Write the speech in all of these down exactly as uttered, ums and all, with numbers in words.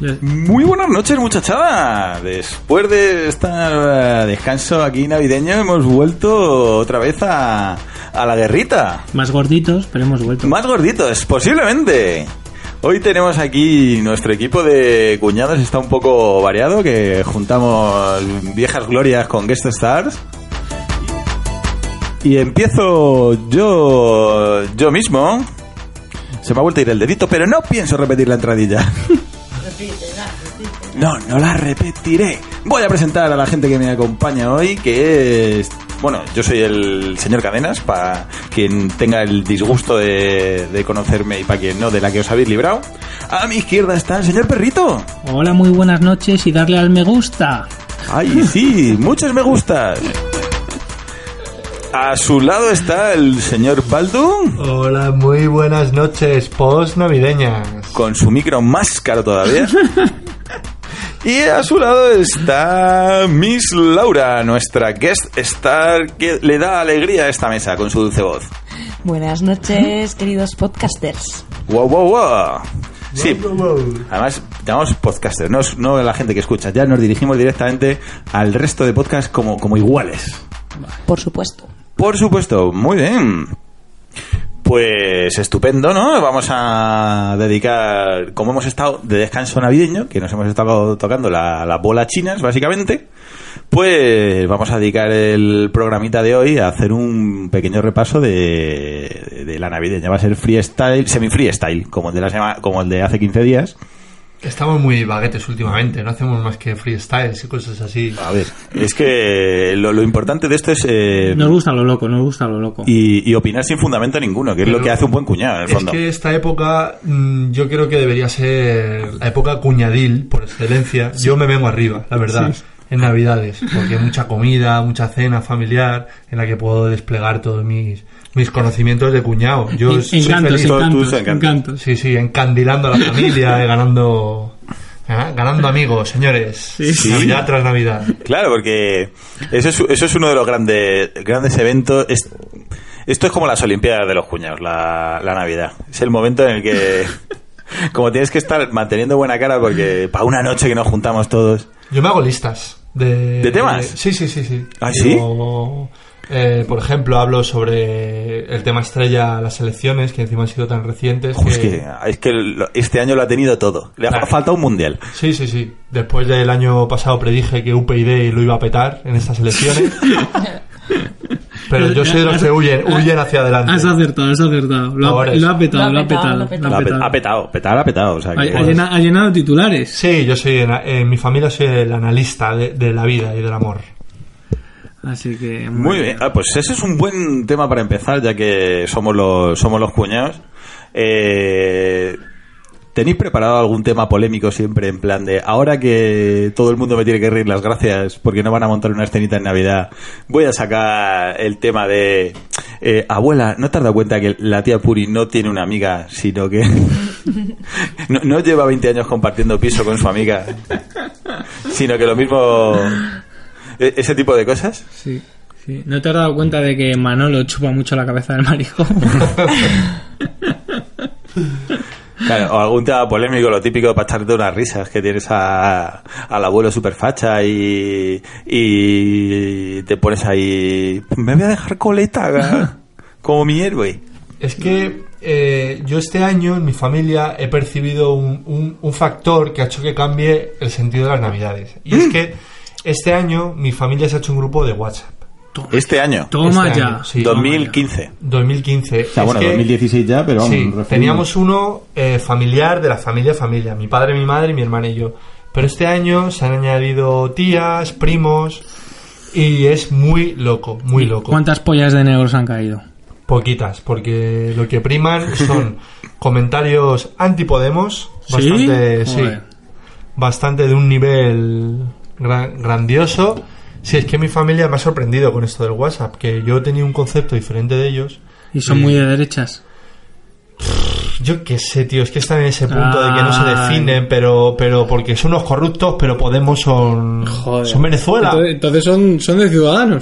Muy buenas noches, muchachada. Después de este descanso aquí navideño hemos vuelto otra vez a, a la guerrita. Más gorditos, pero hemos vuelto. Más gorditos, posiblemente. Hoy tenemos aquí nuestro equipo de cuñados, está un poco variado, que juntamos viejas glorias con guest stars. Y empiezo yo yo mismo. Se me ha vuelto a ir el dedito, pero no pienso repetir la entradilla. No, no la repetiré. Voy a presentar a la gente que me acompaña hoy, que es... Bueno, yo soy el señor Cadenas, para quien tenga el disgusto de, de conocerme y para quien no, de la que os habéis librado. A mi izquierda está el señor Perrito. Hola, muy buenas noches y darle al me gusta. Ay, sí, muchos me gustas. A su lado está el señor Baldu. Hola, muy buenas noches, post navideñas. Con su micro más caro todavía. Y a su lado está Miss Laura, nuestra guest star que le da alegría a esta mesa con su dulce voz. Buenas noches, queridos podcasters. Wow, wow, wow. Sí, además llamamos podcasters, no, no la gente que escucha. Ya nos dirigimos directamente al resto de podcasts como, como iguales. Por supuesto. Por supuesto, muy bien. Pues estupendo, ¿no? Vamos a dedicar, como hemos estado de descanso navideño, que nos hemos estado tocando las la bolas chinas, básicamente, pues vamos a dedicar el programita de hoy a hacer un pequeño repaso de, de la navideña. Va a ser freestyle, semi-freestyle, como el de la sema, como el de hace quince días. Estamos muy baguetes últimamente, no hacemos más que freestyles y cosas así. A ver, es que lo, lo importante de esto es... Eh, nos gusta lo loco, nos gusta lo loco. Y, y opinar sin fundamento ninguno, que Pero es lo que hace un buen cuñado, en el fondo. Es que esta época, yo creo que debería ser la época cuñadil, por excelencia. Sí. Yo me vengo arriba, la verdad, sí. En Navidades, porque hay mucha comida, mucha cena familiar, en la que puedo desplegar todos mis... mis conocimientos de cuñado. Yo en, soy encantos, feliz. encantos, encantos. Sí, sí, encandilando a la familia, ganando ¿eh? ganando amigos, señores. Sí, sí. Navidad tras Navidad. Claro, porque eso es, eso es uno de los grandes grandes eventos. Es, esto es como las Olimpiadas de los cuñados, la, la Navidad. Es el momento en el que, como tienes que estar manteniendo buena cara, porque para una noche que nos juntamos todos. Yo me hago listas. ¿De, ¿De temas? De, sí, sí, sí, sí. ¿Ah, sí? Yo, eh, por ejemplo, hablo sobre el tema estrella, las elecciones, que encima han sido tan recientes. Uf, que... Es que, es que este año lo ha tenido todo. Le ha claro. faltado un mundial. Sí, sí, sí. Después del año pasado predije que U P Y lo iba a petar en estas elecciones. Pero yo soy de los que huyen, huyen hacia adelante. Has acertado, has acertado. Lo ha, lo ha petado, lo ha petado. Lo ha petado, lo ha petado. Ha petado, petar ha petado. O sea, ha, que... ha, llenado, ha llenado titulares. Sí, yo soy, en, en mi familia soy el analista de, de la vida y del amor. Así que... Muy, muy bien. bien. Ah, pues ese es un buen tema para empezar, ya que somos los, somos los cuñados. Eh... ¿Tenéis preparado algún tema polémico siempre en plan de ahora que todo el mundo me tiene que reír las gracias porque no van a montar una escenita en Navidad, voy a sacar el tema de eh, abuela, ¿no te has dado cuenta que la tía Puri no tiene una amiga, sino que no, no lleva veinte años compartiendo piso con su amiga, sino que lo mismo, ese tipo de cosas? Sí, sí. ¿No te has dado cuenta de que Manolo chupa mucho la cabeza del marico? Claro, o algún tema polémico, lo típico para echarte unas risas, que tienes a, al abuelo super facha y, y te pones ahí, me voy a dejar coleta como mi héroe. Es que eh, yo este año en mi familia he percibido un, un, un factor que ha hecho que cambie el sentido de las Navidades. Y es que este año mi familia se ha hecho un grupo de WhatsApp. Toma, este año. Toma este ya. Año, sí, dos mil quince. dos mil quince. O sea, bueno, que, dos mil dieciséis ya, pero vamos. Sí, teníamos uno eh, familiar de la familia familia. Mi padre, mi madre, mi hermana y yo. Pero este año se han añadido tías, primos. Y es muy loco, muy loco. ¿Cuántas pollas de negros han caído? Poquitas, porque lo que priman son comentarios anti-Podemos. Bastante, ¿Sí? sí. Bastante de un nivel gran, grandioso. Sí, es que mi familia me ha sorprendido con esto del WhatsApp, que yo tenía un concepto diferente de ellos. ¿Y son y... muy de derechas? Yo qué sé, tío, es que están en ese punto Ay. de que no se definen, pero pero porque son unos corruptos, pero Podemos son, Joder. son Venezuela. Entonces, entonces son, son de Ciudadanos.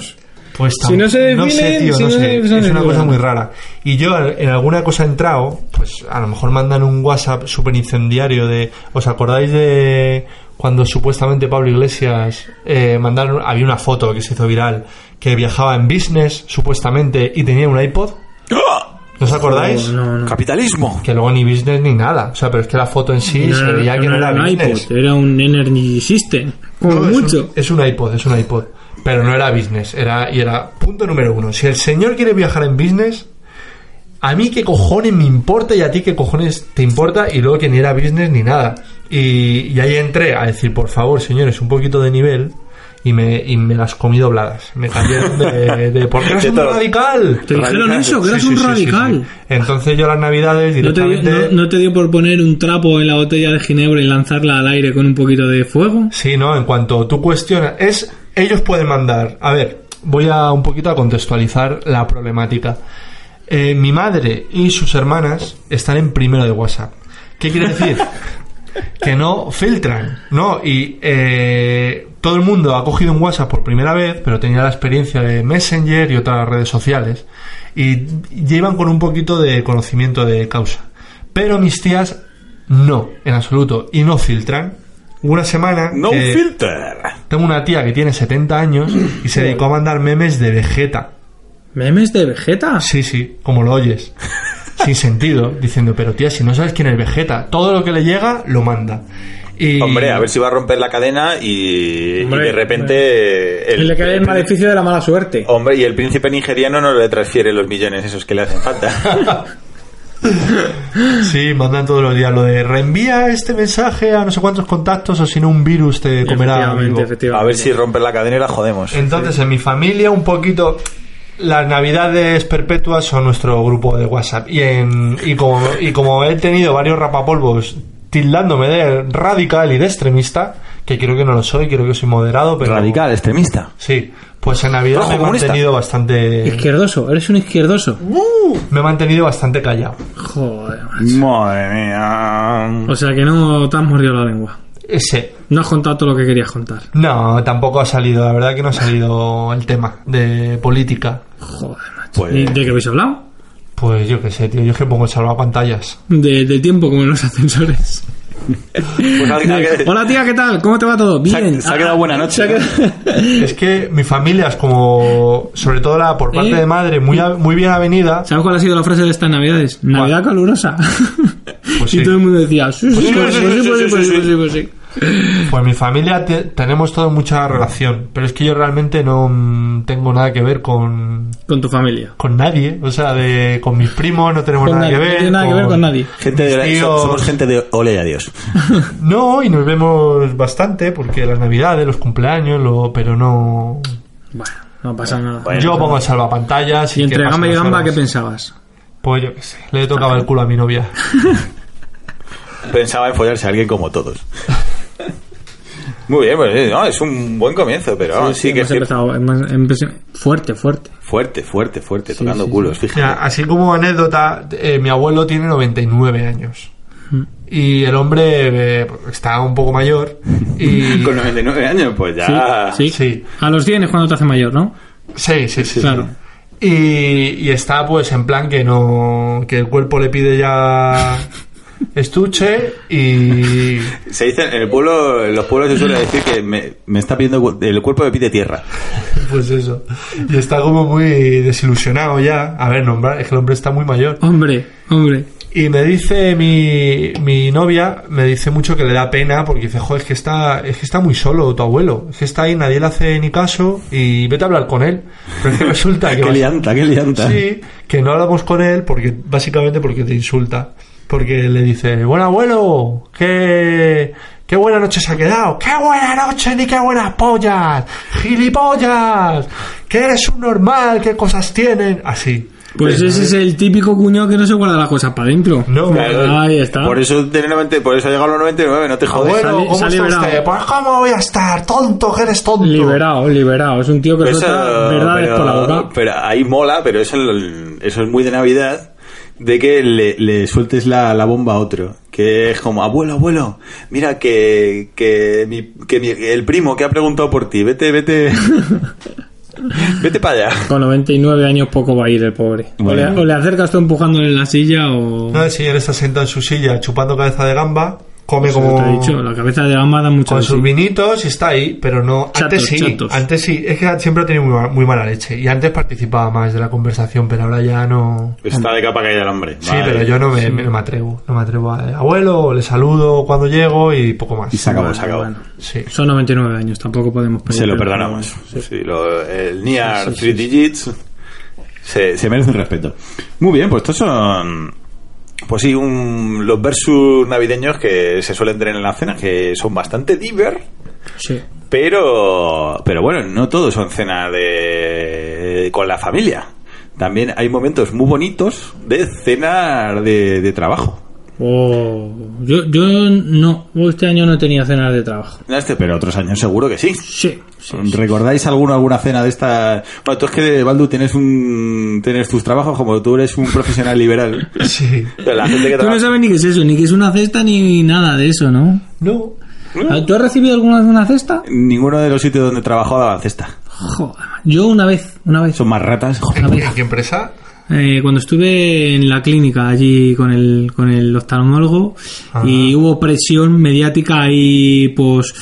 Pues Si no se definen, sé, tío, si no no sé. se Es una definen. cosa muy rara. Y yo en alguna cosa he entrado, pues a lo mejor mandan un WhatsApp súper incendiario de... ¿Os acordáis de cuando supuestamente Pablo Iglesias eh, mandaron... Había una foto que se hizo viral que viajaba en business, supuestamente, y tenía un iPod? ¿No os acordáis? Oh, no, no. Capitalismo. Que luego ni business ni nada. O sea, pero es que la foto en sí No, se veía que no, era era un business. iPod, era un Energy System. Como No, es un- mucho. Es un, iPod, es un iPod. Pero no era business. Era, y era punto número uno. Si el señor quiere viajar en business, a mí qué cojones me importa y a ti qué cojones te importa, y luego que ni era business ni nada. Y, y ahí entré a decir, por favor, señores, un poquito de nivel. Y me, y me las comí dobladas. Me cambiaron de, de ¿por qué eres De un todo. radical? Te dijeron Radical. eso, que Sí, eras sí, un sí, sí, radical. sí. Entonces yo las navidades ¿No te, dio, directamente... no, no te dio por poner un trapo en la botella de ginebra y lanzarla al aire con un poquito de fuego? Sí, no, en cuanto tú cuestionas, es ellos pueden mandar. A ver, voy a un poquito a contextualizar la problemática. Eh, mi madre y sus hermanas están en primero de WhatsApp. ¿Qué quiere decir? Que no filtran, ¿no? Y eh, todo el mundo ha cogido un WhatsApp por primera vez, pero tenía la experiencia de Messenger y otras redes sociales, y llevan con un poquito de conocimiento de causa. Pero mis tías no, en absoluto, y no filtran. Una semana No que filter. tengo una tía que tiene setenta años y se dedicó a mandar memes de Vegeta. ¿Memes de Vegeta? Sí, sí, como lo oyes. Sin sentido, diciendo, pero tía, si no sabes quién es Vegeta, todo lo que le llega lo manda. Y... Hombre, a ver si va a romper la cadena y, Hombre, y de repente... Y le cae el maleficio de la mala suerte. Hombre, y el príncipe nigeriano no le transfiere los millones esos que le hacen falta. Sí, mandan todos los días lo de reenvía este mensaje a no sé cuántos contactos o si no un virus te comerá Efectivamente, vivo. efectivamente. A ver si rompe la cadena y la jodemos. Entonces, en mi familia un poquito... Las navidades perpetuas son nuestro grupo de WhatsApp. Y, en, y, como, y como he tenido varios rapapolvos tildándome de radical y de extremista, que creo que no lo soy, creo que soy moderado, pero... Radical, extremista. Sí, pues en Navidad Rojo me he comunista. mantenido bastante... Izquierdoso, eres un izquierdoso. Me he mantenido bastante callado. Joder, macho. Madre mía. O sea que no te has mordido la lengua. Ese. No has contado todo lo que querías contar. No, tampoco ha salido, la verdad que no ha salido el tema de política. Joder, macho. Pues- ¿Y de qué habéis hablado? Pues yo qué sé, tío, yo es que pongo salvapantallas. De, del tiempo como en los ascensores. Pues ha- ha- Hola tía, ¿qué tal? ¿Cómo te va todo? Se ha- Bien. se ha quedado buena noche, Se ha quedado- Es que mi familia es como, sobre todo la por parte ¿Eh? de madre, muy, a- muy bien avenida. ¿Sabes cuál ha sido la frase de estas navidades? Navidad calurosa. Pues y sí. todo el mundo decía, sí, sí, sí, pues sí, sí, pues sí, sí, sí, pues sí, sí, pues sí, pues sí. Pues mi familia te- tenemos toda mucha relación, pero es que yo realmente no mm, tengo nada que ver con, Con tu familia. con nadie. O sea, de, con mis primos no tenemos Con nada nadie, que no ver. tiene nada que ver con nadie. Gente de, mis so- tíos- somos gente de ole y adiós. No, y nos vemos bastante porque las navidades, los cumpleaños, lo, pero no... Bueno, no pasa nada. Bueno. Yo pongo el salvapantallas Y que entre pasen gamba y las gamba, horas. ¿qué pensabas? Pues yo qué sé, le tocaba el culo a mi novia. Pensaba en follarse a alguien como todos. Muy bien, pues sí, no, es un buen comienzo, pero vamos, sí, que hemos es empezado hemos empezado- fuerte, fuerte. fuerte, fuerte, fuerte, tocando sí, culos, Mira, fíjate. así como anécdota, eh, mi abuelo tiene noventa y nueve años. Mm. Y el hombre eh, está un poco mayor. Y... Con noventa y nueve años, pues ya... Sí, sí. Sí. A los cien es cuando te hace mayor, ¿no? Sí, sí, sí. Claro. Y, y está pues en plan que no... Que el cuerpo le pide ya... estuche y... Se dice, en el pueblo, en los pueblos se suele decir que me, me está pidiendo, el cuerpo me pide tierra. Pues eso. Y está como muy desilusionado ya. A ver, nombrar, es que el hombre está muy mayor. Hombre, hombre. Y me dice mi, mi novia, me dice mucho que le da pena porque dice, joder, es que está, es que está muy solo tu abuelo. Es que está ahí, nadie le hace ni caso y vete a hablar con él. Pero es que resulta que... Qué vas- lianta, qué lianta. Sí, que no hablamos con él porque básicamente porque te insulta. Porque le dice, buen abuelo, qué, qué buena noche se ha quedado. ¡Qué buena noche ni qué buenas pollas! ¡Gilipollas! Que eres un normal, qué cosas tienen. Así. Pues ese es el típico cuñado que no se guarda las cosas para adentro. No, Claro, Ahí está. Por eso, tiene noventa, por eso ha llegado a los noventa y nueve, no te jodes. Abuelo, Sale- ¿cómo sale está liberado. usted? Pues ¿cómo voy a estar? Tonto, que eres tonto. Liberado, liberado. Es un tío que Eso, suelta verdades pero, por la boca. pero ahí mola, pero eso, eso es muy de Navidad, de que le, le sueltes la, la bomba a otro. Que es como, abuelo, abuelo, mira que, que, mi, que mi- el primo que ha preguntado por ti, vete, vete. Vete para allá. Con noventa y nueve años poco va a ir el pobre. Bueno. O, le, o le acercas tú empujándole en la silla o... No, el señor está sentado en su silla chupando cabeza de gamba, come Eso como... te he dicho, la cabeza de gamba da mucho con de sus sí. vinitos y está ahí, pero no... Chatos, antes sí, chatos. antes sí. Es que siempre ha tenido muy, muy mala leche. Y antes participaba más de la conversación, pero ahora ya no... Está de capa caída el hombre. Sí, Vale. pero yo no me, me- no me atrevo. No me atrevo a... Abuelo, le saludo cuando llego y poco más. Y se acabó, Bueno, se acabó. bueno. Sí. Son noventa y nueve años, tampoco podemos pedir. Se lo pero- perdonamos. Sí. Sí, lo- el Niar Sí, sí, Three sí. Digits se, se merece un respeto. Muy bien, pues estos son... Pues sí, un, los versus navideños que se suelen tener en la cena, que son bastante diver, Sí. pero pero bueno, no todos son cenas de con la familia. También hay momentos muy bonitos de cenas de, de trabajo. Oh, yo, yo no, este año no tenía cenas de trabajo. Este, pero otros años seguro que sí. Sí, sí, sí. ¿Recordáis alguna alguna cena de esta? Bueno, tú es que, Baldu, tienes un tienes tus trabajos, como tú eres un profesional liberal. Sí. Pero la gente que Tú no trabaja... sabes ni qué es eso, ni qué es una cesta ni nada de eso, ¿no? No. ¿Tú has recibido alguna vez una cesta? Ninguno de los sitios donde trabajo daban cesta. Joder, yo una vez, una vez. Son más ratas. Joder. ¿En, en qué empresa? Eh, cuando estuve en la clínica allí con el, con el oftalmólogo Ajá. y hubo presión mediática y pues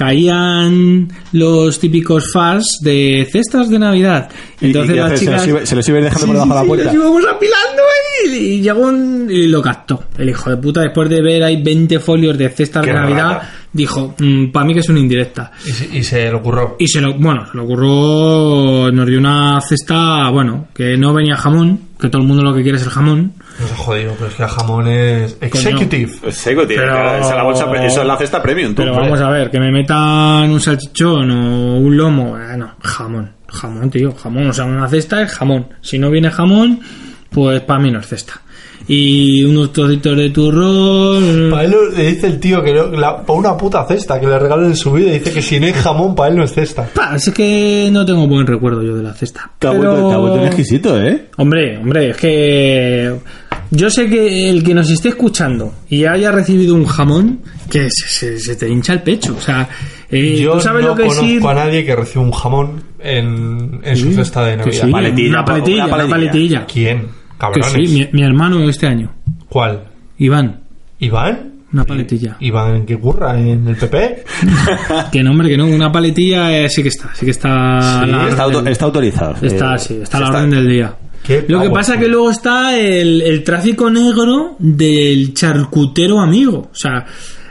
caían los típicos fars de cestas de Navidad. ¿Y- Entonces y qué las haces? chicas... ¿Se los iba- se los ibais dejando Sí, por debajo de la sí, puerta? los íbamos apilando ahí y llegó un... y lo captó. El hijo de puta, después de ver ahí veinte folios de cestas Qué de Navidad, rata. dijo, para mí que es una indirecta. Y se, y se le ocurrió. Y se lo, bueno, se le ocurrió, nos dio una cesta, bueno, que no venía jamón, que todo el mundo lo que quiere es el jamón. No se ha jodido, pero es que el jamón es executive. Pues seco, tío. Pero- Claro, esa es la bolsa, pre- eso es la cesta premium. tú, Pero hombre. vamos a ver, que me metan un salchichón o un lomo, eh, no, jamón, jamón, tío, jamón, o sea, una cesta es jamón. Si no viene jamón, pues para mí no es cesta. Y unos trocitos de turrón. Para él le dice el tío que no, la, para una puta cesta que le regalen en su vida, dice que si no hay jamón, para él no es cesta. Pa, es que no tengo buen recuerdo yo de la cesta. Te ha Pero- vuelto, te ha vuelto un exquisito, ¿eh? Hombre, hombre, es que yo sé que el que nos esté escuchando y haya recibido un jamón, que se, se- se te hincha el pecho. O sea, eh, Yo ¿tú sabes no lo que es conozco ir? a nadie que reciba un jamón en, en su Sí, cesta de que Navidad. sí, Paletilla, una paletilla, una una paletilla. paletilla. ¿Quién? Que Cabrones. sí, mi, mi hermano este año, ¿Cuál? Iván, ¿Iván? una paletilla. ¿Iván que curra en el P P? Que no, hombre, que no, una paletilla eh, sí que está, sí que está. a Sí, la orden Está, auto- del- está autorizado. está, Eh, sí, está a la orden del día. Qué Lo que pavo, pasa es tío. que luego está el, el tráfico negro del charcutero amigo. O sea,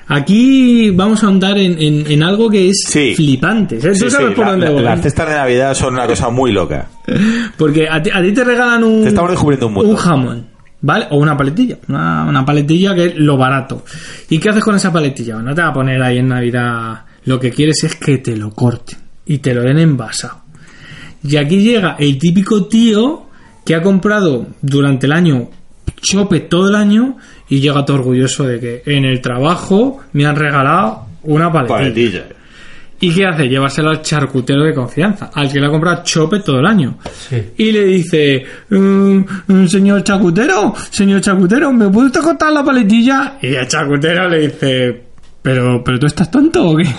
aquí vamos a ahondar en, en, en algo que es Sí. flipante. ¿Sabes? Sí, Tú sabes sí, por la- dónde la- voy. las cestas de Navidad son una cosa muy loca. Porque a ti, a ti te regalan un, Te estamos descubriendo un mundo. un jamón, ¿vale? O una paletilla. Una, una paletilla que es lo barato. ¿Y qué haces con esa paletilla? No te va a poner ahí en Navidad. Lo que quieres es que te lo corten y te lo den envasado. Y aquí llega el típico tío que ha comprado durante el año chope todo el año y llega todo orgulloso de que en el trabajo me han regalado una paletilla. Paletilla. ¿Y qué hace? Llevárselo al charcutero de confianza, al que le ha comprado chope todo el año. Sí. Y le dice, "Mm, mm, señor charcutero, señor charcutero, ¿me puede usted cortar la paletilla? Y el charcutero le dice, pero, pero ¿tú estás tonto o qué?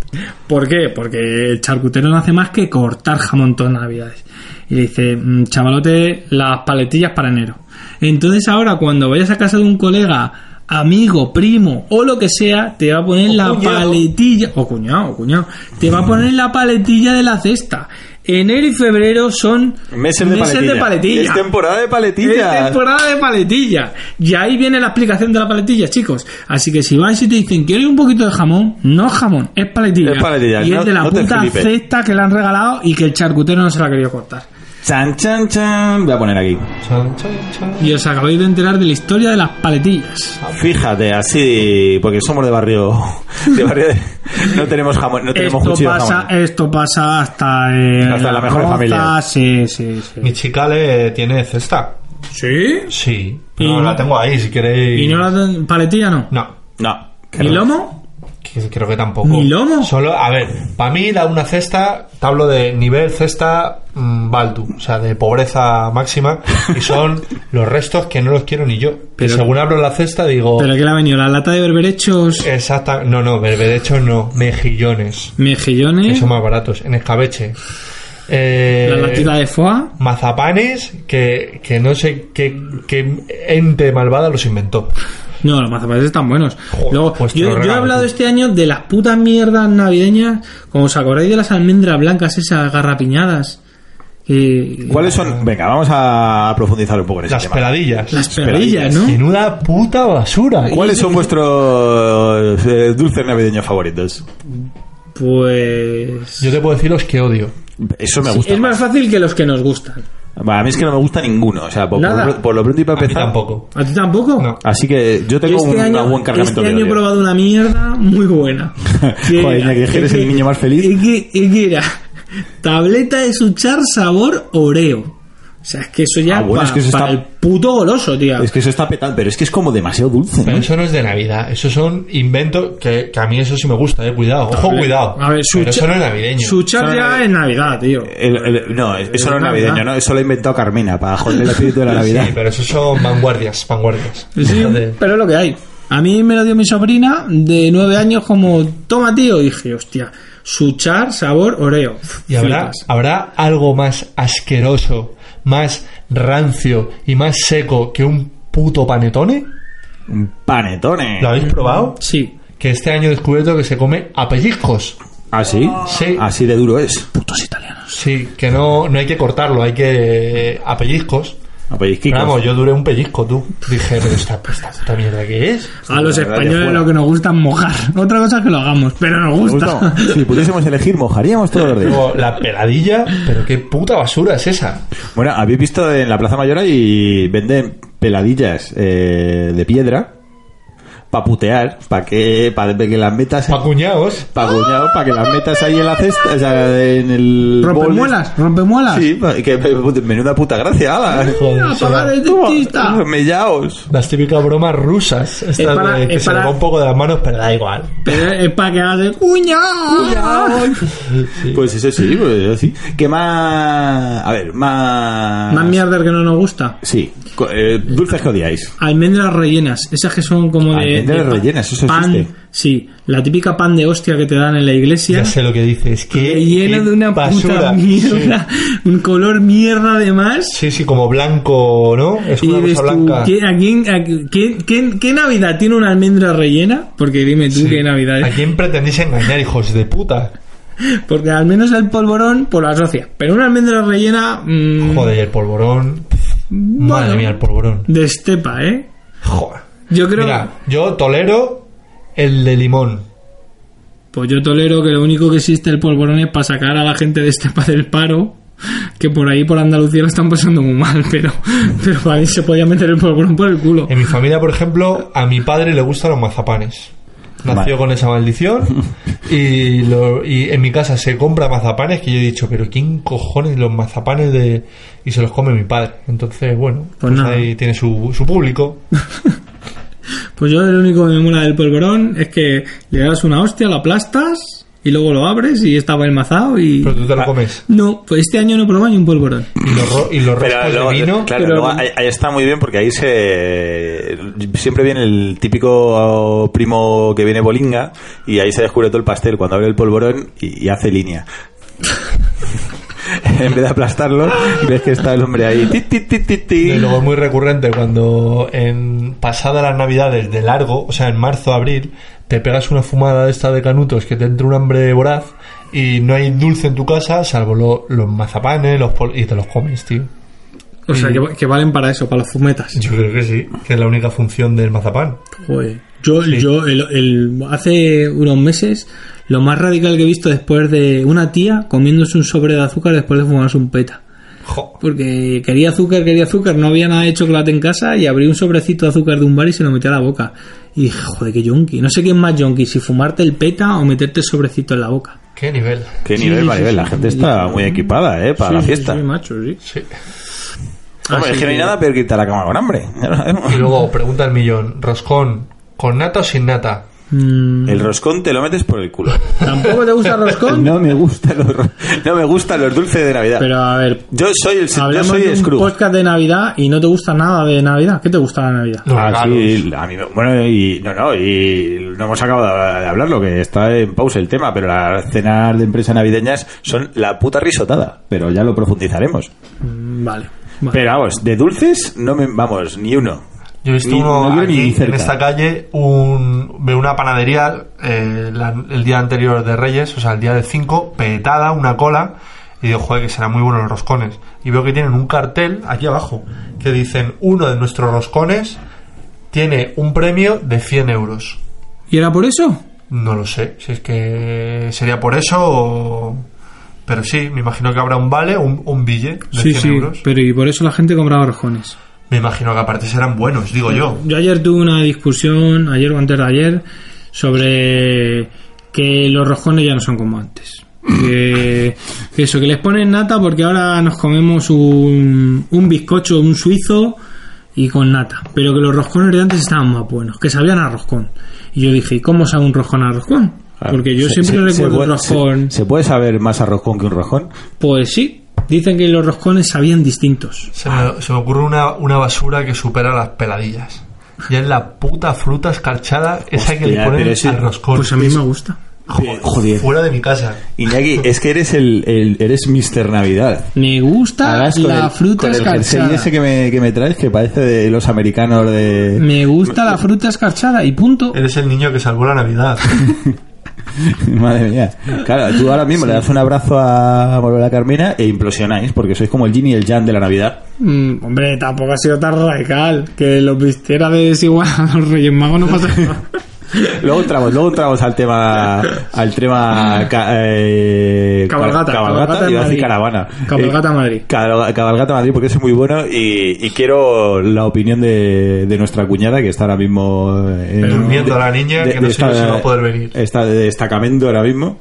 ¿Por qué? Porque el charcutero no hace más que cortar jamón todas las navidades. Y le dice, "Mm, chavalote, las paletillas para enero. Entonces ahora cuando vayas a casa de un colega, amigo, primo o lo que sea, te va a poner O la cuñado. paletilla, o cuñado, o cuñado, te va a poner la paletilla de la cesta. Enero y febrero son Meses de paletilla. paletilla. Es temporada de Es paletilla. temporada de paletilla. Y ahí viene la explicación de la paletilla, chicos. Así que si vais y te dicen, ¿quieres un poquito de jamón? No es jamón, es paletilla. Es paletilla, Y no- es de la no te puta flipes. cesta que le han regalado y que el charcutero no se la ha querido cortar. Chan, chan, chan. Voy a poner aquí. Chan, chan, chan. Y os acabáis de enterar de la historia de las paletillas. Fíjate, así, porque somos de barrio, de barrio de- no tenemos jamón, no tenemos Esto cuchillo de pasa, jamón. esto pasa hasta en Hasta la mejor familia. Sí, sí, sí. Mi chica le tiene cesta. ¿Sí? Sí. ¿Y No, no? la tengo ahí, si queréis. ¿Y no la dan- paletilla no? No. No. ¿Ni lomo? que Creo que tampoco. ¿Ni lomo? Solo, a ver, para mí la una cesta, te hablo de nivel cesta mm, Baldu, o sea, de pobreza máxima, y son los restos que no los quiero ni yo. Pero- y según abro la cesta digo, ¿Pero qué le ha venido? ¿La lata de berberechos? exacta, no, no, berberechos no, mejillones, que ¿Mejillones? son más baratos, en escabeche. Eh, La latita de foie. mazapanes que, que no sé qué, qué ente malvada los inventó. No, los mazapanes están buenos. Joder, Luego, pues te yo, lo yo he regalo, hablado tú. este año de las putas mierdas navideñas. Como os acordáis de las almendras blancas, esas garrapiñadas. Que- ¿Cuáles son? Venga, vamos a profundizar un poco en ese Las tema. peladillas. Las perrillas, ¿no? Menuda puta basura. ¿Cuáles son vuestros eh, dulces navideños favoritos? Pues... Yo te puedo decir los que odio. Eso me Sí, gusta. es más fácil que los que nos gustan. Bueno, a mí es que no me gusta ninguno. O sea, por, Nada. por, por lo pronto y para A mí empezar. tampoco. ¿A ti tampoco? No. Así que yo Yo tengo este un año, buen cargamento este de año he odio. probado una mierda muy buena. Joder, Iñaki, es que eres el niño más feliz. Es que, es que era tableta de Suchar sabor Oreo. O sea, es que eso ya Ah, bueno, pa- es que eso para está- el puto goloso, tío. Es que eso está petado, pero es que es como demasiado dulce, Pero ¿no? eso no es de Navidad. Esos son inventos que, que a mí eso sí me gusta, eh. Cuidado. Ojo, cuidado. A ver, Pero Suchar- eso no es navideño. Suchar Eso no ya es- es Navidad, tío. El- el- no, eso no es Navidad. navideño, ¿no? Eso lo ha inventado Carmina para joder el espíritu de la Navidad. Sí, pero esos son vanguardias. Vanguardias. Sí, Entonces, pero es lo que hay. A mí me lo dio mi sobrina de nueve años como, toma tío, y dije, hostia, Suchar sabor Oreo. ¿Y habrá, Flipas. habrá algo más asqueroso, más rancio y más seco que un puto panetone? Un panetone. ¿Lo habéis probado? Sí. Que este año he descubierto que se come a pellizcos. ¿Ah, sí? Sí. Así de duro es. Putos italianos. Sí, que no, no hay que cortarlo, hay que... a pellizcos. A pellizquicos. Pero vamos, yo duré un pellizco, tú. Dije, pero esta, esta puta mierda que es. A los la verdad que españoles fuera. lo que nos gusta es mojar. Otra cosa es que lo hagamos, pero nos ¿Te gusta. gusta? Si pudiésemos elegir, mojaríamos todos los días. Luego, la peladilla, pero qué puta basura es esa. Bueno, habéis visto en la Plaza Mayor y venden peladillas eh, de piedra para putear, para que, para que las metas... Pa' cuñados. Para cuñado, para que las metas ahí en la cesta, o sea, en el... bol de- Rompemuelas, rompemuelas. Sí, pa- que menuda puta gracia, ala. Joder, Apagar el Toma, dentista. Mellaos. Las típicas bromas rusas. Estas Es para- de que es se para- le va un poco de las manos, pero da igual. Pero es para que hagas de cuñado. Sí. Pues eso sí, pues eso sí. ¿Qué más? A ver, más... Más mierda que no nos gusta. Sí. Co- eh, dulces que odiáis. Almendras rellenas, esas que son como de. Almendras de pa- rellenas, eso pan, existe. Sí, la típica pan de hostia que te dan en la iglesia. Ya sé lo que dices. Que Lleno de una puta mierda, un color mierda además. Sí, sí, como blanco, ¿no? Es Y una dices cosa tú, blanca. ¿qué, a quién- a qué- qué- qué Navidad tiene una almendra rellena? Porque dime tú Sí. qué Navidad ¿A es. quién pretendéis engañar, hijos de puta? Porque al menos el polvorón, por la asocia. Pero una almendra rellena. mm, Joder, y el polvorón. Madre bueno, mía, el polvorón. de estepa, ¿eh? Joder. Yo creo. Mira, yo tolero el de limón. Pues yo tolero que lo único que existe el polvorón es para sacar a la gente de estepa del paro, que por ahí por Andalucía lo están pasando muy mal, pero, pero para mí se podía meter el polvorón por el culo. En mi familia, por ejemplo, a mi padre le gustan los mazapanes. Nació Vale. con esa maldición y, lo- y en mi casa se compra mazapanes que yo he dicho, pero ¿quién cojones los mazapanes de...? Y se los come mi padre. Entonces, bueno, Pues pues nada. ahí tiene su, su público. Pues yo lo único que me mola del polvorón es que le das una hostia, lo aplastas y luego lo abres y está envasado y... Pero tú te lo comes. No, pues este año no he probado ni un polvorón. Y los, ro- y los Pero roscos luego, de vino... claro, pero- luego ahí, ahí está muy bien porque ahí se siempre viene el típico primo que viene bolinga y ahí se descubre todo el pastel cuando abre el polvorón y, y hace línea. En vez de aplastarlo, ves que está el hombre ahí. Ti, ti, ti, ti, ti. Y luego es muy recurrente cuando en pasadas las navidades de largo, o sea, en marzo, abril, te pegas una fumada de esta de canutos que te entra un hambre voraz y no hay dulce en tu casa, salvo lo- los mazapanes, los pol- y te los comes, tío. O sea, que, que valen para eso, para las fumetas. Yo creo que sí, que es la única función del mazapán. Joder. Yo, Sí. yo el, el- hace unos meses, lo más radical que he visto después de una tía comiéndose un sobre de azúcar después de fumarse un peta. Jo. Porque quería azúcar, quería azúcar, no había nada de chocolate en casa y abrí un sobrecito de azúcar de un bar y se lo metí a la boca. Y dije, joder, qué yonki. No sé quién es más yonki, si fumarte el peta o meterte el sobrecito en la boca. Qué nivel. Qué Sí, nivel, sí, Maribel. sí, La sí. gente está muy equipada, ¿eh? Para Sí, la sí, fiesta. sí, macho, sí. Sí. Hombre, Así es que no hay que- nada peor que irte a la cama con hambre. Y luego, pregunta el millón, roscón, ¿con nata o sin nata? Mm, El roscón te lo metes por el culo. ¿Tampoco te gusta el roscón? No me gustan los, ro- no me gustan los dulces de Navidad. Pero a ver, Yo soy el yo hablamos soy de un Scrooge. podcast de Navidad y no te gusta nada de Navidad. ¿Qué te gusta de Navidad? Los Ah, regalos. sí, a mí me- bueno, y no, no, y no hemos acabado de hablarlo, que está en pausa el tema, pero las cenas de empresa navideñas son la puta risotada, pero ya lo profundizaremos. Mm, Vale. vale. Pero vamos, de dulces no me, vamos, ni uno. Yo he visto Ni- uno no quiero ni aquí, cerca. en esta calle, un, veo una panadería eh, la- el día anterior de Reyes, o sea, el día del cinco, petada, una cola, y digo, joder, que serán muy buenos los roscones. Y veo que tienen un cartel aquí abajo, que dicen, uno de nuestros roscones tiene un premio de cien euros. ¿Y era por eso? No lo sé, si es que sería por eso o... Pero sí, me imagino que habrá un vale, un, un billete de Sí, cien sí, euros. pero y por eso la gente compraba roscones. Me imagino que aparte serán buenos, digo yo. Yo ayer tuve una discusión, ayer o antes de ayer, sobre que los roscones ya no son como antes. Que, que eso, que les ponen nata porque ahora nos comemos un, un bizcocho, un suizo y con nata. Pero que los roscones de antes estaban más buenos, que sabían a roscón. Y yo dije, ¿y cómo sabe un roscón a roscón? Claro. Porque yo Se- siempre se- recuerdo se un puede- roscón. Se, ¿Se puede saber más a roscón que un roscón? Pues sí, dicen que los roscones sabían distintos. Se me, se me ocurre una, una basura que supera las peladillas. Y es la puta fruta escarchada, esa que le Hostia, ponen pero ese- al roscón. Pues a mí me gusta. Joder, Joder. fuera de mi casa. Iñaki, es que eres el, el eres míster Navidad. Me gusta Además, con la el- fruta con el jersey escarchada. ese que me, que me traes, que parece de los americanos de... Me gusta la fruta escarchada y punto. Eres el niño que salvó la Navidad. Madre mía. Claro, tú ahora mismo le das un abrazo a Manuela Carmina e implosionáis, porque sois como el yin y el yang de la Navidad. Mm, hombre, tampoco ha sido tan radical. Que los vistiera de desigual a los Reyes Magos no pasa nada. Luego entramos, luego entramos al tema, al tema ca- eh, Cabalgata, cabalgata, cabalgata iba a en decir Madrid. caravana. Cabalgata Eh, Madrid. cal- Cabalgata Madrid, porque es muy bueno y, y quiero la opinión de, de nuestra cuñada que está ahora mismo eh, Durmiendo a la niña, que no sé si va a poder venir. Está de destacamento ahora mismo.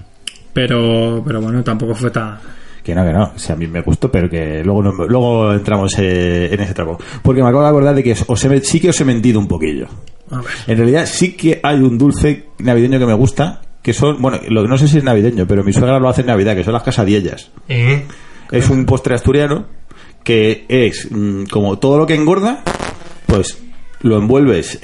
Pero, pero bueno, tampoco fue tan... Que no, que no, o sea, a mí me gustó, pero que luego no- luego entramos eh, en ese trapo. Porque me acabo de acordar de que os he, sí que os he mentido un poquillo. A ver. En realidad sí que hay un dulce navideño que me gusta, que son, bueno, lo, no sé si es navideño, pero mi suegra lo hace en Navidad, que son las quesadillas. ¿Eh? Es un postre asturiano que es mm, como todo lo que engorda, pues lo envuelves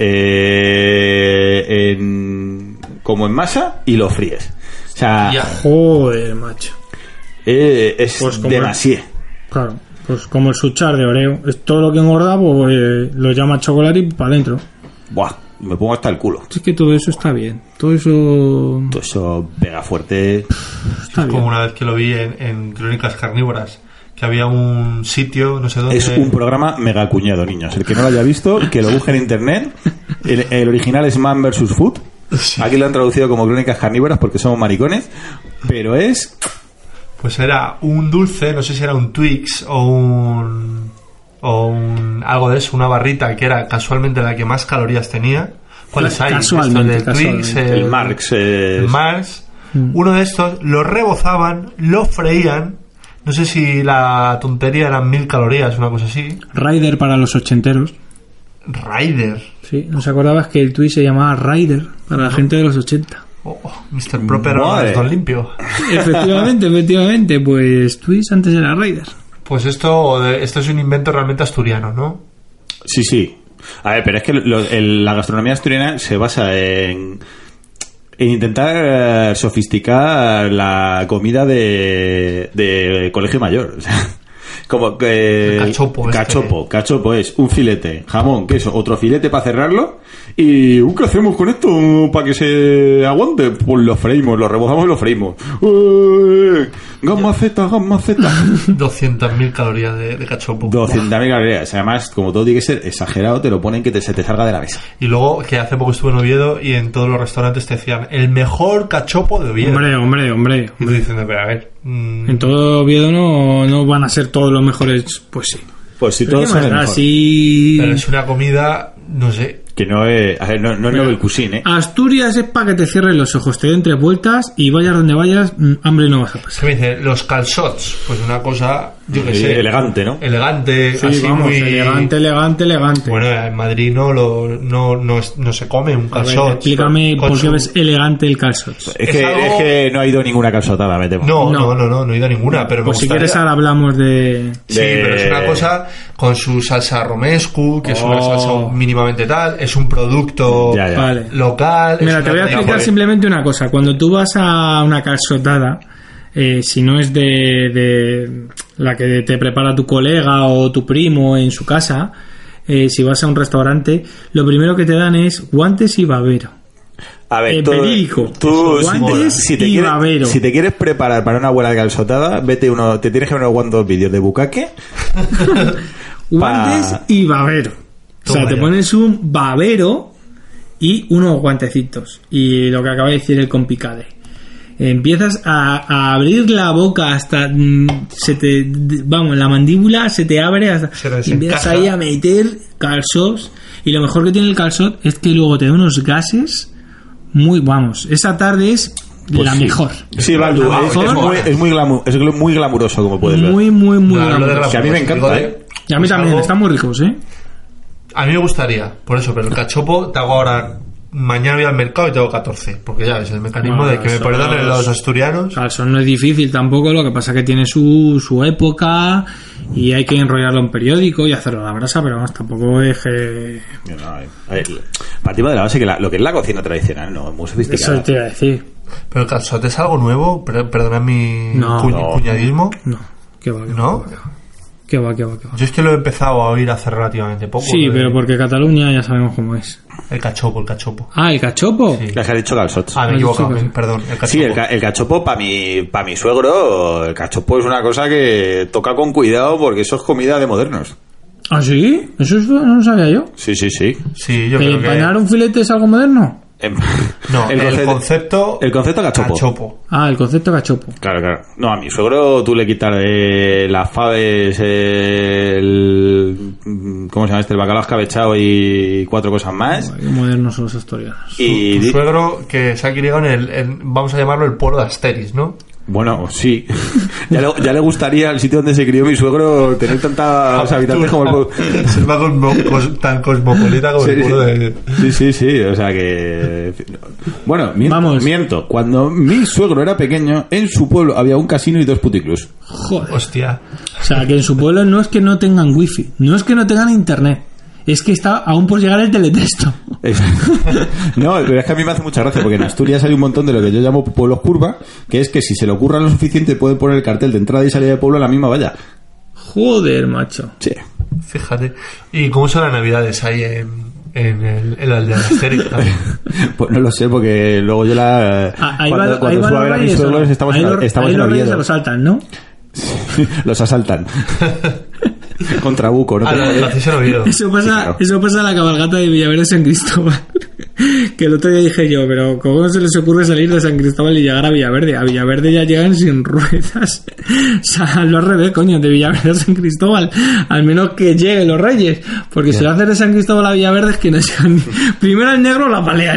eh, en, como en masa y lo fríes. O sea, Ya. Joder, macho. eh, es Pues como- demasiado. Claro, pues como el suchar de Oreo. Es todo lo que engorda, pues eh, lo llama chocolate y para adentro. Buah, me pongo hasta el culo. Es que todo eso está bien. Todo eso Todo eso pega fuerte. está Es bien. como una vez que lo vi en, en Crónicas Carnívoras, que había un sitio, no sé dónde... Es un programa mega cuñado, niños. El que no lo haya visto, que lo busque en internet. El, el original es Man versus. Food. Aquí lo han traducido como Crónicas Carnívoras porque somos maricones. Pero es... Pues era un dulce, no sé si era un Twix o un... o un... algo de eso, una barrita que era casualmente la que más calorías tenía. ¿Cuáles hay? Casualmente, Estos del Twix, casualmente. El Marx. eh, el Mars. Uno de estos lo rebozaban, lo freían. No sé si la tontería eran mil calorías, una cosa así. Rider para los ochenteros. Rider. Sí, ¿no os acordabas que el tweet se llamaba Rider para la gente de los ochenta? Oh, oh, mister Proper ahora Madre. es Don Limpio. Efectivamente, efectivamente, pues Twist antes era Rider. Pues esto, esto es un invento realmente asturiano, ¿no? Sí, sí. A ver, pero es que lo- el- la gastronomía asturiana se basa en, en intentar eh, sofisticar la comida de, de colegio mayor. O sea, como que... El cachopo este. Cachopo. Cachopo es un filete, jamón, queso, otro filete para cerrarlo. ¿Y uh, qué hacemos con esto para que se aguante? Pues lo freímos, lo rebozamos y lo freímos. ¡Ué! ¡Gamaceta, gamaceta! doscientas mil calorías de, de cachopo. doscientas mil calorías. Además, como todo tiene que ser exagerado, te lo ponen que te, se te salga de la mesa. Y luego, que hace poco estuve en Oviedo y en todos los restaurantes te decían el mejor cachopo de Oviedo. Hombre, hombre, hombre. Y tú diciendo, pero a ver... mm, En todo Oviedo no, no van a ser todos los mejores, pues sí. Pues si Pero todos ¿qué son más el da? mejor. Si pero es una comida, no sé... Que no es, a ver, no, no es Nobel Cuisine, ¿eh? Asturias es para que te cierren los ojos, te den tres vueltas y vayas donde vayas, mm, hambre no vas a pasar. Se me dice, los calçots, pues una cosa yo qué Sí, sé, elegante, ¿no? elegante, Sí, así vamos, muy elegante, elegante, elegante. Bueno, en Madrid no lo no no, es- no se come un A ver, calzot. explícame con por qué su- ves elegante el calzot. Es, Es que, algo- es que no ha ido ninguna calzotada, me temo. No, No. no, no, no, no he ido a ninguna, pero me Pues si gustaría. quieres ahora hablamos de... Sí, de- pero es una cosa con su salsa romescu, que es una Oh. salsa mínimamente tal, es un producto Ya, ya. Vale. local. Mira, es te una voy a cosa- explicar simplemente una cosa. Cuando tú vas a una calzotada, eh, si no es de, de la que te prepara tu colega o tu primo en su casa, eh, si vas a un restaurante, lo primero que te dan es guantes y babero. A ver, Eh, tú, verídico. tú si, Guantes si te y quieres, babero. si te quieres preparar para una buena calzotada, vete uno, te tienes que ver unos cuantos vídeos de bucaque. Guantes Pa- y babero. O sea, Toma te ya. pones un babero y unos guantecitos. Y lo que acaba de decir el compicade. Empiezas a, a abrir la boca hasta mm, se te vamos, la mandíbula se te abre hasta Se y empiezas desencaja. ahí a meter calzots. Y lo mejor que tiene el calzot es que luego te da unos gases muy, vamos, esa tarde es Pues la sí. mejor. Sí, Baldu, La es, es mejor. muy, es, muy glamu- es glu- muy glamuroso, como puedes ver. Muy, muy, muy No, hablo de glamuroso. Que a mí me glamuroso, encanta, digo de- ¿eh? Y a mí es también, algo- están muy ricos, ¿eh? A mí me gustaría, por eso, pero el cachopo te hago ahora. Mañana voy al mercado y tengo catorce, porque ya ves el mecanismo Bueno, de que me eso perdonen es- los asturianos. Calzón no es difícil tampoco, lo que pasa es que tiene su, su época y hay que enrollarlo en periódico y hacerlo a la brasa, pero vamos, tampoco es que... No, a ver, partimos de la base que la- lo que es la cocina tradicional no es muy sofisticada. Eso te iba a decir. Pero el calzot es algo nuevo, per- perdona mi No. cu- No. cuñadismo. No, que va, que va, ¿No? que va, que va, que va. Yo es que lo he empezado a oír hace relativamente poco. Sí, lo de- pero porque Cataluña ya sabemos cómo es. El cachopo, el cachopo. Ah, el cachopo. Sí. La que ha dicho calzots. Ah, me he Has equivocado, dicho que- me- perdón. El cachopo. Sí, el, ca- el cachopo para mi, pa mi suegro, el cachopo es una cosa que toca con cuidado porque eso es comida de modernos. ¿Ah, sí? Eso es- no lo sabía yo. Sí, sí, sí. Sí, yo ¿El creo que... empanar un filete es algo moderno? Em- No, el, concepto... el concepto cachopo. cachopo. Ah, el concepto cachopo. Claro, claro. No, a mi suegro tú le quitas eh, las faves, eh, el... ¿Cómo se llama este? El bacalao escabechado y cuatro cosas más. Qué modernos son los asturianos. Y... Tu suegro que se ha criado en el... en- vamos a llamarlo el pueblo de Asteris, ¿no? Bueno, sí. ya, le, ya le gustaría el sitio donde se crió mi suegro tener tantos habitantes como el pueblo. Es más cosmo- cos- tan cosmopolita como el Sí, pueblo de... sí, sí, sí, o sea que... Bueno, miento, Vamos. miento. Cuando mi suegro era pequeño, en su pueblo había un casino y dos puticlubs. Joder. Hostia. O sea, que en su pueblo no es que no tengan wifi, no es que no tengan internet, es que está aún por llegar el teletexto. Es- No, pero es que a mí me hace mucha gracia porque en Asturias hay un montón de lo que yo llamo pueblos curva, que es que si se le ocurra lo suficiente pueden poner el cartel de entrada y salida de pueblo en la misma valla. Joder, macho. Sí. Fíjate. ¿Y cómo son las navidades ahí en, en el, en la aldea de Asteris también? Pues no lo sé porque luego yo la... Ah, ahí cuando va, cuando ahí va subo a ver los a mis reyes, ¿o no? suegros estamos ahí en, los, estamos ahí en los reyes Oviedo. se los saltan, ¿no? Los asaltan. Contra Buco, ¿no? Ah, lo, lo hacéis en Oviedo. Eso pasa, Sí, claro. eso pasa en la cabalgata de Villaverde San Cristóbal. Que el otro día dije yo, pero ¿cómo se les ocurre salir de San Cristóbal y llegar a Villaverde? A Villaverde ya llegan sin ruedas. O sea, lo al revés, coño, de Villaverde a San Cristóbal. Al menos que lleguen los reyes. Porque si lo haces de San Cristóbal a Villaverde es que no llegan ni... Primero el negro la palean.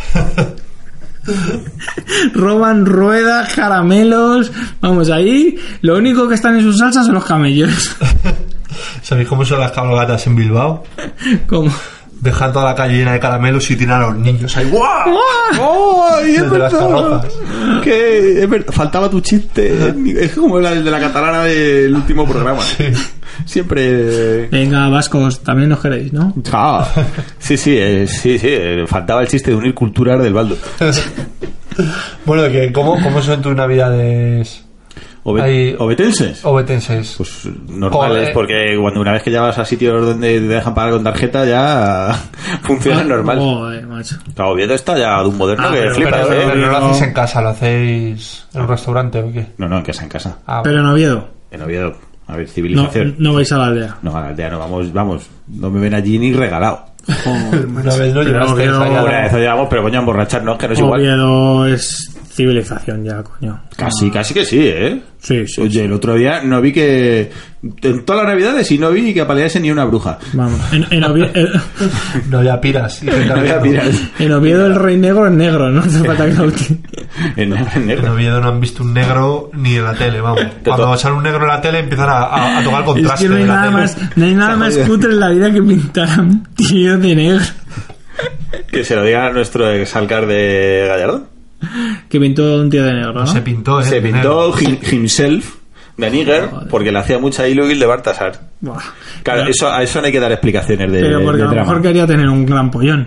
Roban ruedas, caramelos. Vamos, ahí lo único que están en sus salsas son los camellos. ¿Sabéis cómo son las cabalgatas en Bilbao? Como... Dejan toda la calle llena de caramelos y tiran a los niños ahí. ¡Guau! ¡Ay, es Desde las verdad! carrozas. Que es verdad, faltaba tu chiste. Es como la de la catalana del último programa. Siempre. Venga, vascos, también nos queréis, ¿no? Ah, sí, sí, eh, sí, sí. eh, faltaba el chiste de unir culturas del Baldo. Bueno, que ¿cómo, ¿cómo son tus navidades Obe- Hay- ¿Obetenses? obetenses? Pues normales, Joder. porque cuando una vez que ya vas a sitios donde te dejan pagar con tarjeta ya funciona normal. Joder, macho. Claro, Oviedo está ya de un moderno Ah, que pero, flipas, pero- ¿eh? pero no lo hacéis en casa, lo hacéis en un restaurante o qué. No, no, en casa, en casa. Ah, Pero en Oviedo, En Oviedo. A ver, no, civilización. no vais a la aldea. No, a la aldea no, vamos, vamos. No me ven allí ni regalado. Joder, macho. una vez no Pero llevasteis Oviedo- allá. Una vez llevamos, pero coño, a emborracharnos, que no es igual. Oviedo es civilización ya, coño. Casi, casi que sí, ¿eh? Sí, sí. Oye, sí. el otro día no vi que... En todas las navidades y no vi que apareciese ni una bruja. Vamos. En, en, Oviedo, No había piras. Y No había piras. en Oviedo el rey negro es negro, no hace falta que lo utilice. En, en En negro. Oviedo no han visto un negro ni en la tele, vamos. Cuando sale un negro en la tele empiezan a, a, a tocar Es contraste que no hay de la nada tele. más, no hay nada más cutre en la vida que pintar a un tío de negro. Que se lo diga a nuestro exalcalde de Gallardón. Que pintó un tío de negro, ¿no? Se pintó, ¿eh? Se de pintó negro. him- himself de Níger porque le hacía mucha ilusión de Baltasar. Buah. Claro, Pero- eso, a eso no hay que dar explicaciones de, Pero porque de a lo drama. mejor quería tener un gran pollón.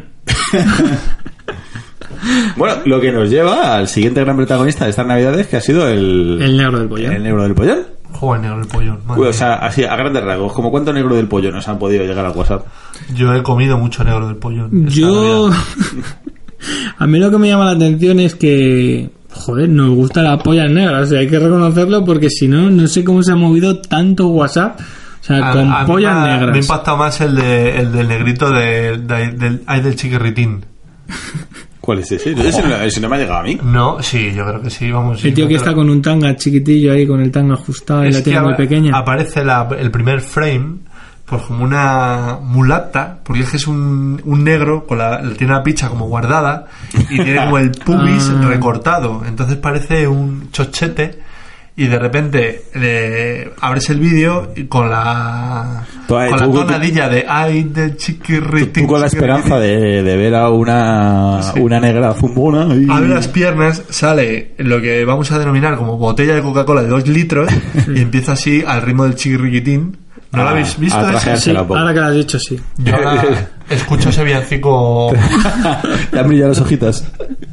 Bueno, lo que nos lleva al siguiente gran protagonista de estas navidades, que ha sido el... El negro del pollón. el negro del pollón. Joder, negro el pollón. madre Uy, o mía. sea, así, a grandes rasgos, ¿como cuánto negro del pollo nos han podido llegar al WhatsApp? Yo he comido mucho negro del pollón. esta Yo... Navidad. A mí lo que me llama la atención es que... Joder, nos gusta la polla negra. O sea, hay que reconocerlo porque si no, no sé cómo se ha movido tanto WhatsApp. O sea, A- con a mí pollas me ha- negras. Me ha impactado más el, de, el del negrito de, de- del, ay, del chiquirritín. ¿Cuál es ese? Ese no, ese no me ha llegado a mí. No, sí, yo creo que sí, vamos. sí, El tío yo que creo- está con un tanga chiquitillo ahí, con el tanga ajustado y Es la que tiene muy ap- pequeña. Aparece la- el primer frame, pues como una mulata, porque es que es un, un negro, con la, tiene la picha como guardada y tiene como el pubis Ah. recortado. Entonces parece un chochete y de repente eh, abres el vídeo y con la, Tú, eh, con la tú- tonadilla de ay de chiquirritín. Tú con la chiquirritín". esperanza de, de ver a una, Sí. una negra zumbona. y- Abre las piernas, sale lo que vamos a denominar como botella de Coca-Cola de dos litros y empieza así al ritmo del chiquirriquitín. ¿No lo Ah, habéis visto? a ese? trajear. Sí, la pongo. ahora que lo has dicho, sí. Yo ahora escucho ese villancico Te han brillado las hojitas.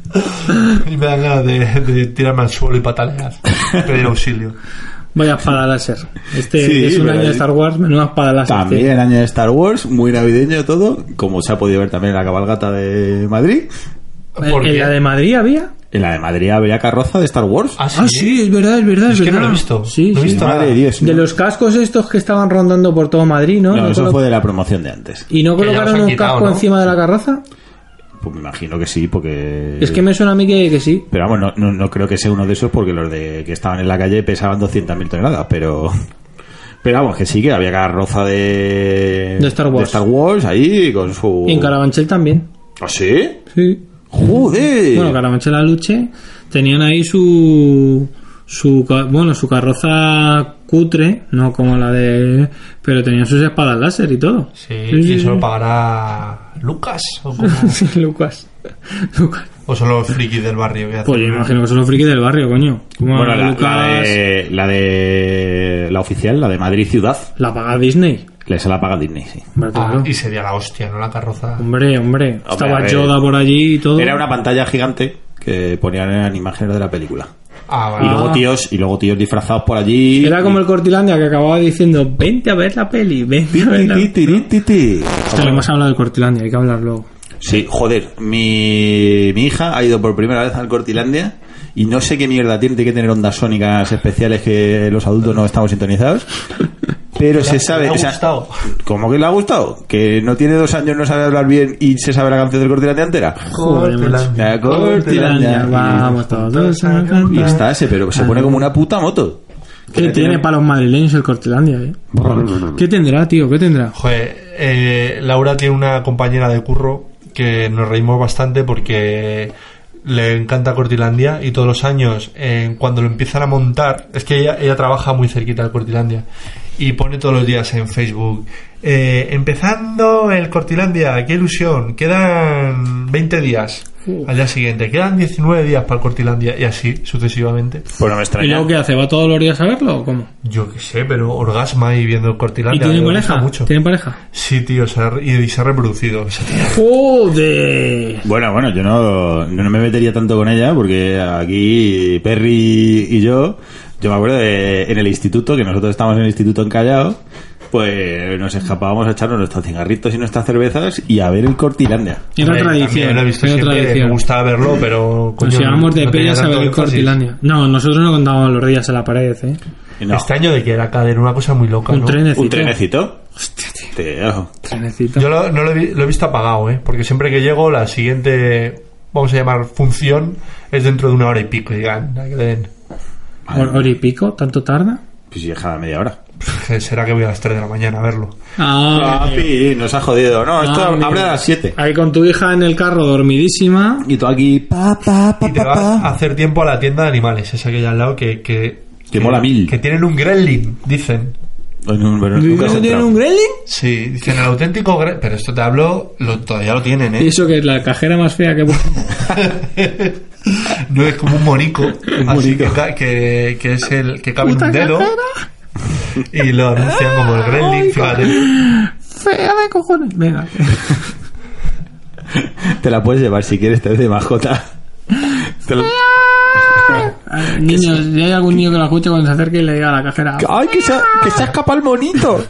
y me dan ganas de, de tirarme al suelo y patalear, pedir auxilio. Vaya espada láser. Este Sí, es un pero año de es- Star Wars, menuda espada láser. También año de Star Wars, muy navideño todo, como se ha podido ver también en la cabalgata de Madrid. ¿En, ¿Por en qué? la de Madrid había? En la de Madrid había carroza de Star Wars. Ah, Ah, sí, es verdad, es verdad. Es Es que no verdad. lo he visto. Sí, No he sí. visto Madre nada. de Dios. De ¿no? los cascos estos que estaban rondando por todo Madrid, ¿no? No, ¿No eso colo- fue de la promoción de antes. ¿Y no Que ya los colocaron han un quitado, casco ¿no? encima de la carroza? Pues me imagino que sí, porque... Es que me suena a mí que, que sí. Pero vamos, no, no, no creo que sea uno de esos porque los de que estaban en la calle pesaban doscientas mil toneladas, pero... Pero vamos, que sí, que había carroza de... De Star Wars. De Star Wars ahí con su... Y en Carabanchel también. ¿Ah, sí? Sí. ¡Joder! Bueno, Carabanchel Aluche tenían ahí su su ca- bueno, su carroza cutre, no como la de, pero tenían sus espadas láser y todo. Sí, Sí, y sí, eso sí. lo pagará Lucas o, cómo? Sí, Lucas. Lucas. o son los frikis del barrio que hacen? Pues yo imagino que son los frikis del barrio, coño. Como Bueno, la, Lucas la de, la de... La oficial, la de Madrid Ciudad, la paga Disney. le se la paga Disney, sí. Hombre, Ah, claro. y sería la hostia, ¿no? La carroza. Hombre, hombre. a Estaba ver. Yoda por allí y todo. Era una pantalla gigante que ponían imágenes de la película. Ah, Y vale. luego tíos, y luego tíos disfrazados por allí. Era como el Cortilandia que acababa diciendo, vente a ver la peli, vente a ver la Ti, ti, ti, ti, ti. Hostia, hemos hablado del Cortilandia, hay que hablar luego. Sí, joder, mi, mi hija ha ido por primera vez al Cortilandia y no sé qué mierda tiene, tiene que tener ondas sónicas especiales que los adultos no estamos sintonizados. Pero se sabe... ¿Le ha o sea, gustado? ¿cómo que le ha gustado? ¿Que no tiene dos años, no sabe hablar bien y se sabe la canción del Cortilandia entera? Joder, macho. La Cortilandia. Vamos todos a Y cantar. está ese, pero se pone como una puta moto. ¿Qué tiene para los madrileños el Cortilandia, eh? ¿Qué tendrá, tío? ¿Qué tendrá? Joder, eh, Laura tiene una compañera de curro que nos reímos bastante porque le encanta Cortilandia y todos los años eh, cuando lo empiezan a montar, es que ella, ella trabaja muy cerquita del Cortilandia y pone todos los días en Facebook eh, empezando el Cortilandia, qué ilusión, quedan veinte días al día siguiente, quedan diecinueve días para el Cortilandia y así sucesivamente. Pues no me ¿Y extraña. luego qué hace? ¿Va todos los días a verlo o cómo? Yo qué sé, pero orgasma ahí viendo el ¿Y Cortilandia. tiene le gusta pareja? mucho. ¿Tiene pareja? Sí, tío, se ha, y, y se ha reproducido esa tía. ¡Joder! Bueno, bueno, yo no, no me metería tanto con ella porque aquí Perry y yo, yo me acuerdo de en el instituto, que nosotros estábamos en el instituto en Callao, pues nos escapábamos a echarnos nuestros cigarritos y nuestras cervezas y a ver el Cortilandia. Era Hombre, tradición. también lo he visto Era siempre, tradición. me gustaba verlo, pero coño, Nos llevamos de no tenía pellas a tanto ver el énfasis. Cortilandia. No, nosotros no contábamos los días en la pared, ¿eh? Y no, Este año de que era cadena, una cosa muy loca, Un ¿no? trenecito. ¿un trenecito? Hostia, tío. Tío. Trenecito. Yo lo, no lo he, vi- lo he visto apagado, ¿eh? Porque siempre que llego, la siguiente vamos a llamar, función es dentro de una hora y pico. Y digan, que le den. ¿Hor- ¿Hora y pico? ¿Tanto tarda? Pues ya cada media hora. Será que voy a las tres de la mañana a verlo. Ah, Papi, nos ha jodido. No, esto Ah, abre amigo. a las siete. ahí con tu hija en el carro dormidísima. Y tú aquí, pa, pa, pa, Y te pa, vas a pa. hacer tiempo a la tienda de animales, esa que hay al lado, que... Que, Que mola mil. Que tienen un gremlin, dicen. Ay, no, pero nunca has ¿No tiene entrado. un gremlin? Sí, dicen el auténtico gremlin. Pero esto te hablo, lo, todavía lo tienen, Y ¿eh? eso que es la cajera más fea que... No es como un morico, así morico. Que, ca- que, que es el que cabe en Puta un dedo. cajera. Y lo anuncian como el gremlin, fíjate. Fea de cojones. Venga. Te la puedes llevar si quieres, te ves de mascota. Te lo- Ay, niños, si hay algún niño que lo escuche cuando se acerque y le diga a la cajera... ¡Ay, que se, ha- que se ha escapado el monito!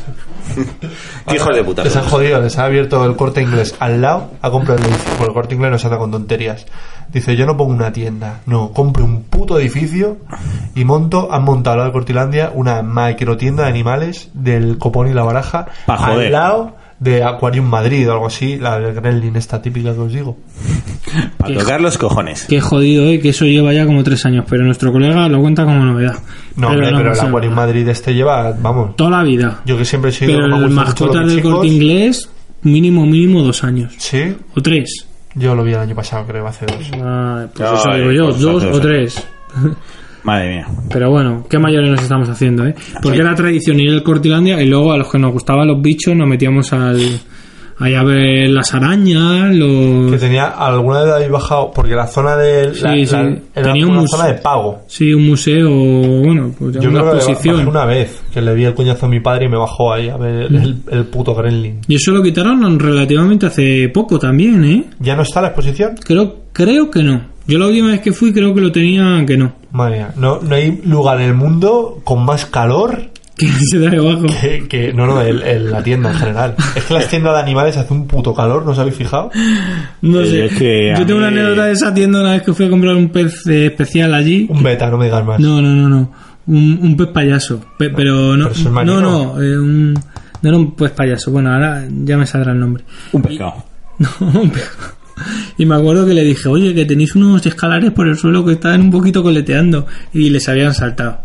¡Qué hijos de puta! Les ha jodido, les ha abierto el Corte Inglés al lado a comprar el edificio. Porque el Corte Inglés no se anda con tonterías. Dice, yo no pongo una tienda, no, compro un puto edificio y monto, han montado al lado de Cortilandia una micro tienda de animales del Copón y la Baraja Pa' joder. al lado de Aquarium Madrid o algo así, la del Gremlin esta típica que os digo. Para tocar los cojones. Qué jodido, eh, que eso lleva ya como tres años, pero nuestro colega lo cuenta como novedad. No, hombre, pero el o sea, Aquarium Madrid este lleva, vamos, toda la vida. yo que siempre he sido... Pero me el gusta mucho mascota los del chicos. Corte Inglés, mínimo, mínimo dos años. Sí, O tres. yo lo vi el año pasado, creo, hace dos. Ah, pues Ay, eso digo yo, pues dos hace o dos tres. Madre mía. Pero bueno, qué mayores nos estamos haciendo, ¿eh? Porque era tradición ir al Cortilandia y luego a los que nos gustaban los bichos nos metíamos al... ahí a ver las arañas, Que los... tenía, alguna vez habéis bajado, porque la zona de... Sí, la, sí. la- era Tenía un una museo. zona de pago. Sí, un museo, bueno, pues ya Yo una creo que exposición. bajé una vez que le vi el coñazo a mi padre y me bajó ahí a ver el, el puto Gremlin. Y eso lo quitaron relativamente hace poco también, ¿eh? ¿Ya no está la exposición? Creo, creo que no. Yo la última vez que fui creo que lo tenía que no. Madre mía, no, no hay lugar en el mundo con más calor Que se da debajo. que... que no, no, el, el- la tienda en general. Es que las tiendas de animales hace un puto calor, ¿no os habéis fijado? No Eh, sé. es que a Yo tengo una mí- anécdota de esa tienda una vez que fui a comprar un pez eh, especial allí. Un beta, no me digas más. No, no, no, no. Un, un pez payaso. Pe- pero no, Pero eso es no, marino. no, eh, un, no era un pez payaso. Bueno, ahora ya me saldrá el nombre. Un pescado. No, un pez. Y me acuerdo que le dije, oye, que tenéis unos escalares por el suelo que estaban un poquito coleteando. Y les habían saltado.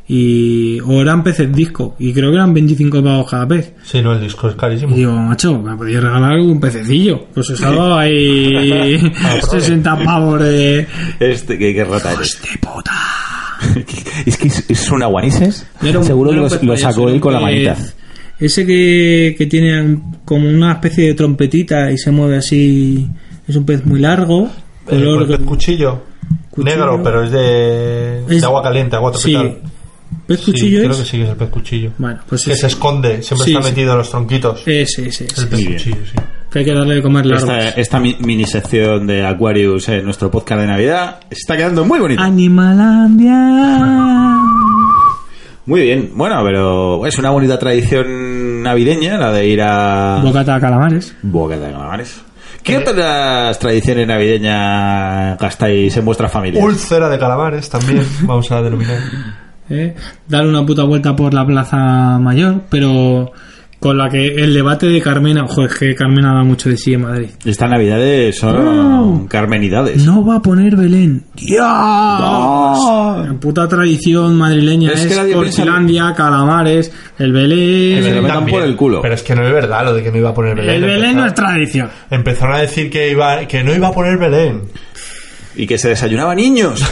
Y o eran peces disco. Y creo que eran veinticinco pavos cada pez. Sí, no, el disco es carísimo. Y digo, macho, me podías regalar algún pececillo. Pues os salgo ahí sesenta pavos de... Este, ¿qué, qué rata eres? ¡De puta! Es que es, es un aguanises. Era un- Seguro que era lo, un pez lo payaso, sacó era él un con la pez- manita. Ese que, que tiene un- como una especie de trompetita y se mueve así. Es un pez muy largo. El, Color, el cuchillo, Cuchillo. negro, pero es de, Es- de agua caliente, agua sí. tropical. ¿Pez Sí, cuchillo creo es? que sí que es el pez cuchillo. Bueno, pues Que ese. se esconde, siempre Sí, está sí. metido en los tronquitos. Ese, ese, ese. el pez Muy bien. cuchillo, sí. Que hay que darle de comer largo. Esta, esta mi- mini sección de Aquarius en nuestro podcast de Navidad está quedando muy bonita. Animalandia. Muy bien. Bueno, pero es una bonita tradición navideña la de ir a... Bocata de calamares. Bocata de calamares. ¿Qué otras tradiciones navideñas gastáis en vuestra familia? Úlcera de calamares también, vamos a denominar. ¿eh? Dar una puta vuelta por la Plaza Mayor, pero con la que el debate de Carmena, ojo, es que Carmena da mucho de sí en Madrid. Estas navidades son carmenidades. No va a poner Belén. ¡Dios! La puta tradición madrileña Es es, que nadie piensa- Cortilandia, calamares, el Belén. se lo metan por el culo. Pero es que no es verdad lo de que no iba a poner Belén. El Belén no es Empezaron- tradición. Empezaron a decir que iba que no iba a poner Belén. Y que se desayunaba niños.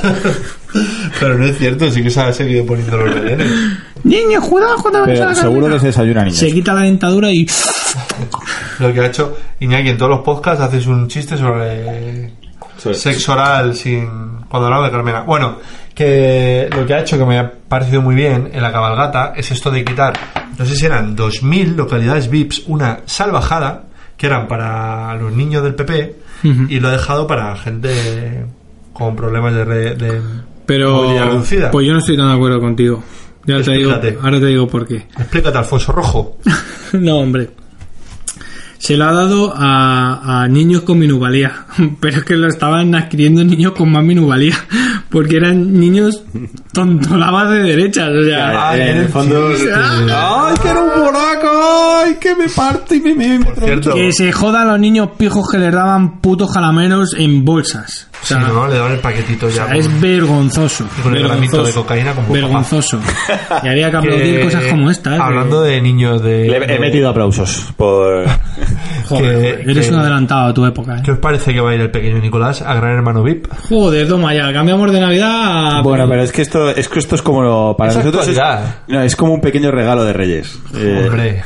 Pero no es cierto, sí que se ha seguido poniendo los Belenes. Niño, cuidado cuando vayas a Pero la seguro Carmena. que se desayuna niños. Se quita la dentadura y... Lo que ha hecho Iñaki en todos los podcasts haces un chiste sobre Sobre- sexo oral sin cuando hablamos de Carmena. Bueno, que lo que ha hecho que me ha parecido muy bien en la cabalgata es esto de quitar, no sé si eran dos mil localidades V I Ps, una salvajada que eran para los niños del P P Ujú. y lo ha dejado para gente con problemas de, re- de Pero... movilidad reducida. Pues yo no estoy tan de acuerdo contigo. Ya te digo, Explícate. ahora te digo por qué. Explícate, Alfonso Rojo. No, hombre. se lo ha dado a, a niños con minusvalía, pero es que lo estaban adquiriendo niños con más minusvalía, porque eran niños tontolabas de derechas, o sea... Ah, en el fondo... Sí, ¡Ay, que era un boraco! ¡Ay, que me parto y me... me, me Por cierto, Que se jodan los niños pijos que les daban putos jalameros en bolsas. O sea, sí, ¿no? Le daban el paquetito ya. o sea, es vergonzoso. Y con el gramito vergonzoso, de cocaína como vergonzoso. Y habría que aplaudir Que- cosas como esta. ¿eh? Hablando de niños de... Le he de- metido aplausos por... Joder, que- eres que- un adelantado a tu época. ¿eh? ¿Qué os parece que va a ir el pequeño Nicolás a Gran Hermano V I P? Joder, toma ya, cambiamos de Navidad a... Bueno, pero es que esto es que esto es como lo- para Es nosotros es, actualidad. no, es como un pequeño regalo de Reyes. Eh, Hombre,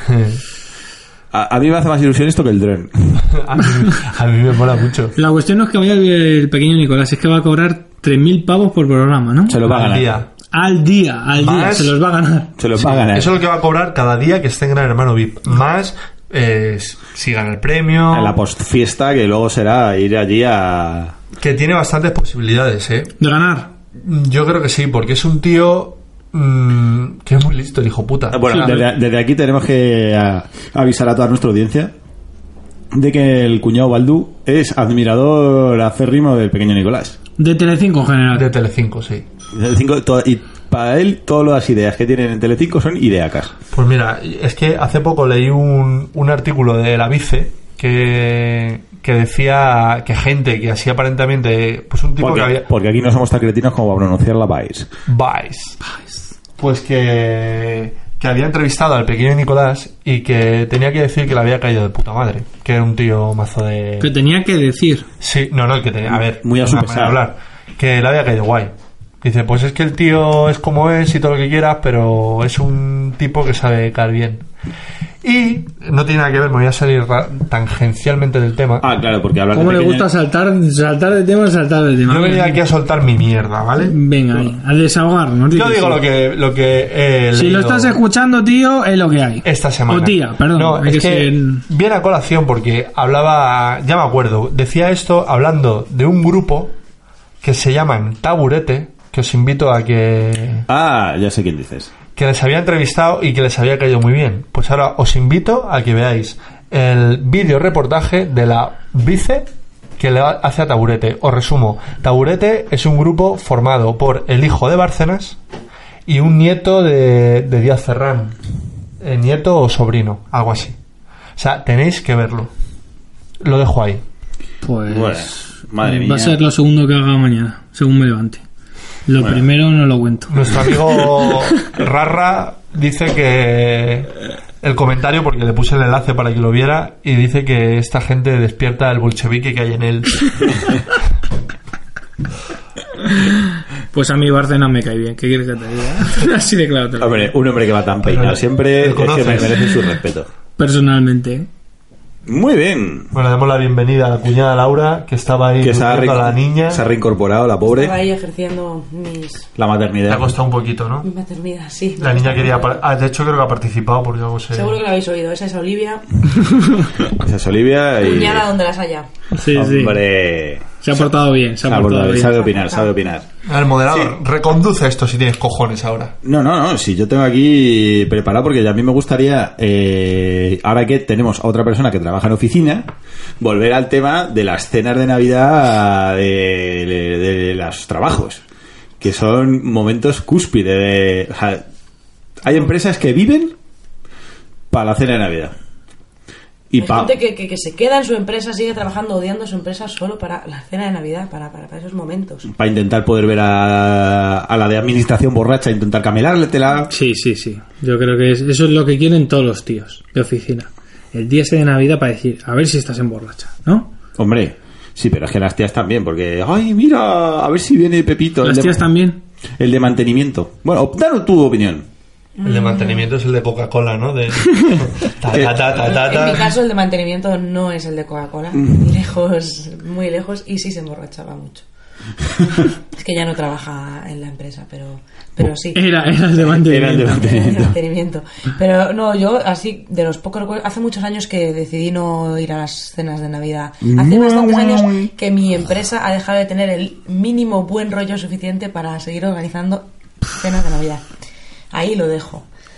a, a mí me hace más ilusión esto que el dron. a mí, a mí me mola mucho. La cuestión no es que vaya el pequeño Nicolás, es que va a cobrar tres mil pavos por programa, ¿no? Se lo va a Al ganar. día. Al día, al día, Más- se los va a ganar. Se lo va a ganar. Eso es lo que va a cobrar cada día que esté en Gran Hermano V I P. Más eh, si gana el premio. En la postfiesta que luego será ir allí a... Que tiene bastantes posibilidades, ¿eh? De ganar. Yo creo que sí, porque es un tío mmm, que es muy listo, el hijo puta. Bueno, Sí. desde, desde aquí tenemos que a- avisar a toda nuestra audiencia de que el cuñado Baldú es admirador acérrimo del pequeño Nicolás. De Telecinco en general. De Telecinco, sí. El cinco- to- y para él todas las ideas que tienen en Telecinco son ideacas. Pues mira, es que hace poco leí un, un artículo de La Vice que, que decía que gente que así aparentemente, pues un tipo Porque, que había... porque aquí no somos tan cretinos como para pronunciar la Vice. Vice. Pues que, que había entrevistado al pequeño Nicolás y que tenía que decir que le había caído de puta madre. Que era un tío mazo de... Que tenía que decir. Sí, no, no, que tenía... A ver, Muy a su una pesar. manera de hablar. Que le había caído guay. Dice, pues es que el tío es como es y todo lo que quieras, pero es un tipo que sabe caer bien. Y no tiene nada que ver, me voy a salir ra- tangencialmente del tema. Ah, claro, porque hablar ¿Cómo de le pequeño- gusta saltar, saltar de tema, saltar de tema? Yo he venido aquí a soltar mi mierda, ¿vale? Venga, ahí, a desahogarnos. Yo digo lo que, lo que he Si lo leído estás escuchando, tío, es lo que hay. esta semana. O tía, perdón. No, hay es que que ser- viene a colación porque hablaba, ya me acuerdo, decía esto hablando de un grupo que se llaman Taburete, que os invito a que, Ah, ya sé quién dices. que les había entrevistado y que les había caído muy bien. Pues ahora os invito a que veáis el vídeo reportaje de la Vice que le hace a Taburete. Os resumo, Taburete es un grupo formado por el hijo de Bárcenas y un nieto de, de Díaz Ferrán. El nieto o sobrino, algo así. O sea, tenéis que verlo. Lo dejo ahí. Pues. Bueno, madre va mía. a ser lo segundo que haga mañana, según me levante. Lo Bueno. primero no lo cuento. Nuestro amigo Rarra dice que el comentario, porque le puse el enlace para que lo viera, y dice que esta gente despierta el bolchevique que hay en él. Pues a mí Bárcenas me cae bien. ¿Qué quieres que te diga? Así de claro. te lo Hombre, digo. un hombre que va tan peinado Pero, siempre ¿lo es que conoces? me merece su respeto. Personalmente. Muy bien. Bueno, damos la bienvenida a la cuñada Laura, que estaba ahí Que se ha, nutriendo a la niña. se ha reincorporado la Estaba pobre. ahí ejerciendo mis, La Le maternidad. ha costado un poquito, ¿no? mi maternidad, sí. La niña quería... par- Ah, de hecho creo que ha participado porque algo se... Seguro que lo habéis oído. Esa es Olivia, Esa es Olivia y... cuñada donde las haya. Sí, sí. Hombre... Se ha portado bien. Se ha Ah, portado bueno, bien. sabe opinar, sabe opinar. El moderador, reconduce esto si tienes cojones ahora. No, no, no, si yo tengo aquí preparado porque a mí me gustaría, eh, ahora que tenemos a otra persona que trabaja en oficina, volver al tema de las cenas de Navidad de, de, de los trabajos, que son momentos cúspide de... O sea, hay empresas que viven para la cena de Navidad. Y Hay pa- gente que, que, que se queda en su empresa, sigue trabajando, odiando su empresa solo para la cena de Navidad, para, para, para esos momentos. para intentar poder ver a, a la de administración borracha, intentar camelártela. Sí, sí, sí. Yo creo que es- eso es lo que quieren todos los tíos de oficina. El día ese de Navidad para decir, a ver si estás en borracha, ¿no? Hombre, sí, pero es que las tías también, porque, ay, mira, a ver si viene Pepito. el Las de- tías también. El de mantenimiento. Bueno, danos tu opinión. El de mantenimiento es el de Coca-Cola, ¿no? De... ta, ta, ta, ta, ta, ta. En mi caso, el de mantenimiento no es el de Coca-Cola. Lejos, muy lejos, y sí se emborrachaba mucho. Es que ya no trabaja en la empresa, pero, pero sí. Era, era el de Era el de mantenimiento. mantenimiento. Mantenimiento. Pero no, yo así, de los pocos recuerdos, hace muchos años que decidí no ir a las cenas de Navidad. Hace bastantes años que mi empresa ha dejado de tener el mínimo buen rollo suficiente para seguir organizando cenas de Navidad. Ahí lo dejo.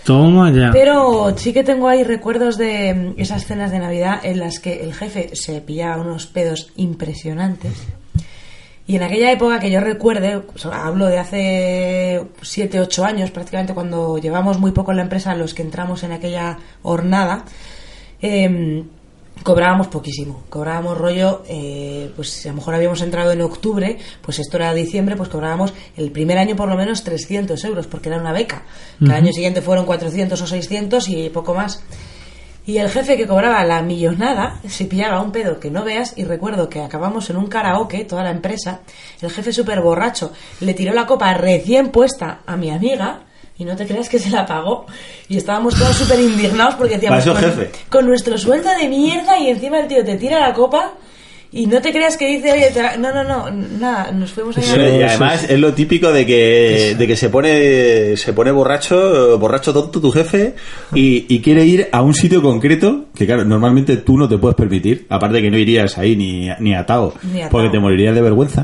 Toma ya. Pero sí que tengo ahí recuerdos de esas cenas de Navidad en las que el jefe se pillaba unos pedos impresionantes. Y en aquella época que yo recuerde, o sea, hablo de hace siete, ocho años prácticamente, cuando llevamos muy poco en la empresa, los que entramos en aquella hornada, eh, cobrábamos poquísimo. Cobrábamos rollo, eh, pues si a lo mejor habíamos entrado en octubre, pues esto era diciembre, pues cobrábamos el primer año por lo menos trescientos euros, porque era una beca. Que uh-huh. Al año siguiente fueron cuatrocientos o seiscientos y poco más. Y el jefe, que cobraba la millonada, se pillaba un pedo que no veas. Y recuerdo que acabamos en un karaoke, toda la empresa. El jefe súper borracho le tiró la copa recién puesta a mi amiga, y no te creas que se la pagó. Y estábamos todos súper indignados porque decíamos, con, jefe? con nuestro sueldo de mierda, y encima el tío te tira la copa. Y no te creas que dice, oye, te la... no, no, no, nada, nos fuimos a... Sí, y además es lo típico de que de que se pone se pone borracho, borracho tonto tu jefe, y, y quiere ir a un sitio concreto que, claro, normalmente tú no te puedes permitir, aparte que no irías ahí ni, ni atado, ni atado, porque te morirías de vergüenza.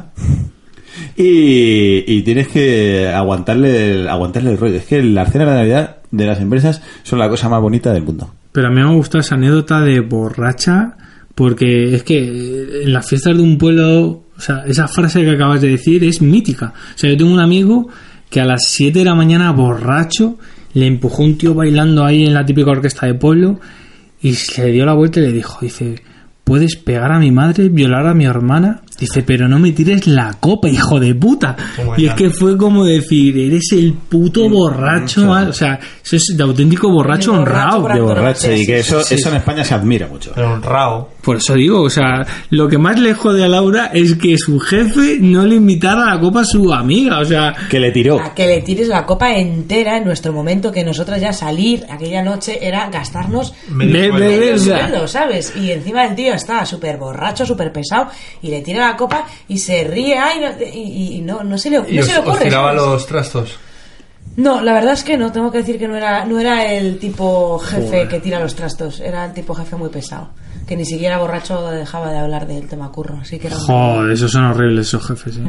Y, y tienes que aguantarle el, aguantarle el rollo. Es que las cenas de Navidad de las empresas son la cosa más bonita del mundo. Pero a mí me ha gustado esa anécdota de borracha, porque es que en las fiestas de un pueblo, o sea, esa frase que acabas de decir es mítica. O sea, yo tengo un amigo que a las siete de la mañana, borracho, le empujó un tío bailando ahí en la típica orquesta de pueblo, y se le dio la vuelta y le dijo, dice, ¿puedes pegar a mi madre, violar a mi hermana? Dice, pero no me tires la copa, hijo de puta. Oh, y es que fue como decir, eres el puto borracho más. O sea, eso es de auténtico borracho honrado. De borracho, y que eso, eso en España se admira mucho. Pero honrado. Por eso digo, o sea, lo que más le jode a Laura es que su jefe no le invitara a la copa a su amiga, o sea... Que le tiró. A que le tires la copa entera en nuestro momento, que nosotros ya salir aquella noche era gastarnos medio medio sueldo, ¿sabes? Y encima el tío estaba súper borracho, súper pesado, y le tira la copa y se ríe, ay, no, y, y no, no se le, no ¿Y se le ocurre. ¿Os tiraba los trastos? No, la verdad es que no, tengo que decir que no era, no era el tipo jefe Joder. que tira los trastos, era el tipo jefe muy pesado, que ni siquiera borracho dejaba de hablar del tema curro, así que era... Joder, un... esos son horribles esos jefes, ¿eh?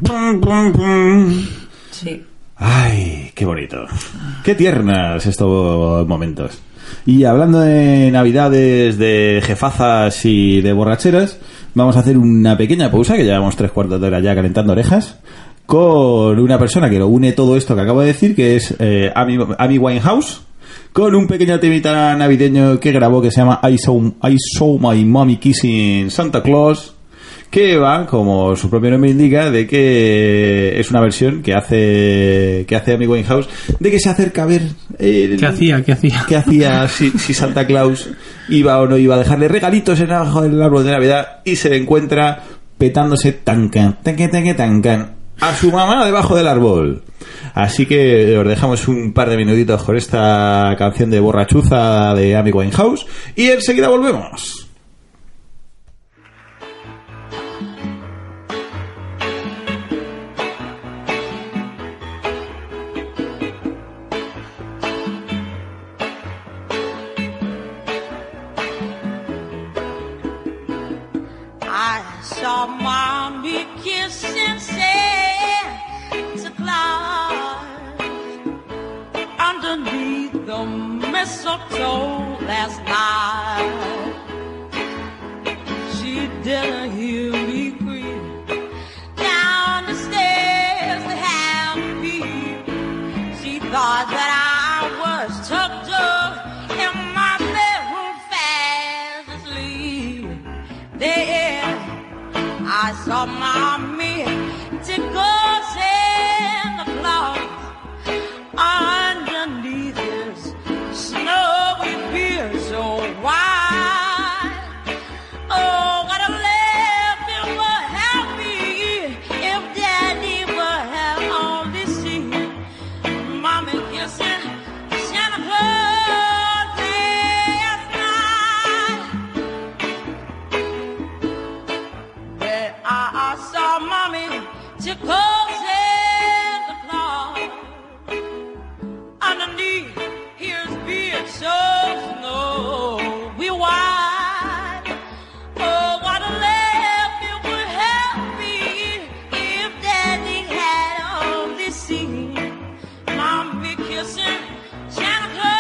Mm. Sí. Ay, qué bonito. Qué tiernas estos momentos. Y hablando de navidades, de jefazas y de borracheras, vamos a hacer una pequeña pausa, que llevamos tres cuartos de hora ya calentando orejas, con una persona que lo une todo esto que acabo de decir, que es eh, Amy, Amy Winehouse, con un pequeño temita navideño que grabó que se llama I Saw, I Saw My Mommy Kissing Santa Claus, que va, como su propio nombre indica, de que es una versión que hace que hace Amy Winehouse, de que se acerca a ver eh, ¿Qué hacía? ¿Qué hacía? ¿Qué hacía si, si Santa Claus iba o no iba a dejarle regalitos en abajo del árbol de Navidad, y se le encuentra petándose tancan, tanque, tanque, tancan a su mamá debajo del árbol. Así que os dejamos un par de minutitos con esta canción de borrachuza de Amy Winehouse y enseguida volvemos. Saw mommy kissing Santa Claus underneath the mistletoe last night. She didn't hear me creep down the stairs to have me. She thought that I was tucked up in my bedroom fast asleep. There I saw mommy tickle Santa Claus underneath his snowy beard so wide. Oh, what a laugh it would have me if Daddy would have only seen mommy kissing Santa Claus last night. I saw mommy tickle Santa Claus underneath his beard so snowy white. Oh, what a laugh it would have me if Daddy had only seen mommy kissing Santa Claus.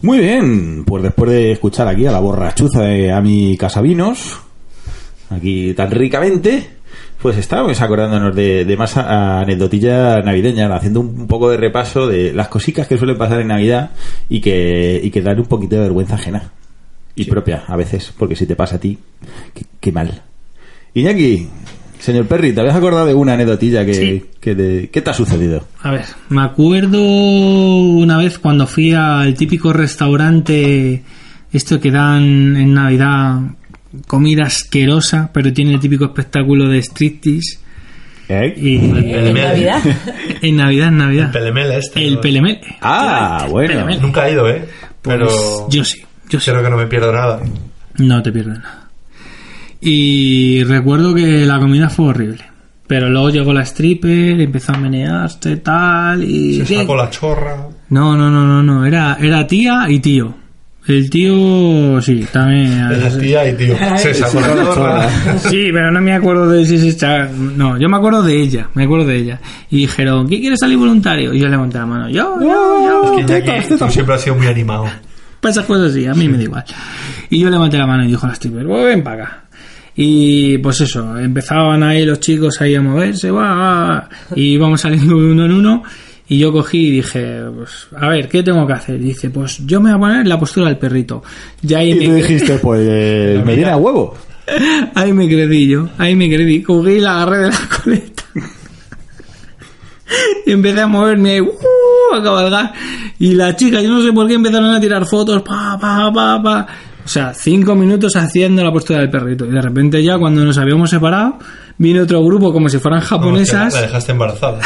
Muy bien, pues después de escuchar aquí a la borrachuza de a mi Casavinos, aquí tan ricamente, pues estábamos acordándonos de, de más a- anecdotillas navideñas, haciendo un poco de repaso de las cositas que suelen pasar en Navidad y que, y que dan un poquito de vergüenza ajena y propia a veces, porque si te pasa a ti, qué, qué mal. Iñaki, señor Perry, ¿te habías acordado de una aneddotilla que, Sí. que te, ¿qué te ha sucedido? A ver, me acuerdo una vez cuando fui al típico restaurante, esto que dan en Navidad, comida asquerosa, pero tiene el típico espectáculo de striptease. ¿Eh? Y ¿En Navidad? en Navidad, en Navidad. Pelemele este. El ¿no? pelemele. Ah, bueno. Pelemele. Nunca he ido, ¿eh? Pero Pues yo sí, yo sí. creo que no me pierdo nada. No te pierdes nada. Y recuerdo que la comida fue horrible. Pero luego llegó la stripper, empezó a menearse, tal, y... Se sacó la chorra. No, no, no, no, no. Era, era tía y tío. El tío, sí, también. Esa tía y tío. Se sacó la chorra. Sí, pero no me acuerdo de si se echa... No, yo me acuerdo de ella, me acuerdo de ella. Y dijeron, ¿quién quiere salir voluntario? Y yo levanté la mano. Yo, yo, yo. Que Iñaki, tú siempre has sido muy animado. Para esas cosas sí, a mí me da igual. Y yo levanté la mano y dijo la stripper, pues ven para acá. Y pues eso, empezaban ahí los chicos ahí a moverse, va, va, y íbamos saliendo de uno en uno. Y yo cogí y dije, pues, a ver, ¿qué tengo que hacer? Y dice, pues yo me voy a poner en la postura del perrito. Y ahí Y me tú dijiste, pues, eh, me viene a huevo. Ahí me creí yo, ahí me creí. Cogí y la agarré de la coleta. Y empecé a moverme, uh, a cabalgar. Y las chicas, yo no sé por qué, empezaron a tirar fotos, pa, pa, pa, pa. O sea, cinco minutos haciendo la postura del perrito. Y de repente ya, cuando nos habíamos separado, vino otro grupo como si fueran japonesas. La dejaste embarazada.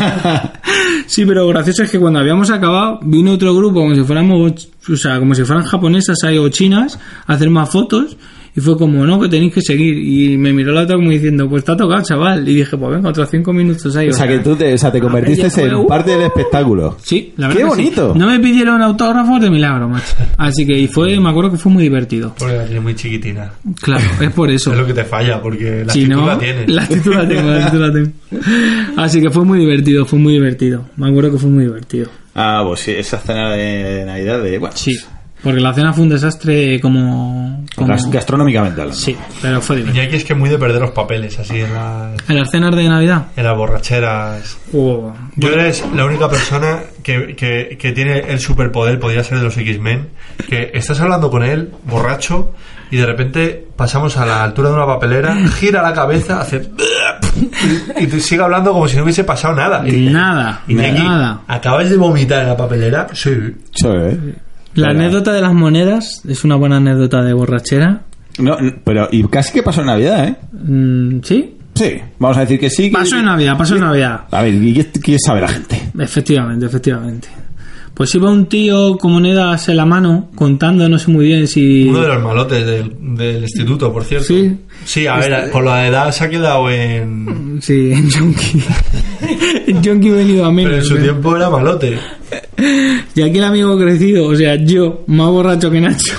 Sí, pero lo gracioso es que cuando habíamos acabado, vino otro grupo como si fuéramos, o sea, como si fueran japonesas ahí, o chinas, a hacer más fotos. Y fue como, no, que tenéis que seguir. Y me miró la otra como diciendo, pues está tocado, chaval. Y dije, pues venga, otros cinco minutos ahí. O sea, que tú te, o sea, te convertiste ya fue, en uh. parte del espectáculo. Sí, la ¡Qué verdad. que sí. bonito! No me pidieron autógrafos de milagro, macho. Así que y fue, me acuerdo que fue muy divertido. Porque la tienes muy chiquitina. Claro, es por eso. Es lo que te falla, porque la Si actitud no, la tienes. la actitud la tengo, la actitud la tengo. Así que fue muy divertido, fue muy divertido. Me acuerdo que fue muy divertido. Ah, pues sí, esa cena de Navidad de... Bueno, Sí, porque la cena fue un desastre como... como... gas- gastronómicamente hablando. Sí, pero fue divertido. Iñaki es que es muy de perder los papeles, así en las, ¿En las cenas de Navidad? en las borracheras. Oh, Yo eres la única persona que, que, que tiene el superpoder, podría ser de los X-Men, que estás hablando con él, borracho, y de repente pasamos a la altura de una papelera, gira la cabeza, hace... y te sigue hablando como si no hubiese pasado nada. nada, Iñaki, nada. ¿acabas de vomitar en la papelera? Sí. Sí, ¿eh? La Pero- anécdota de las monedas es una buena anécdota de borrachera. No, n- pero y casi que pasó en Navidad, ¿eh? Mm, ¿Sí? Sí, vamos a decir que sí. que- Pasó en Navidad, pasó en Navidad. A ver, ¿y qué quiere saber la gente? Efectivamente, efectivamente. Pues iba un tío con monedas en la mano contando, no sé muy bien si... Uno de los malotes del, del instituto, por cierto. Sí. Sí, a ver, por la edad se ha quedado en... Sí, en Yonki. En Yonki he venido a menos. Pero en su ¿eh? tiempo era malote. Y aquí el amigo crecido, o sea, yo, más borracho que Nacho.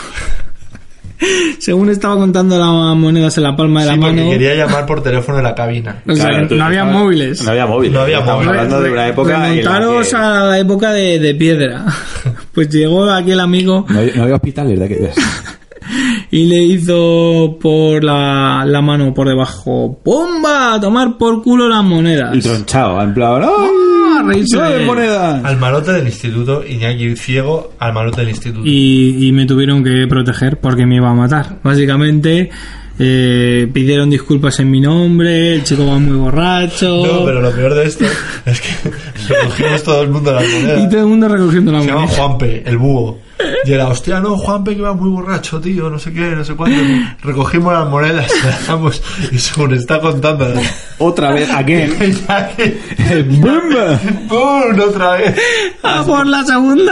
Según estaba contando las monedas en la palma de Sí, la porque mano. quería llamar por teléfono de la cabina. O sea, Claro, tú no había estabas- móviles. No había móviles. No había Estamos móviles. hablando de una época en la Remontaros que a la época de, de piedra. Pues llegó aquí el amigo no había, no había hospitales de aquellos. y le hizo por la, la mano por debajo, ¡pumba! A tomar por culo las monedas. Y tronchado, en plan, ¡ay! a reírse ¡No de de él. monedas! Al malote del instituto, Iñaki ciego al malote del instituto. Y, y me tuvieron que proteger porque me iba a matar. Básicamente eh, pidieron disculpas en mi nombre, el chico va muy borracho. No, pero lo peor de esto es que recogimos todo el mundo las Y monedas. todo el mundo recogiendo la Se llama moneda. Juanpe, el búho. Y era, hostia, no, Juanpe que va muy borracho, tío, no sé qué, no sé cuánto. Recogimos las monedas, las dejamos y según está contando. Otra vez, aquel. Iñaki, ¡Bumba! ¡pum! Otra vez. ¡A por la segunda!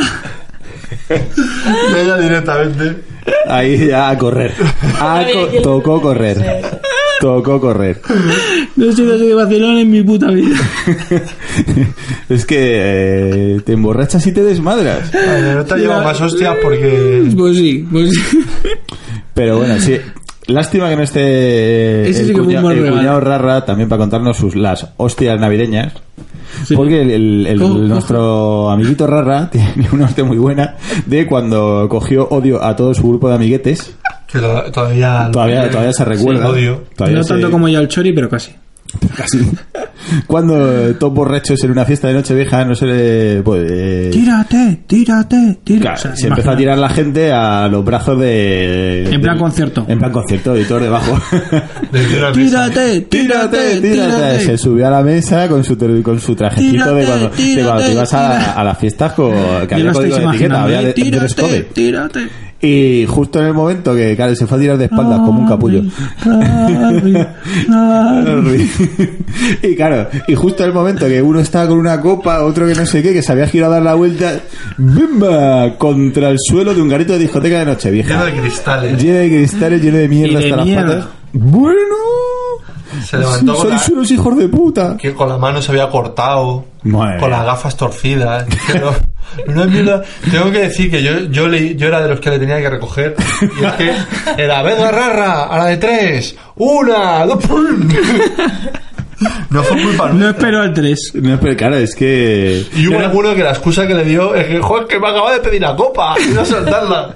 Y ella directamente. Ahí ya a correr. A co- tocó correr. Tocó correr. No he sido así de vacilón en mi puta vida. Es que eh, te emborrachas y te desmadras. Ay, no te ha llevado más hostias porque. Pues sí, pues sí. Pero bueno, sí. Lástima que no esté Ese sí el, que fue un cuña- buen el regalo. cuñado Rarra también para contarnos sus las hostias navideñas. Sí. Porque el, el- el- Cojo, cojo. nuestro amiguito Rara tiene una hostia muy buena de cuando cogió odio a todo su grupo de amiguetes. Que lo- todavía... Todavía, todavía se recuerda. Sí, odio. Todavía No se- tanto como yo al Chori, pero casi. Casi. Cuando todos borrachos en una fiesta de Nochevieja no se le... Pues, eh, Tírate, tírate, tírate. claro, O sea, se empezó a imagina. tirar la gente a los brazos de... En plan de- concierto. En plan concierto, y todos debajo. Desde una mesa. Tírate, tírate, tírate. Se subió a la mesa con su, ter- con su trajecito Tírate, de cuando, de tírate, cuando te ibas a, tírate. a las fiestas con, que Yo había lo código estáis de etiqueta, imaginando. había ¿eh? de, dress Tírate, code. tírate. Y justo en el momento que, claro, se fue a tirar de espaldas como un capullo. Harry, Harry. Y claro, y justo en el momento que uno estaba con una copa, otro que no sé qué, que se había girado a dar la vuelta, ¡bimba! Contra el suelo de un garito de discoteca de Lleno Nochevieja. de cristales. Lleno de cristales, lleno de mierda Y de hasta mierda. las patas. Bueno, Se levantó con la, sois unos hijos de puta. que con la mano se había cortado, Madre con mía. las gafas torcidas. Pero, una mierda. Tengo que decir que yo, yo, le, yo era de los que le tenía que recoger. Y es que era, venga, Rarra, a la de tres. Una, dos, pum. No fue culpa No nuestra. espero al tres. No, pero claro, es que... Y hubo alguno que la excusa que le dio es que, joder, que me acaba de pedir la copa. Iba a soltarla.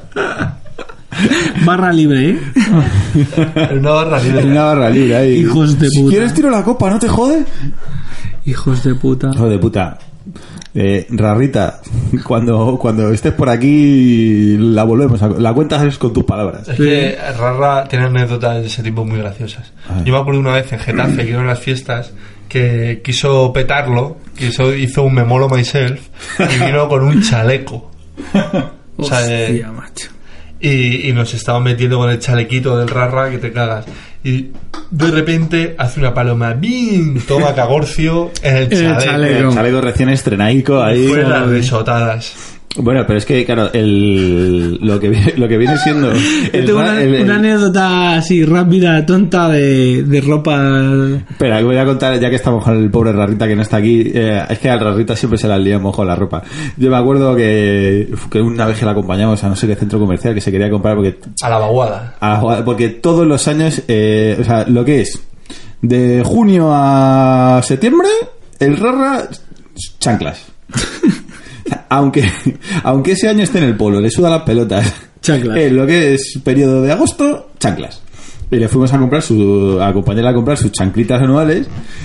Barra libre, ¿eh? En una barra Hay libre. una barra libre ahí. Hijos de Si puta. quieres tiro la copa, ¿no te jode? Hijos de puta. Hijo de puta. Eh, Rarrita, cuando, cuando estés por aquí la volvemos a, la cuentas con tus palabras. Es que Rara tiene anécdotas de ese tipo muy graciosas. Ay. Yo me acuerdo una vez en Getafe, que iba en las fiestas, que quiso petarlo, quiso, hizo un me molo myself y vino con un chaleco. O sea, eh, Hostia, macho. y, y nos estaban metiendo con el chalequito del Rara que te cagas. Y de repente hace una paloma, ¡bim! Toma cagorcio en el En el chaleco. chaleco. El chaleco recién estrenaico ahí. Fue las joder. risotadas. Bueno, pero es que, claro, el, lo, que, vi- lo que viene siendo... El, Tengo una, el- el- una anécdota así rápida, tonta de, de ropa. Espera, que voy a contar, ya que estamos con el pobre Rarrita que no está aquí. Eh, es que al Rarrita siempre se la liamos con la ropa. Yo me acuerdo que, que una vez que la acompañamos a no sé qué centro comercial que se quería comprar porque A la vaguada. a- porque todos los años, eh, o sea, lo que es de junio a septiembre, el Rarra, chanclas. aunque, aunque ese año esté en el polo, le suda las pelotas. Chanclas. En lo que es periodo de agosto, chanclas. Y le fuimos a comprar su, a acompañarle a comprar sus chanclitas anuales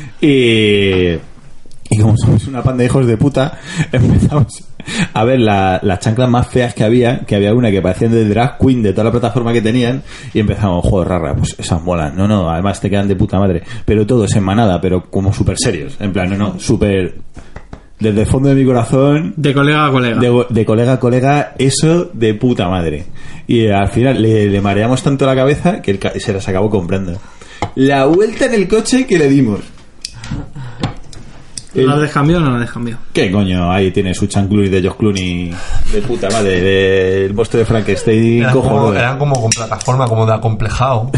y, y como somos una panda de hijos de puta, empezamos a ver la- las chanclas más feas que había, que había una que parecían de drag queen de toda la plataforma que tenían y empezamos, joder, Rarra, pues esas molan, no, no, además te quedan de puta madre, pero todos en manada, pero como súper serios, en plan, no, no, súper, desde el fondo de mi corazón, De colega a colega. de, de colega a colega, eso de puta madre. Y eh, al final le, le mareamos tanto la cabeza que el ca- se las acabó comprando. La vuelta en el coche que le dimos. El- ¿La descambió o no la descambió? ¿Qué coño? Ahí tiene su Chancluni de Josh Clooney de puta madre, del monstruo de Frankenstein, Eran como, cojonudo. eran como con plataforma, como de acomplejado.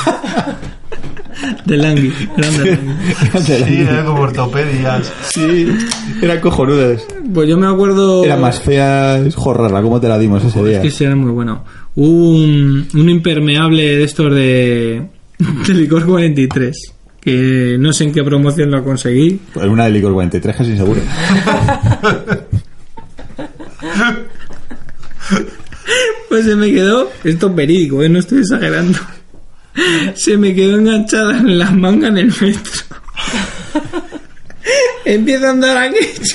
De Langui. Eran de Langui. Sí, eran como ortopedias. Sí, eran cojonudas. Pues yo me acuerdo. Eran más feas. Jorrarla, ¿cómo te la dimos ese Es día? que sí, era muy bueno. Un, un impermeable de estos de, de licor cuarenta y tres. Que no sé en qué promoción lo conseguí. Pues una de Licor cuarenta y tres, casi seguro. Pues se me quedó. Esto es verídico, ¿eh? No estoy exagerando. Se me quedó enganchada en las mangas en el metro. Empieza a andar aquello.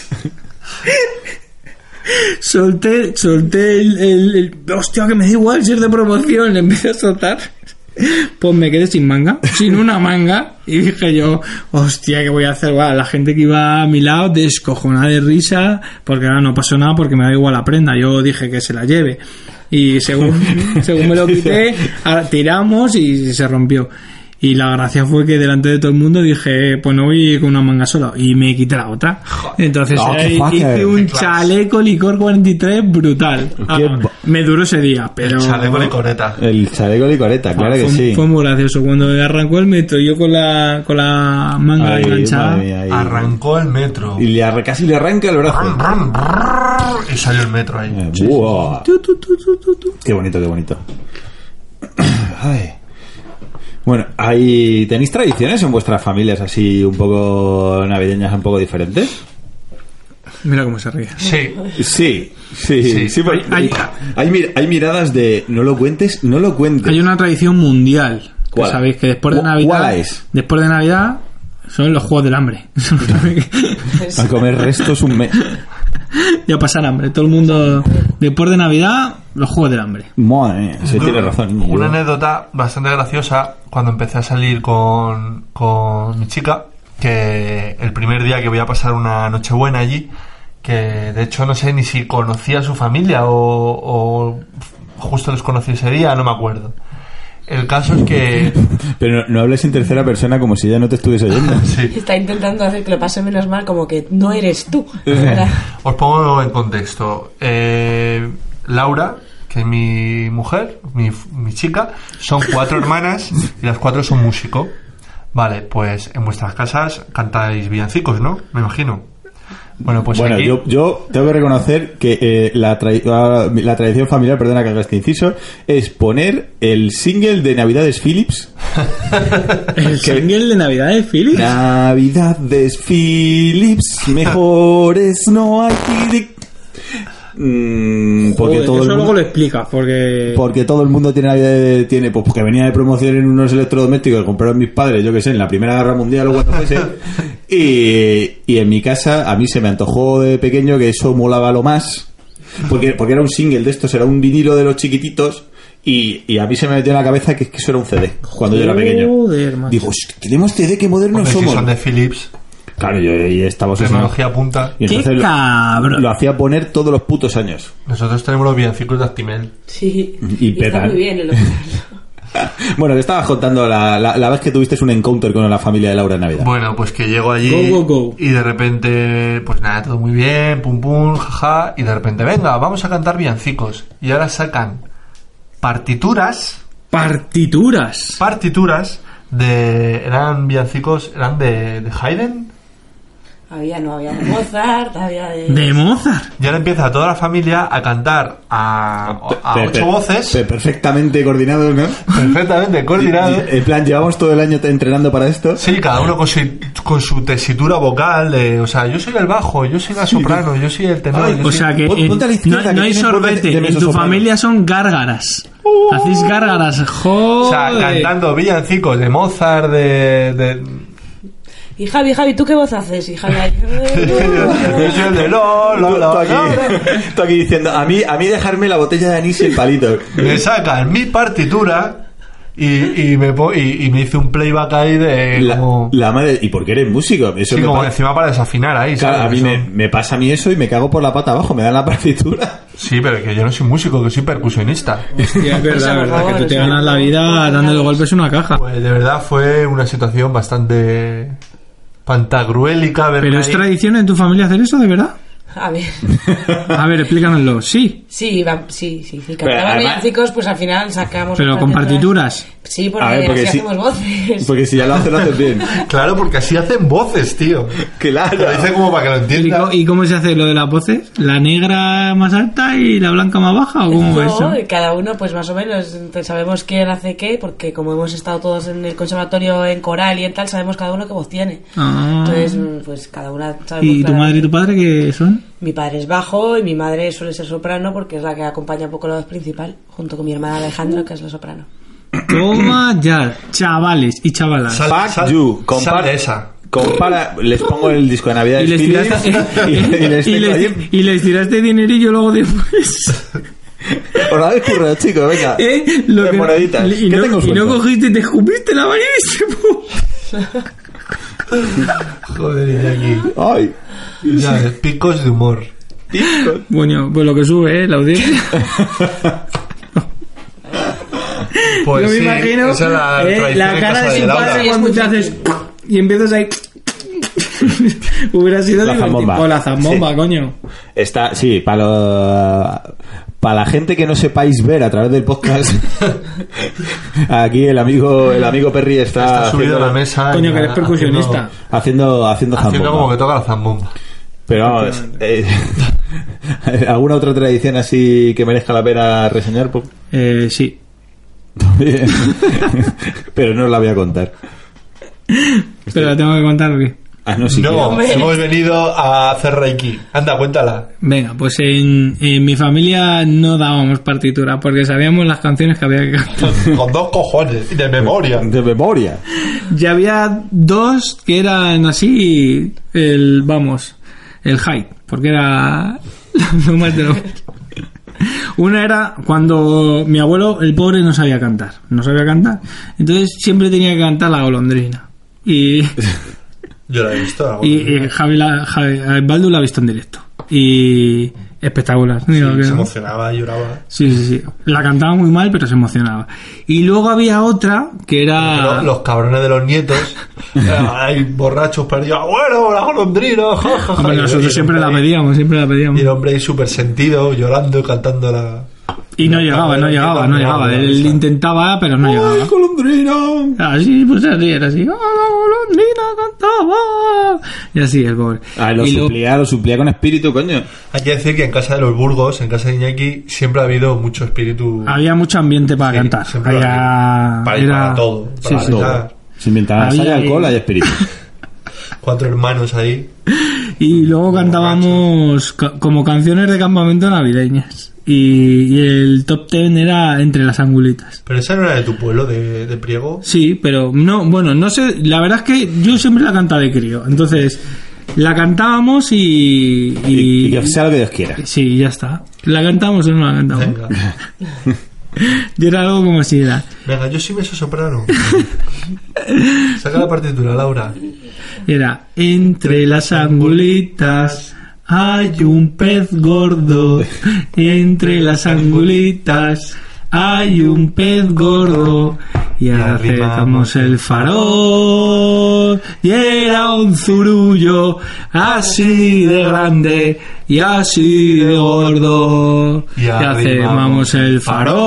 Solté, solté el, el, el- hostia, que me da igual si es de promoción. Le empecé a soltar. Pues me quedé sin manga, sin una manga. Y dije yo, hostia, ¿qué voy a hacer? Bueno, la gente que iba a mi lado descojonada de risa, porque ahora no pasó nada porque me da igual la prenda. Yo dije que se la lleve. Y según, según me lo quité, a- tiramos y se rompió. Y la gracia fue que delante de todo el mundo dije, pues no voy con una manga sola. Y me quité la otra. Entonces Oh, qué eh, fucker. hice un Qué clase. chaleco licor cuarenta y tres brutal. Ah, Qué- me duró ese día, pero... Chaleco y coreta. El chaleco licoreta, claro que fue, sí. fue muy gracioso. Cuando arrancó el metro, yo con la, con la manga Ay, enganchada. madre mía, ahí. Arrancó el metro. Y le arre- casi le arranca el brazo. Brum, brum, brrr, y salió el metro ahí. Eh, buah. Tu, tu, tu, tu, tu, tu. Qué bonito, qué bonito. Ay. Bueno, ¿hay, ¿tenéis tradiciones en vuestras familias así un poco navideñas, un poco diferentes? Mira cómo se ríe. Sí. Sí, sí, sí. Sí. porque Hay- hay, mir- hay miradas de no lo cuentes, no lo cuentes. Hay una tradición mundial. Que ¿Cuál? sabéis que después de ¿Cu- Navidad. cuál es? Después de Navidad son los juegos del hambre. A comer restos un mes. Ya pasar hambre. Todo el mundo. Después de Navidad, los juegos del hambre. Madre mía, se tiene razón. niño. Una anécdota bastante graciosa cuando empecé a salir con, con mi chica, que el primer día que voy a pasar una Nochebuena allí, que de hecho no sé ni si conocía a su familia o, o justo les conocí ese día, no me acuerdo. El caso es que... Pero no, no hables en tercera persona como si ya no te estuviese oyendo. Sí. Está intentando hacer que lo pase menos mal, como que no eres tú. Ahora, Os pongo en contexto. Eh, Laura, que es mi mujer, mi, mi chica, son cuatro hermanas y las cuatro son músicos. Vale, pues en vuestras casas cantáis villancicos, ¿no? Me imagino. Bueno, pues Bueno, aquí... yo, yo tengo que reconocer que eh, la, tra- ah, la tradición familiar, perdona que haga este inciso, es poner el single de Navidades Philips. El single de Navidad de Philips. Navidades Philips, mejores no hay. Mm, porque Joder, todo eso el luego mundo, lo explicas, porque... porque todo el mundo tiene Navidad, tiene, pues porque venía de promoción en unos electrodomésticos que compraron mis padres, yo que sé, en la Primera Guerra Mundial o cuando fuese. y, y en mi casa a mí se me antojó de pequeño que eso molaba lo más, porque, porque era un single de estos, era un vinilo de los chiquititos. Y, y a mí se me metió en la cabeza que, que eso era un C D cuando yo era pequeño. Joder, macho. Digo, "Hostia, tenemos C D, qué modernos Hombre, si somos". son de Philips, Claro, yo y estaba tecnología punta. Y ¡Qué entonces lo, cabrón! lo hacía poner todos los putos años. Nosotros tenemos los villancicos de Actimel. sí. Y Y, está petan. muy bien el Bueno, que estabas contando la, la, la vez que tuviste un encounter con la familia de Laura en Navidad. Bueno, pues que llego allí Go, go, go. y de repente, pues nada, todo muy bien, pum pum, jaja, y de repente, venga, vamos a cantar villancicos. Y ahora sacan partituras, Partituras. partituras de, eran villancicos, eran de, de Haydn. Había, no había de Mozart, había de... De Mozart. Y ahora empieza toda la familia a cantar a, a Pe- ocho pe- voces, pe- perfectamente coordinados, ¿no? perfectamente coordinados. En plan, llevamos todo el año te- entrenando para esto. Sí, cada uno con su, con su tesitura vocal, de, o sea, yo soy el bajo, yo soy la soprano, yo soy el tenor. Ay, yo O soy- sea que Pon- en- ponte a la no, izquierda, no que hay tiene voz de- sorbete. de En tu mezzosoprano. familia son gárgaras. Hacéis gárgaras. o sea, Joder. cantando villancicos de Mozart, de... de Y Javi, Javi, ¿tú qué voz haces? Y Javi, yo soy el de lo, lo, Tú- lo, tú aquí, lo. tú aquí diciendo, a mí, a mí dejarme la botella de anís y el palito. Me sacan mi partitura y, y, me, po- y, y me hice un playback ahí de La, como... la madre, ¿y por qué eres músico? Eso sí, me como pa- encima para desafinar ahí, Claro, ¿sabes? a mí Eso- me, me pasa a mí eso y me cago por la pata abajo, me dan la partitura. Sí, pero que yo no soy músico, que soy percusionista. Hostia, es verdad, Eso, es por verdad, favor, que tú te eso. ganas la vida dándole golpes a una caja. Pues de verdad fue una situación bastante pantagruélica. verme ¿Pero es ahí. tradición en tu familia hacer eso, de verdad? A ver. A ver, explícanoslo. Sí, Sí, va, sí, sí, sí. Pero, Cantaban además- villancicos, pues al final sacamos... pero con partituras. Sí, porque, A ver, porque así sí. hacemos voces. Porque si ya lo haces, lo haces bien. Claro, porque así hacen voces, tío. Claro. Lo dice como para que lo ¿Y, entienda. co- y cómo se hace lo de las voces? ¿La negra más alta y la blanca más baja? ¿O cómo es eso? No, y cada uno, pues más o menos, entonces sabemos quién hace qué, porque como hemos estado todos en el conservatorio en coral y en tal, sabemos cada uno qué voz tiene. Ah. Entonces, pues cada una sabemos ¿Y tu claramente. madre y tu padre qué son? Mi padre es bajo y mi madre suele ser soprano porque es la que acompaña un poco la voz principal, junto con mi hermana Alejandra, que es la soprano. Toma ya, chavales y chavalas. Sal- Fuck sal- you. sal Compara, de esa. compara, les pongo el disco de Navidad Y les, tiraste, y, y les y tengo les- ahí. y les tiraste dinerillo luego después. Os lo habéis currado, chicos, venga. ¿Eh? Lo De que- moneditas. y, ¿Qué no, tengo y no suelto? cogiste y te escupiste la varísimo. Joder, y aquí. Ay, Ya ves, picos de humor. disco. Bueno, pues lo que sube, ¿eh? La audiencia. Pues Yo me sí, imagino esa es la, eh, tradición la en cara casa de su Laura. padre Sí, es cuando muy te haces fácil. y empiezas ahí. Hubiera sido La divertido. zambomba. O la zambomba, Sí. coño. Está, sí, para lo, para la gente que no sepáis ver a través del podcast, aquí el amigo, el amigo Perry está, Está subido haciendo, a la mesa. Coño, y que eres haciendo- percusionista. haciendo, haciendo Haciendo zambomba. como que toca la zambomba. Pero vamos, eh, ¿alguna otra tradición así que merezca la pena reseñar? Pues, Eh, sí. pero no os la voy a contar. Pero la tengo que contar, ¿o qué? Ah, no, sí No, que- hemos venido a hacer Reiki. Anda, cuéntala. Venga, pues en, en mi familia no dábamos partitura porque sabíamos las canciones que había que cantar. Con dos cojones y de memoria. De memoria. Ya había dos que eran así, el, vamos, el high, porque era lo más de lo... Una era cuando mi abuelo, el pobre, no sabía cantar, no sabía cantar, entonces siempre tenía que cantar la golondrina. Y, Yo la he visto. la y, golondrina. y Javi, la, Javi Baldu la ha visto en directo. Y espectacular. Sí, Digo que se no. emocionaba y lloraba. Sí, sí, sí. La cantaba muy mal, pero se emocionaba. Y luego había otra que era... Los, los cabrones de los nietos, hay borrachos perdidos. Bueno, la golondrina, ja, ja, ja. Hombre, Y el- y nosotros el siempre la hombre ahí- pedíamos, siempre la pedíamos. Y el hombre ahí súper sentido, llorando y cantando la. Y no llegaba, no llegaba, no llegaba. Él intentaba, pero no llegaba. golondrina! Así, pues así, era así. ¡Ah, la golondrina cantaba! Y así, el pobre. Ah, lo Y lo- suplía, lo suplía con espíritu, coño. Hay que decir que en casa de los Burgos, en casa de Iñaki, siempre ha habido mucho espíritu. Había mucho ambiente para Sí, cantar. siempre lo Había... Para, era- para todo. Sí, Para sí. bailar. Si mientras Había hay ahí- alcohol, hay espíritu. Cuatro hermanos ahí. Y luego cantábamos ca- como canciones de campamento navideñas. Y, y el top ten era Entre las angulitas. Pero esa no era de tu pueblo, de, de Priego. Sí, pero no, bueno, no sé, la verdad es que yo siempre la cantaba de crío. Entonces, la cantábamos y... Y, y que sea lo que Dios quiera. Sí, ya está. ¿La cantamos o no la cantamos? Venga. Y era algo como si era. Venga, yo sí me sé soprano. Saca la partitura, Laura. Era entre las angulitas hay un pez gordo. Entre las angulitas hay un pez gordo. Y arrimamos el farol y era un zurullo así de grande y así de gordo. Y Y arrimamos el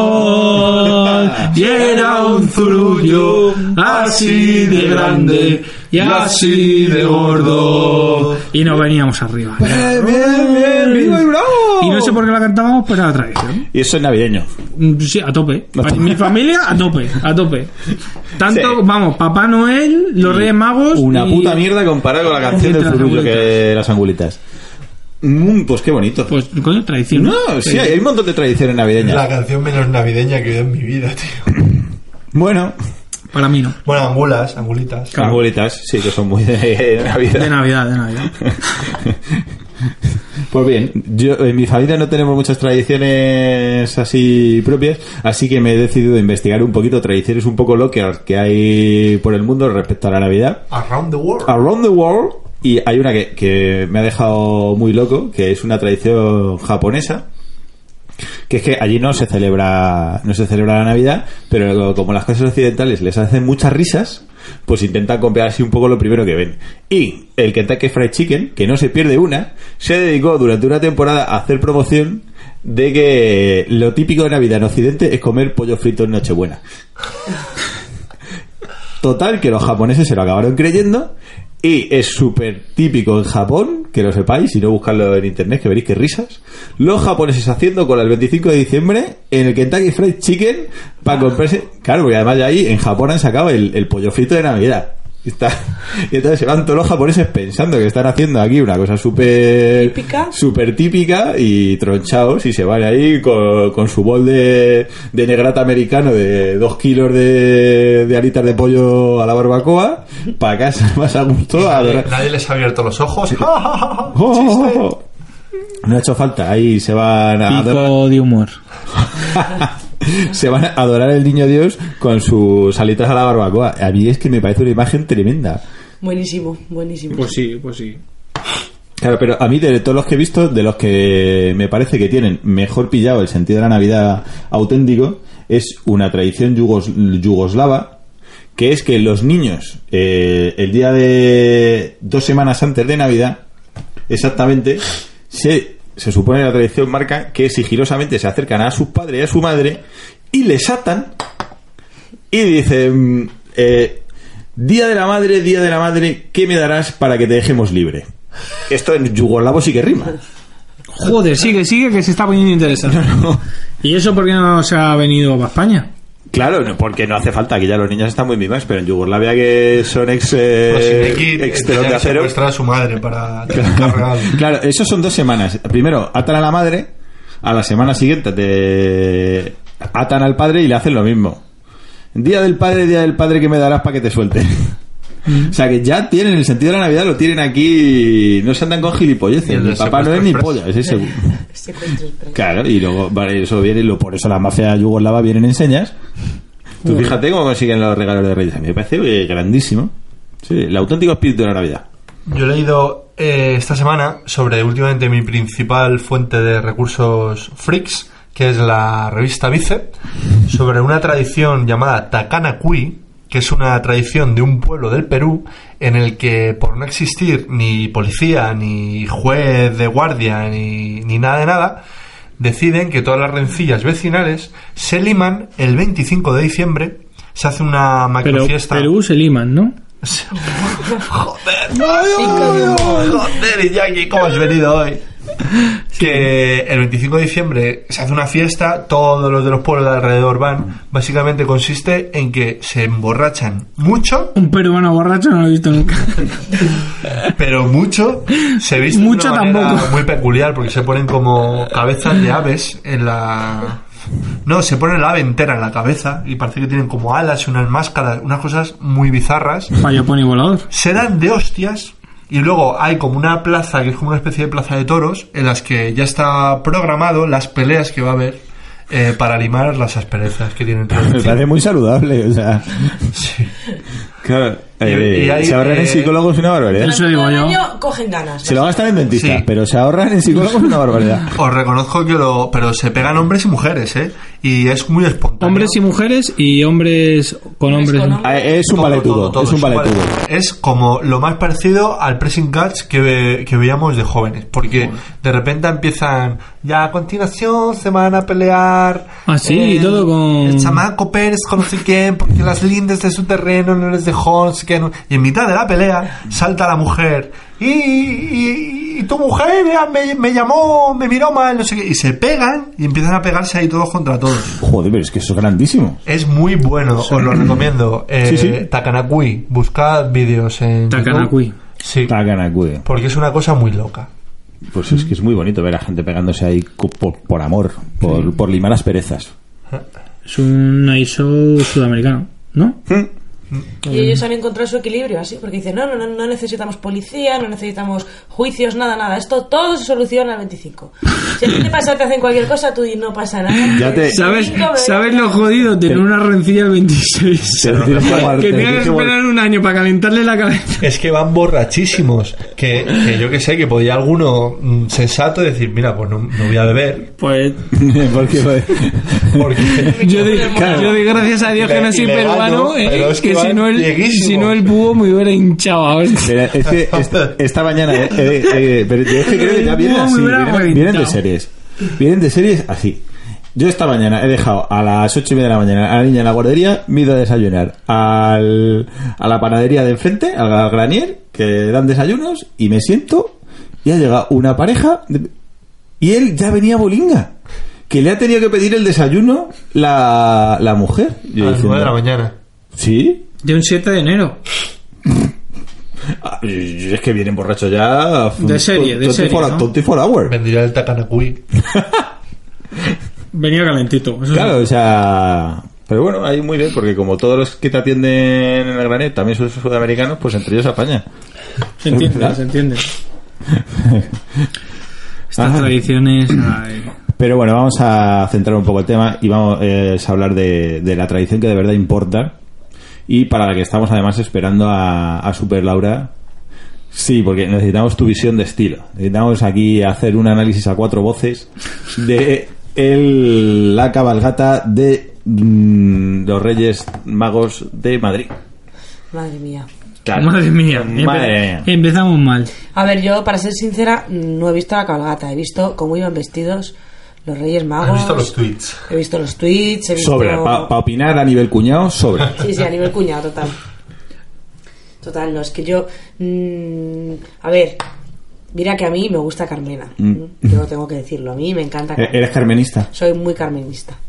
farol y era un zurullo así de grande y así de gordo. Y nos veníamos arriba. ¡Bien, bien! ¡Viva y bravo! Y no sé por qué la cantábamos, pero era tradición. Y eso es navideño. Mm, Sí, a tope. Mi familia, a tope, a tope. Tanto, Sí. vamos, Papá Noel, los Reyes Magos. Una y- puta mierda comparada con la canción del Entre las furullo angulitas. que las angulitas. Mm, pues qué bonito. Pues, coño, tradición. no, sí, hay un montón de tradiciones navideñas. La canción menos navideña que he oído en mi vida, tío. Bueno, Para mí no. Bueno, angulas, angulitas. angulitas, sí, que son muy de, de Navidad. De Navidad, de Navidad. Pues bien, yo en mi familia no tenemos muchas tradiciones así propias, así que me he decidido investigar un poquito tradiciones un poco locas que hay por el mundo respecto a la Navidad. Around the world. Around the World, y hay una que, que me ha dejado muy loco, que es una tradición japonesa, que es que allí no se celebra no se celebra la Navidad, pero como las cosas occidentales les hacen muchas risas, pues intentan copiar así un poco lo primero que ven. Y el Kentucky Fried Chicken, que no se pierde una, se dedicó durante una temporada a hacer promoción de que lo típico de Navidad en Occidente es comer pollo frito en Nochebuena. Total, que los japoneses se lo acabaron creyendo. Y es súper típico en Japón, que lo sepáis, si no buscadlo en internet, que veréis que risas. Los japoneses haciendo cola el veinticinco de diciembre en el Kentucky Fried Chicken para comprarse. Claro, porque además ya ahí en Japón han sacado el, el pollo frito de Navidad. Y, está, y entonces se van todos los japoneses pensando que están haciendo aquí una cosa súper Típica. súper típica y tronchados, y se van ahí con, con su bol de, de negrata americano de dos kilos de, de alitas de pollo a la barbacoa para casa más a gusto a Nadie, adorar. nadie les ha abierto los ojos. Oh, oh, oh. No ha hecho falta, ahí se van a adorar, Pico de humor. se van a adorar el niño Dios con sus alitas a la barbacoa. A mí es que me parece una imagen tremenda. Buenísimo, buenísimo. Pues sí, pues sí. Claro, pero a mí de todos los que he visto, de los que me parece que tienen mejor pillado el sentido de la Navidad auténtico, es una tradición yugos, yugoslava, que es que los niños, eh, el día de dos semanas antes de Navidad, exactamente, se, se supone la tradición marca que sigilosamente se acercan a sus padres y a su madre y les atan y dicen, eh, día de la madre, día de la madre, ¿qué me darás para que te dejemos libre? Esto en yugoslavo sí que rima. Joder, sigue, sigue, que se está poniendo interesante. ¿Y eso por qué no se ha venido a España? Claro, no, porque no hace falta, aquí ya los niños están muy mimados, pero en Yugoslavia, que son ex, eh, Pues Iñaki ex tenía telón de que acero. secuestrar a su madre para cargar. Claro, eso son dos semanas. Primero atan a la madre, a la semana siguiente te atan al padre y le hacen lo mismo. Día del padre, día del padre, que me darás para que te suelte. O sea que ya tienen el sentido de la Navidad, lo tienen aquí, no se andan con Y gilipolleces, el ni de Papá Noel ni secuestro polla, es ese. Secuestro express. Claro, y luego vale, eso viene, lo- por eso la mafia yugoslava vienen en señas. Tú fíjate cómo consiguen los regalos de Reyes. A mí me parece eh, grandísimo. Sí, el auténtico espíritu de la Navidad. Yo he leído eh, esta semana sobre últimamente mi principal fuente de recursos freaks, que es la revista Vice, sobre una tradición llamada Takanakui, que es una tradición de un pueblo del Perú en el que, por no existir ni policía, ni juez de guardia, ni, ni nada de nada, deciden que todas las rencillas vecinales se liman el veinticinco de diciembre. Se hace una Pero macrofiesta. Perú se liman, ¿no? Joder, joder, Iñaki, ¿cómo has venido hoy? Que el veinticinco de diciembre se hace una fiesta, todos los de los pueblos de alrededor van. Básicamente consiste en que se emborrachan mucho, Un peruano borracho no lo he visto nunca. pero mucho. Se visten Mucho de una manera tampoco. muy peculiar, porque se ponen como cabezas de aves en la... No, se pone la ave entera en la cabeza y parece que tienen como alas y unas máscaras, unas cosas muy bizarras. Vaya pony volador. Se dan de hostias y luego hay como una plaza que es como una especie de plaza de toros en las que ya está programado las peleas que va a haber eh, para limar las asperezas que tienen entre Me los parece muy saludable, o sea. Sí. Claro, Y- eh, y hay, se ahorran eh, en psicólogos una barbaridad. Eso digo Todo el yo. año cogen ganas. Se lo gastan en dentistas, Sí. pero se ahorran en psicólogos una barbaridad. Os reconozco que lo... Pero se pegan hombres y mujeres, ¿eh? Y es muy espontáneo. Hombres y mujeres y hombres con hombres. con ¿no? hombres. Ah, Es un Todo, valetudo, todo, todo, es un valetudo. Es como lo más parecido al pressing catch que, ve- que veíamos de jóvenes. Porque de repente empiezan... Ya a continuación se van a pelear... Ah, sí, y todo con- El chamaco Pérez con no sé quién, porque las lindes de su terreno no les dejó, no sé qué. no- Y en mitad de la pelea salta la mujer... Y, y, y tu mujer me, me llamó, me miró mal, no sé qué. Y se pegan y empiezan a pegarse ahí todos contra todos. Joder, pero es que eso es grandísimo. Es muy bueno, os lo recomiendo. Eh, Sí, sí. Takanakui, buscad vídeos en Takanakui. YouTube. Sí, Takanakui. porque es una cosa muy loca. Pues es que es muy bonito ver a gente pegándose ahí co- por, por amor, por, por limar asperezas. Es un I S O sudamericano, ¿no? Y ellos han encontrado su equilibrio así, porque dicen, no, no, no, no necesitamos policía, no necesitamos juicios, nada, nada. Esto todo se soluciona al veinticinco. Si a ti te pasa, te hacen cualquier cosa, tú di, no pasa nada. Ya te- ¿Sabes, veinticinco, ¿Sabes lo jodido? Tener una rencilla el veintiséis. Te tienes que guardar- Que te tienes que tienes que guardar- esperar un año para calentarle la cabeza. Es que van borrachísimos. Que, que yo que sé, que podía alguno mm, sensato decir, mira, pues no, no voy a beber. Pues Porque, joder, Porque yo di, Claro. yo di gracias a Dios que no soy Ilegal, peruano, ¿no? eh, Pero es que que si van no, el, cieguísimos. si no el búho me hubiera hinchado. a hostia. Mira, es que esta, esta mañana, eh, eh, eh, pero yo es que creo que ya vienen así, Me hubiera vienen, reventado. vienen de series. Vienen de series así. Yo esta mañana he dejado a las ocho y media de la mañana a la niña en la guardería, me he ido a desayunar al, a la panadería de enfrente, al granier, que dan desayunos, y me siento, y ha llegado una pareja, de- y él ya venía bolinga, que le ha tenido que pedir el desayuno la, la mujer. Yo a las diciendo, nueve de la mañana. ¿sí? De un siete de enero. Ah, y- y es que vienen borrachos ya. De serie, de serie, veinticuatro ¿no? veinticuatro hour. Vendría el Takanakui. Venía calentito. Eso Claro, sí. o sea. Pero bueno, ahí muy bien, porque como todos los que te atienden en el granero también son sudamericanos, pues entre ellos apaña. Se entiende, ¿Verdad? se entiende. Estas Ajá. tradiciones. Ay. Pero bueno, vamos a centrar un poco el tema y vamos eh, a hablar de, de la tradición que de verdad importa y para la que estamos además esperando a, a Super Laura. Sí, porque necesitamos tu visión de estilo. Necesitamos aquí hacer un análisis a cuatro voces de el, la cabalgata de mm, los Reyes Magos de Madrid. Madre mía. Claro. Madre mía. Madre mía. Empezamos mal. A ver, yo, para ser sincera, no he visto la cabalgata. He visto cómo iban vestidos los Reyes Magos. ¿Has visto los tweets? He visto los tweets. He visto... Sobra, para opinar a nivel cuñado, sobra. Sí, sí, a nivel cuñado, total. Total, no, es que yo... mmm, a ver, mira que a mí me gusta Carmena. Mm. Yo tengo que decirlo, a mí me encanta Carmena. ¿Eres carmenista? Soy muy carmenista.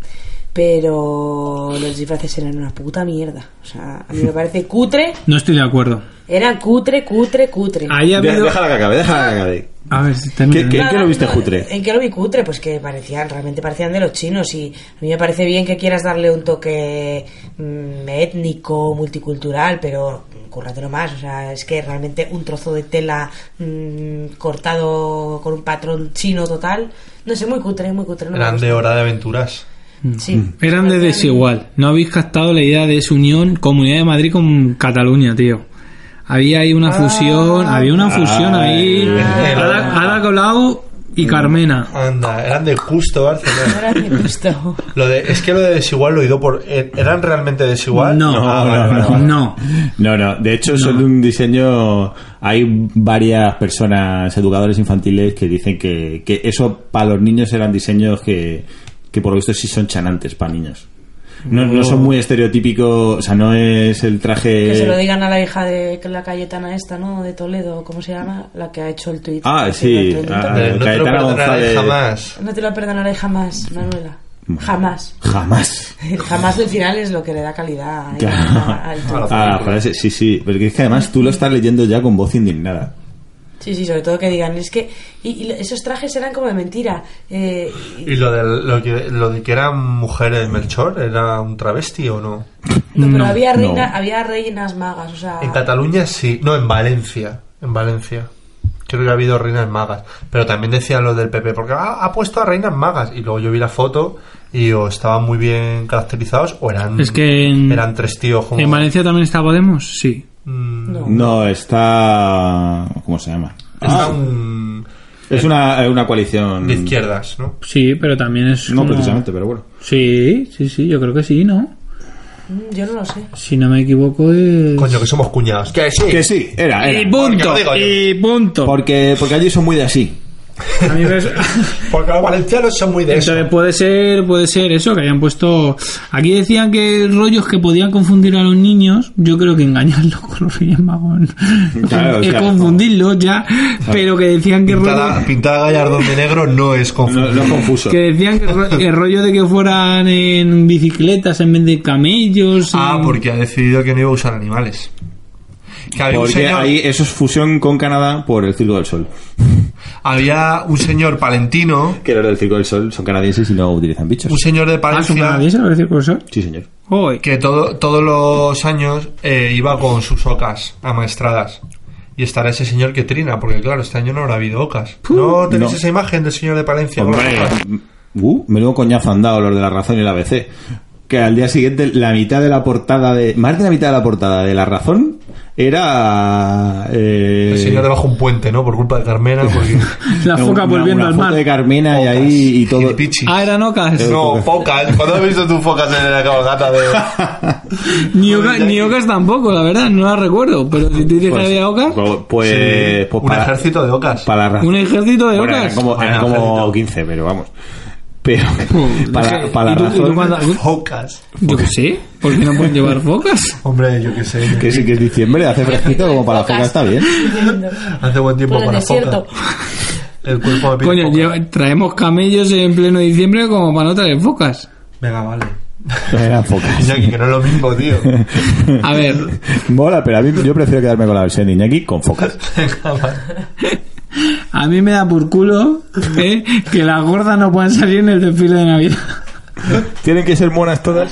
pero los disfraces eran una puta mierda. O sea, a mí me parece cutre. No estoy de acuerdo. Era cutre, cutre, cutre. Ahí ha De- habido... Déjala que acabe, déjala que acabe. A ver, si termina. ¿Qué- Nada, qué lo viste no, cutre? ¿En qué lo vi cutre? Pues que parecían, realmente parecían de los chinos. Y a mí me parece bien que quieras darle un toque mm, étnico, multicultural, pero cúrratelo más. O sea, es que realmente un trozo de tela mm, cortado con un patrón chino total. No sé, muy cutre, muy cutre. No me Eran gusta. de Hora de Aventuras. Sí. Eran de desigual. No habéis captado la idea de esa unión Comunidad de Madrid con Cataluña, tío. Había ahí una fusión, había una fusión ahí. Ay. Ada, Ada Colau y Carmena. Anda, eran de Justo No Barcelona. era mi gusto. Lo de, es que lo de desigual lo he ido por... eh, ¿Eran realmente desigual? No, Ah, no, vale, vale, no. vale. No. No, no, de hecho son un diseño, hay varias personas, educadores infantiles que dicen que, que eso para los niños eran diseños que, que por lo visto sí son chanantes para niños. No, no son muy estereotípicos, o sea, no es el traje... Que se lo digan a la hija de la Cayetana esta, ¿no? De Toledo, ¿cómo se llama? La que ha hecho el tuit. Ah, Que sí, se lo ah, Eh, no te lo Cayetana perdonaré González. jamás. No te lo perdonaré jamás, Manuela. Jamás. Jamás. Jamás del final es lo que le da calidad ahí Claro. a- al tuit. Ah, la frase, sí, sí, porque es que además tú lo estás leyendo ya con voz indignada. Sí, sí, sobre todo que digan, es que... Y, y esos trajes eran como de mentira. Eh, y- ¿Y lo de, lo, que, lo de que eran mujeres Melchor? ¿Era un travesti o no? no, pero No, había, no. reina, había reinas magas, o sea... En Cataluña sí. No, en Valencia. En Valencia. Creo que ha habido reinas magas. Pero también decían los del P P, porque ah, ha puesto a reinas magas. Y luego yo vi la foto y o estaban muy bien caracterizados o eran, Es que en- eran tres tíos como... ¿En Valencia también está Podemos? Sí. Mm, No. No, está... ¿Cómo se llama? están Es una, una coalición... de izquierdas, ¿no? Sí, pero también es No como- precisamente, pero bueno. Sí, sí, sí, yo creo que sí, ¿no? Mm, Yo no lo sé. Si no me equivoco es... Coño, que somos cuñados. Que sí. Que sí, era, Y era. punto, Porque lo digo yo. y punto. Porque, porque allí son muy de así. A mí me- Porque los valencianos son muy de eso. Entonces puede ser, puede ser eso, que hayan puesto... Aquí decían que rollos que podían confundir a los niños, yo creo que engañarlos con los Reyes Magos Claro, es o sea, confundirlos ya, pero que decían que Pintada, rollo, pintada Gallardón de negro no es No, confuso. no es confuso. que decían que ro- el rollo de que fueran en bicicletas en vez de camellos. Ah, y- porque ha decidido que no iba a usar animales. Que había un Porque señor, ahí eso es fusión con Canadá por el Circo del Sol. había un señor palentino, Que los del Circo del Sol son canadienses y no utilizan bichos. un señor de Ah, ¿son Palencia canadienses, lo decir profesor? Sí, señor. Hoy. que todo, todos los años eh, iba con sus ocas amaestradas. Y estará ese señor que trina, porque claro, este año no habrá habido ocas. ¿No tenéis no. esa imagen del señor de Palencia con Hombre, las ocas? uh, menudo coñazo han dado los de La Razón y la A B C. Que al día siguiente la mitad de la portada de... Más de la mitad de la portada de La Razón era... Eh, El señor debajo un puente, ¿no? Por culpa de Carmena. Porque... La una- foca una- volviendo una al foto mar. de Carmena y Focas, ahí y todo... gilipichis. Ah, eran ocas. No, focas. ¿Cuándo has visto tú focas en la cabalgata de...? Ni, oca- ni ocas tampoco, la verdad, no las recuerdo. Pero si tú dices que había ocas, Pues, pues, Sí, pues un para, ejército de ocas. para la razón. un ejército de Bueno, eran ocas. como, eran Bueno, como ejército. quince, pero vamos. Pero para, para ¿Y la tú- y tú razón... cuando- Focas. Yo qué sé, ¿por qué no pueden llevar focas? Hombre, yo qué sé. Que sí que es diciembre, hace fresquito, como para la foca está bien. Hace buen tiempo Por el para desierto. focas. El cuerpo me pide Coño, focas. lleva- traemos camellos en pleno diciembre como para no traer focas. Venga, vale. Eran focas. Iñaki, que no es lo mismo, tío. A ver, Mola, pero a mí yo prefiero quedarme con la versión de Iñaki con focas. Venga, vale. a mí me da por culo ¿eh? que las gordas no puedan salir en el desfile de Navidad. ¿Tienen que ser monas todas?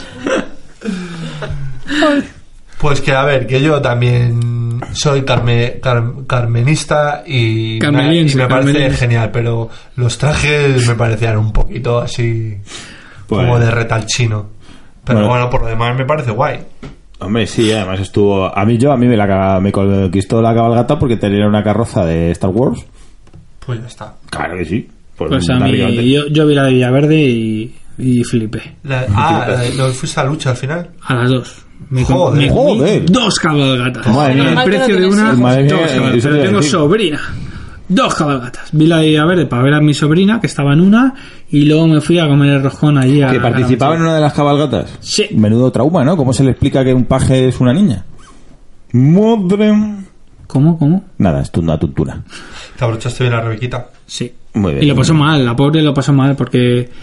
Pues que, a ver, que yo también soy carme- car- carmenista y, me- Carmeliense, y me parece carmeliense. genial, pero los trajes me parecían un poquito así Pues- como de retalchino. Pero Bueno. bueno, por lo demás me parece guay. Hombre, sí, además estuvo... A mí yo, a mí me, la, me conquistó la cabalgata porque tenía una carroza de Star Wars. Pues ya está. Claro que sí. Pues, Pues a una mí, brillante. yo, yo vi la de Villaverde y, y flipé. La- ah, la- ¿no fuiste a lucha al final? A las dos. Me, com- Joder. me comí Joder. dos cabalgatas. Madre mía. El Normal que precio no de tienes una, hijos. Madre mía, dos cabalgatas. eso te Pero iba a tengo decir. sobrina. Dos cabalgatas. Vi la de Villaverde para ver a mi sobrina, que estaba en una, y luego me fui a comer el roscón allí. A ¿Que participaba en una de las cabalgatas? Sí. Menudo trauma, ¿no? ¿Cómo se le explica que un paje es una niña? Madre... ¿Cómo? ¿Cómo? Nada, es una tontura. Te abrochaste bien la rebequita. Sí. Muy bien. Y lo pasó mal, la pobre lo pasó mal porque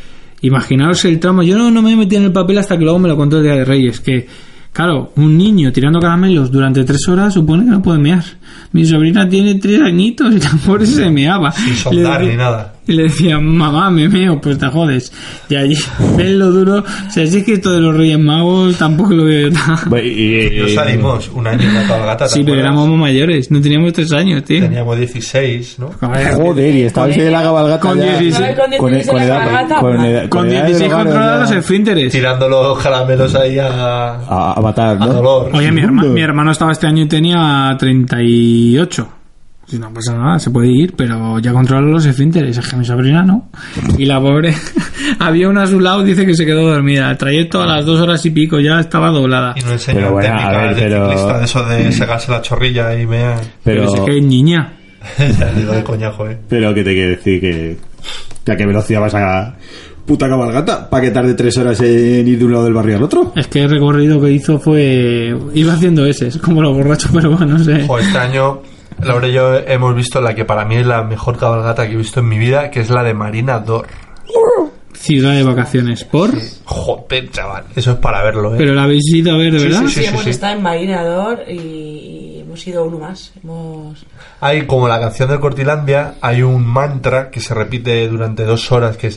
Imaginaos el tramo. Yo no, no me metí en el papel hasta que luego me lo contó el Día de Reyes. Que, claro, un niño tirando caramelos durante tres horas supone que no puede mear. Mi sobrina tiene tres añitos y tampoco se meaba. Sin sondar ni nada. Y le decía, mamá, me meo, pues te jodes. Y allí ven lo duro. O sea, si es que esto de los Reyes Magos tampoco lo veo tan... Bueno, y, Nos salimos un año en la cabalgata. ¿te Sí, pero acuerdas? éramos más mayores. No teníamos tres años, tío. Teníamos dieciséis, ¿no? Joder, y estabais en la cabalgata Con ya. dieciséis. Con Con, dieciséis con en la edad, cabalgata. con edad, Con edad de dieciséis drogaros controlados los ya esfínteres. Tirando los caramelos ahí a, a, a matar, a ¿no? dolor. Oye, mi, herma- mi hermano estaba este año y tenía treinta y ocho. Si no pasa nada, se puede ir, pero ya controla los esfínteres. Es que mi sobrina no. Y la pobre, había una a su lado, dice que se quedó dormida. El trayecto a las dos horas y pico ya estaba doblada. Y nos enseñan Pero bueno, técnicas a ver, de pero- ciclista, de eso de sacarse la chorrilla y mear. Pero, Pero, es que es niña. Ya digo de coñajo, ¿eh? pero que te quiero decir que... que ¿A qué velocidad vas a puta cabalgata? ¿Para que tarde tres horas en ir de un lado del barrio al otro? Es que el recorrido que hizo fue... Iba haciendo ese, es como los borrachos, pero bueno, no sé. Jo, este año Laura y yo hemos visto la que para mí es la mejor cabalgata que he visto en mi vida, que es la de Marina Dor. Ciudad de vacaciones, ¿por? Joder, chaval, eso es para verlo, ¿eh? Pero la habéis ido a ver, de Sí, verdad. sí, Sí, sí, hemos sí. estado en Marinador y, y hemos ido uno más. Hemos... Hay como la canción de Cortilandia, hay un mantra que se repite durante dos horas que es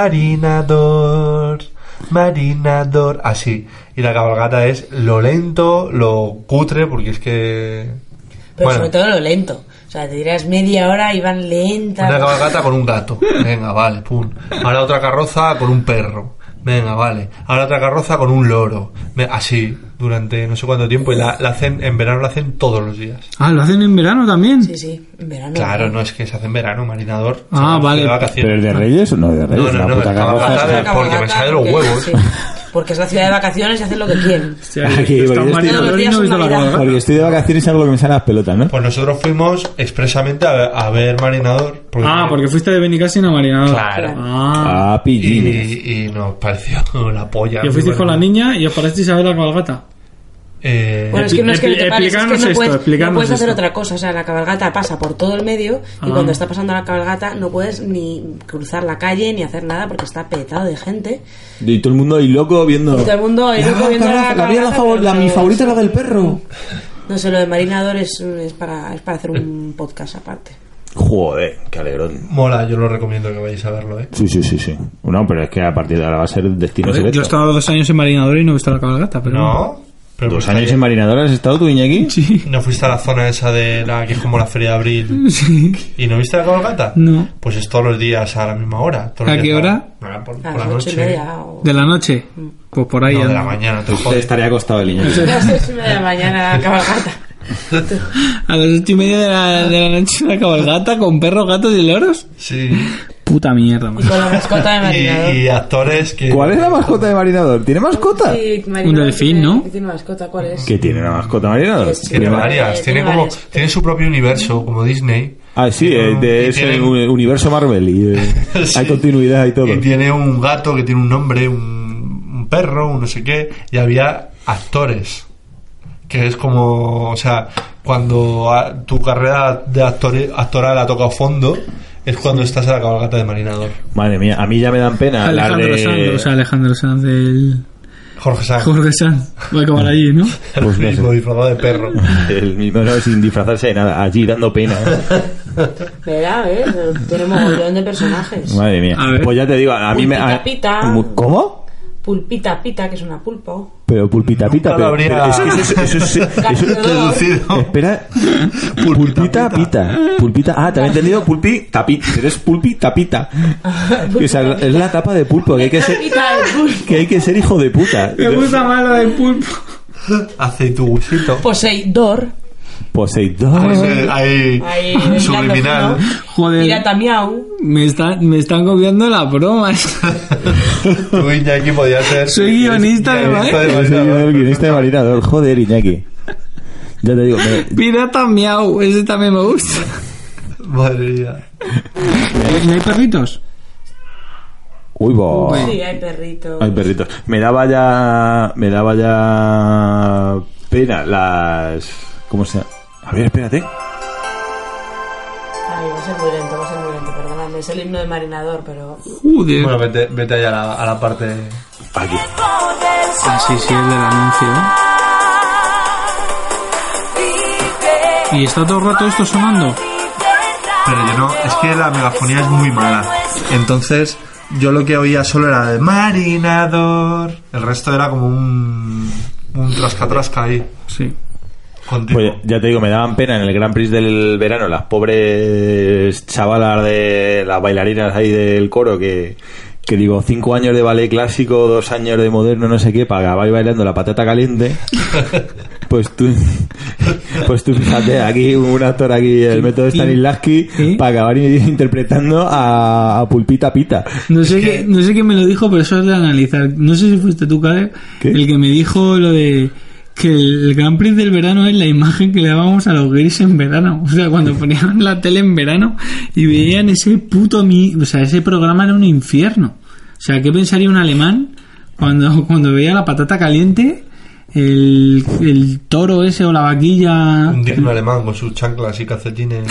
Marinador, Marinador, así. Y la cabalgata es lo lento, lo cutre, porque es que... Pero bueno, sobre todo lo lento. O sea, te dirás media hora y van lentas. una cabalgata con un gato. Venga, vale, pum. Ahora otra carroza con un perro. Venga, vale. Ahora otra carroza con un loro. Ve- Así, durante no sé cuánto tiempo. Y la, la hacen, en verano la hacen todos los días. Ah, ¿lo hacen en verano también? Sí, sí, en verano. Claro, no es que se hace en verano, Marinador. Ah, chaval, vale. de vacaciones. ¿Pero es de Reyes o no es de Reyes? No, no, la no, puta es carroza. cabalgata de- Una porque me cabalgata sale de los porque- huevos. sí. Porque es la ciudad de vacaciones y hacen lo que quieren. Hostia, Aquí, está porque un estoy- marinador y no he visto la cabalgata. Porque estoy de vacaciones y hago lo que me sale las pelotas, ¿no? Pues nosotros fuimos expresamente a, a ver Marinador. Porque, Ah, porque fuiste de Benicassin a Marinador. Claro. Ah. Ah, pillines. Y, y nos pareció la polla. Y os fuisteis con la niña y os parasteis a ver la cabalgata. Eh, Bueno, es que no es que no te pares, es que Explícanos no esto, puedes, no explícanos puedes hacer esto. otra cosa. O sea, la cabalgata pasa por todo el medio y Ah. cuando está pasando la cabalgata no puedes ni cruzar la calle ni hacer nada porque está petado de gente. Y todo el mundo ahí loco viendo... Y todo el mundo ahí loco viendo la la, mía, la, cabalgata, favor- la- pero mi no- favorita es la del perro. No sé, lo de Marinador es, es, para, es para hacer un podcast aparte. Joder, qué alegrón. Mola, yo lo recomiendo que vayáis a verlo, ¿eh? Sí, sí, sí, sí. No, pero es que a partir de ahora va a ser destino Joder, selecto. yo he estado dos años en Marinador y no he visto la cabalgata, pero... No. Pero ¿Dos pues años ahí- en Marinador has estado tú, Iñaki? Sí. ¿No fuiste a la zona esa de la que es como la feria de abril? Sí. ¿Y no viste la cabalgata? No. Pues es todos los días a la misma hora. todos los ¿A qué días hora? Ah, por, A por las la ocho y noche. media o... ¿De la noche? Pues por ahí. No, de anda. la mañana, te Usted jodes. estaría acostado el Iñaki. A las ocho y media de la mañana la cabalgata. A las ocho y media de la, de la noche una cabalgata con perros, gatos y loros. Sí. Puta mierda, Y man. con la mascota de Marinador. Y, y actores que... ¿Cuál es la mascota de Marinador? ¿Tiene mascota? Sí, Marinador Un delfín, tiene- ¿no? Tiene mascota, ¿cuál es? ¿Qué tiene una mascota Marinador? Sí, Tiene Tiene varias. tiene Tiene, como, varias. tiene su propio universo, como Disney. Ah, sí, Tiene eh, un- de y ese tiene- uni- universo Marvel y eh, Sí. hay continuidad y todo. Y tiene un gato que tiene un nombre, un, un perro, un no sé qué. Y había actores. Que es como, o sea, cuando a- tu carrera de actor, actoral ha tocado fondo, es cuando estás en la cabalgata de Marinador. Madre mía, a mí ya me dan pena hablar Alejandro Sanz, de... o sea, Alejandro Sanz del... Jorge Sanz, Jorge Sanz. Va a acabar allí, ¿no? el Pues no mismo sé. disfrazado de perro. El mismo, no, sin disfrazarse de nada, allí dando pena. ¿Verdad? ¿Eh? Tiene mogollón de personajes. Madre mía. A ver. Pues ya te digo, a mí me... a- Pulpita, pita. Mu- ¿Cómo? Pulpita pita, que es una pulpo. Pero pulpita pita, Nunca pero, lo habría pero es que eso, es- eso, es- eso, es- Deducido. espera, pulpita pita, pulpita, ah, te había entendido pulpi tapita, eres pulpi tapita, que, o sea, es la tapa de pulpo, que hay que ser, Pita del pulpo. que hay que ser hijo de puta. Me gusta más la del pulpo. Hace tu gusito. Poseidor. Poseidón. Ahí, Ahí, subliminal. Joder, Pirata miau. me, está, me están copiando las bromas. Tu Iñaki podía ser. Soy guionista de guionista de Yo soy Marinador. el guionista de Marinador, joder, Iñaki. Ya te digo, me- Pirata miau, ese también me gusta. Madre mía. ¿Y hay perritos? uy, bo. Sí, hay perritos. Ay, perritos. Me daba ya. Me daba ya. Pena las. ¿Cómo se llama? A ver, espérate. Ay, va a ser muy lento, va a ser muy lento, perdonadme. grande, es el himno de Marinador, pero... Joder. Bueno, vete, vete allá a la, a la parte... Aquí. Ah, sí, sí, el del anuncio. ¿Y está todo el rato esto sonando? Pero yo no, es que la megafonía es muy mala. Entonces, yo lo que oía solo era de Marinador. El resto era como un... un trasca-trasca ahí. Sí. Contigo. Pues ya te digo, me daban pena en el Grand Prix del verano las pobres chavalas de las bailarinas ahí del coro que, que digo, cinco años de ballet clásico, dos años de moderno, no sé qué, para acabar bailando la patata caliente. Pues tú, pues tú fíjate, aquí un actor aquí, el método Stanislavski, ¿Sí? para acabar interpretando a, a Pulpita Pita. No sé, qué, no sé quién me lo dijo, pero eso es de analizar. No sé si fuiste tú, Cade, ¿Qué? el que me dijo lo de que el Grand Prix del verano es la imagen que le dábamos a los gays en verano. O sea, cuando ponían la tele en verano y veían ese puto... Mi, o sea, ese programa era un infierno. O sea, ¿qué pensaría un alemán cuando, cuando veía la patata caliente, el, el toro ese o la vaquilla? Un digno alemán con sus chanclas y calcetines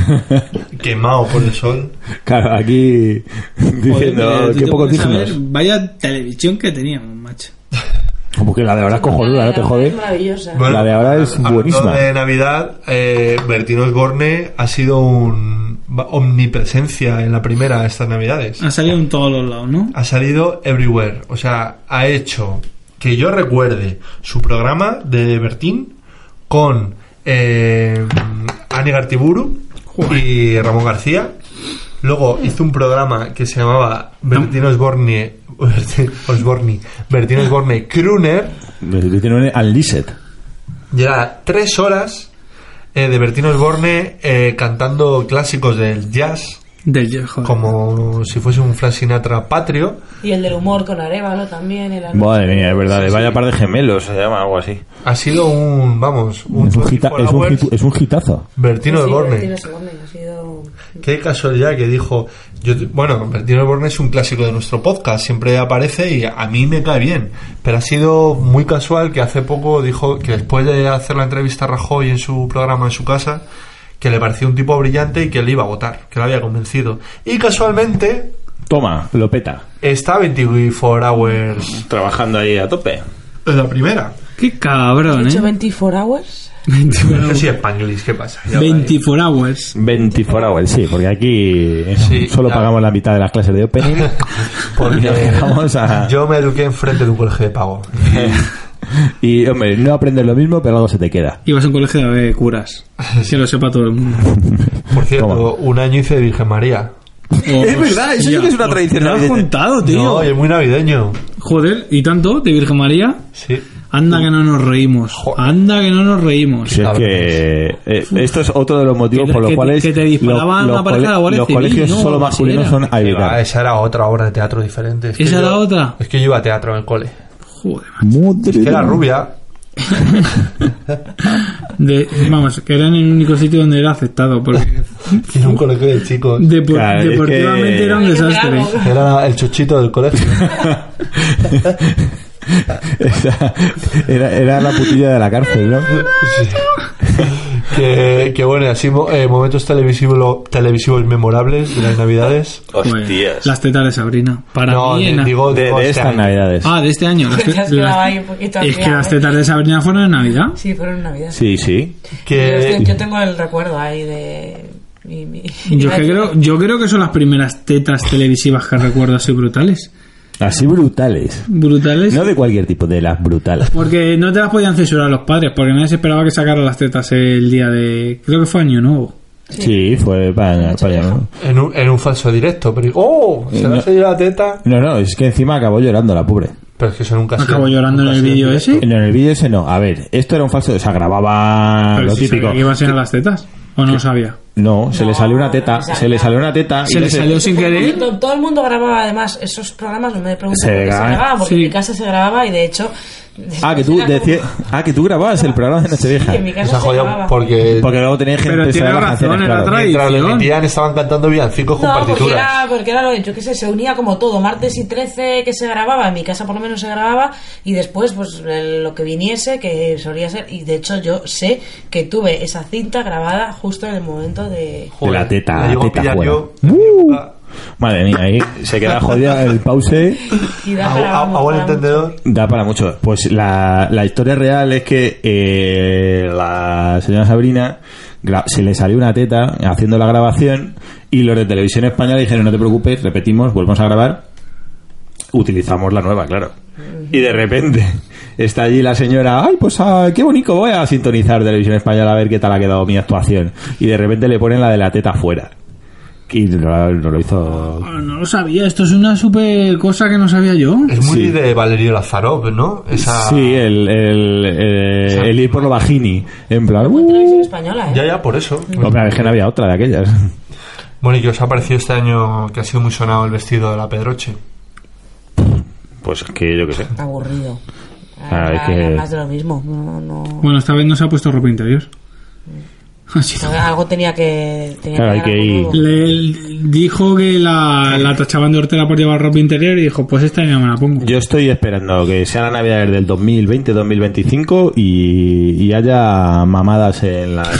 quemado por el sol. Claro, aquí diciendo, Joder, tú qué te pocos pones a ver, dignos. vaya televisión que teníamos, macho. Porque la de ahora es cojonuda, ¿no te jode? Es maravillosa. La de ahora es hablando buenísima. de Navidad, eh, Bertín Osborne ha sido un omnipresencia en la primera de estas Navidades. Ha salido en todos los lados, ¿no? Ha salido everywhere. O sea, ha hecho que yo recuerde su programa de Bertín con eh, Ani Gartiburu y Ramón García. Luego hizo un programa que se llamaba Bertín Osborne, Osborne, Bertín Osborne Crooner. Tiene Unleashed. Y era tres horas eh, de Bertín Osborne eh, cantando clásicos del jazz, Del joder. como si fuese un Frank Sinatra patrio. Y el del humor con Arévalo también. El Madre mía, es verdad, Sí, vaya sí. par de gemelos, se llama algo así. Ha sido un, vamos, un Es un, hita- veinticuatro es un, hours hit- es un hitazo. Bertín Sí, Osborne. Bertín Osborne, ha sido... Qué casualidad que dijo. Yo, bueno, Bertín Osborne es un clásico de nuestro podcast, siempre aparece y a mí me cae bien. Pero ha sido muy casual que hace poco dijo que después de hacer la entrevista a Rajoy en su programa en su casa, que le parecía un tipo brillante y que le iba a votar, que lo había convencido. Y casualmente Toma, lo peta. está veinticuatro hours Trabajando ahí a tope. en la primera. Qué cabrón, ¿Has ¿eh? hecho veinticuatro hours? veinticuatro No sé si hours. es Spanglish, ¿qué pasa? Ya va ahí. veinticuatro hours. veinticuatro hours, sí, porque aquí Sí, solo ya. pagamos la mitad de las clases de opening. Porque Y nos quedamos a... yo me eduqué enfrente de un colegio de pago. Y, hombre, no aprendes lo mismo, pero algo se te queda. Ibas a un colegio de curas. Que lo sepa todo el mundo. Por cierto, Toma. un año hice de Virgen María. Es verdad, eso sí que es una tradición Te lo has navideña. contado, tío. No, y es muy navideño. Joder, ¿y tanto? ¿De Virgen María? Sí. Anda que no nos reímos. Joder. Anda que no nos reímos. Si es que eh, esto es otro de los motivos Que- por los que- cuales que te disparaban los, una pareja de la Guardia los Civil, colegios ¿no? solo Algo así masculinos era. son a Ah, evitar. esa era otra obra de teatro diferente. Es que ¿Esa era yo- otra? Es que yo iba a teatro en el cole. Joder. Madre Es que era mía. rubia. De, vamos, que era en el único sitio donde era aceptado. Porque Y en un colegio de chicos. depo- Claro, es deportivamente que- era un Hay que desastre. hacer algo. Era el chuchito del colegio. Esa- era, era la putilla de la cárcel, ¿no? Sí. que, que bueno, así mo- eh, momentos televisivos, televisivos memorables de las navidades. Joder, Hostias. las tetas de Sabrina. Para No, mí. de- en- digo, De, digo de este estas año. navidades. Ah, de este año. Las Te te- has las- quedado ahí un poquito es que arriba, las ¿eh? tetas de Sabrina fueron en Navidad. Sí, fueron en Navidad. Sí, sí. Que, Yo, yo tengo el recuerdo ahí de... Mi, mi- Yo, que creo, yo creo que son las primeras tetas televisivas que recuerdo así brutales. Así brutales. Brutales. No de cualquier tipo, de las brutales. Porque no te las podían censurar los padres, porque nadie se esperaba que sacaran las tetas el día de... Creo que fue Año Nuevo. Sí, fue para, para allá, ¿no? en, un, en un falso directo. Pero, ¡oh! Se le No. ha salido la teta. No, no, es que encima acabó llorando la pobre. Pero es que eso nunca ha sido- Acabó llorando en nunca el ha sido vídeo directo. ese. No, en el vídeo ese no. A ver, esto era un falso, o sea, grababa Pero lo si típico. sabía que iba a ser las tetas. ¿O no lo sabía? No, se le No, salió una teta, o sea, se le salió una teta. Se y le ese- salió sin querer. Todo, todo el mundo grababa además esos programas, no me pregunto Se por qué se graba- grababan, porque sí. en mi casa se grababa y de hecho... Ah, que tú era como- decías, ah, que tú grababas el programa de Nochevieja. Sí, en mi Se casa ha se jodido grababa. porque Porque luego tenía gente Pero que tiene sabía las razón, canciones, era claro. tradición. mientras lo emitían estaban cantando villancicos con No, porque partituras. era, porque era lo yo qué sé, se unía como todo, martes y trece que se grababa, en mi casa por lo menos se grababa, y después pues el- lo que viniese, que solía ser, y de hecho yo sé que tuve esa cinta grabada justo en el momento de... De la teta, la llego a teta pillar fuera. yo en mi ¡Uh! época. Madre mía, ahí se queda jodida el pause. Y da Hago, para, hago- hago el para entendedor. Da para mucho. Pues la, la historia real es que eh, la señora Sabrina gra- se le salió una teta haciendo la grabación y los de Televisión Española dijeron: no te preocupes, repetimos, volvemos a grabar, utilizamos la nueva, claro. Y de repente está allí la señora: ay, pues ah, qué bonito, voy a sintonizar Televisión Española a ver qué tal ha quedado mi actuación. Y de repente le ponen la de la teta fuera. Y no, no lo hizo. Ah, no lo sabía, esto es una super cosa que no sabía yo. Es muy Sí. de Valerio Lazarov, ¿no? Esa... Sí, el, el, eh, el ir por lo bajini. En plan, Como en Televisión uh, Española, ¿eh? Ya, ya, por eso. hombre, es que no había otra de aquellas. Bueno, ¿y qué os ha parecido este año que ha sido muy sonado el vestido de la Pedroche? Pues que yo qué sé. Aburrido. Ah, es Ah, que- Más de lo mismo. No, no... Bueno, esta vez no se ha puesto ropa interior. Así. Algo tenía que... Tenía Claro, hay dar que algo ir. nuevo. Le dijo que la, la tachaban de hortera por llevar ropa interior y dijo, pues esta ya me la pongo. Yo estoy esperando que sea la Navidad del dos mil veinte dos mil veinticinco y, y haya mamadas en la...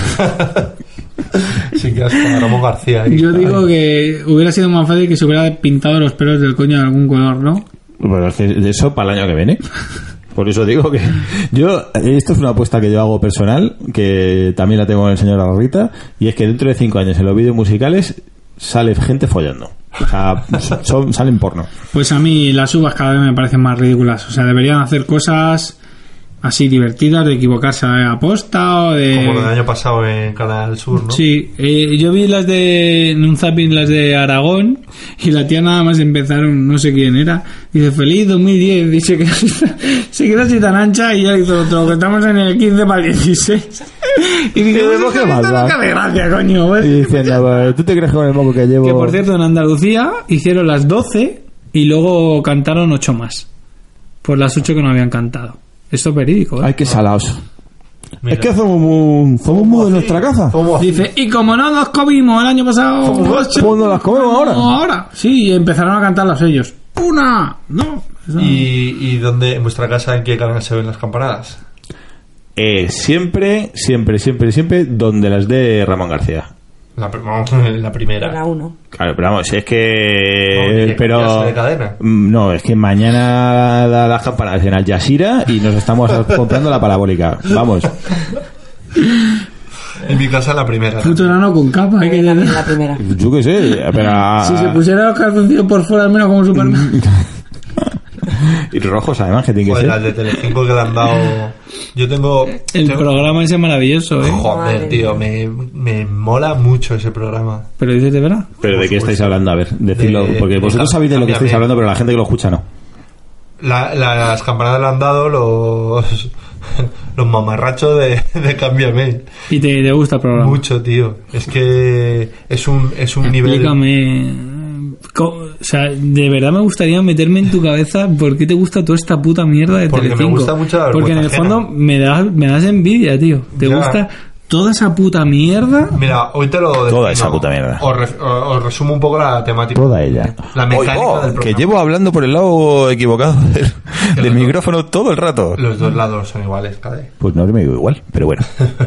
Sí, que has con Ramón García ahí. Yo digo que hubiera sido más fácil que se hubiera pintado los pelos del coño de algún color, ¿no? Bueno, es que de eso para el año que viene. Por eso digo que yo, esto es una apuesta que yo hago personal, que también la tengo con el señor Arrita, y es que dentro de cinco años en los vídeos musicales sale gente follando. O sea, son, salen porno. Pues a mí las uvas cada vez me parecen más ridículas. O sea, deberían hacer cosas así divertidas, de equivocarse a posta o de... Como lo del año pasado en Canal Sur, ¿no? Sí, eh, yo vi las de en un zapping, las de Aragón, y la tía nada más empezaron, no sé quién era, dice feliz dos mil diez, dice que se quedó así tan ancha y ya hizo otro, que estamos en el quince para el dieciséis. Y dije, Sí, pues pues, es ¿qué que más esto da? no cabe gracia, coño. ¿ves? Y diciendo, "Pues, ¿tú te crees que con el moco que llevo...? Que por cierto, en Andalucía hicieron las doce y luego cantaron ocho más, por las ocho que no habían cantado. Esto es verídico, ¿eh? Ay, qué salados. Mira. Es que somos muy, somos muy de nuestra casa. ¿Cómo así? Dice, y como no nos comimos el año pasado, ocho, ¿Cómo nos las comemos ahora? ahora. Sí, y empezaron a cantarlas ellos. Una, no. Eso no. ¿Y, ¿Y dónde, en vuestra casa, en qué canal se ven las campanadas? Eh, siempre, siempre, siempre, siempre donde las de Ramón García. La, pr- vamos, la primera. La uno. Claro, pero vamos, es No, que... ni que pero cambiase de cadena. Mm, no, es que mañana da las campanadas en Al Jazeera y nos estamos comprando la parabólica. Vamos. En mi casa, la primera. Puto enano con capa, ¿eh? Que ya- La primera. Yo qué sé, pero... Si se pusiera los calzoncillos por fuera, al menos como Superman. Y rojos además, que tiene que Joder, las ser. de Telecinco que le han dado... Yo tengo... El tengo- programa ese es maravilloso, ¿eh? Joder, Madre tío, mía. me, me mola mucho ese programa. Pero dices de verdad. ¿Pero de qué estáis supuesto. hablando? A ver, decidlo. De- Porque de vosotros cam- sabéis de lo que estáis cámbiame. hablando, pero la gente que lo escucha no. La- las campanadas le han dado los... Los mamarrachos de, de Cámbiame. Y te, te gusta el programa. Mucho, tío. Es que es un, es un nivel... Explícame. co- O sea, de verdad me gustaría meterme en tu cabeza por qué te gusta toda esta puta mierda de Porque me Telecinco. gusta mucho la Porque en el vergüenza fondo ajena. me das, me das envidia, tío. Te Ya. gusta toda esa puta mierda. Mira, hoy te lo defino. Toda esa puta mierda. Os, re- os- os resumo un poco la temática. Toda ella. La mecánica Oigo, del que programa. llevo hablando por el lado equivocado del, del micrófono todo el rato. Los dos lados son iguales, Cade. Pues no me digo igual, pero bueno.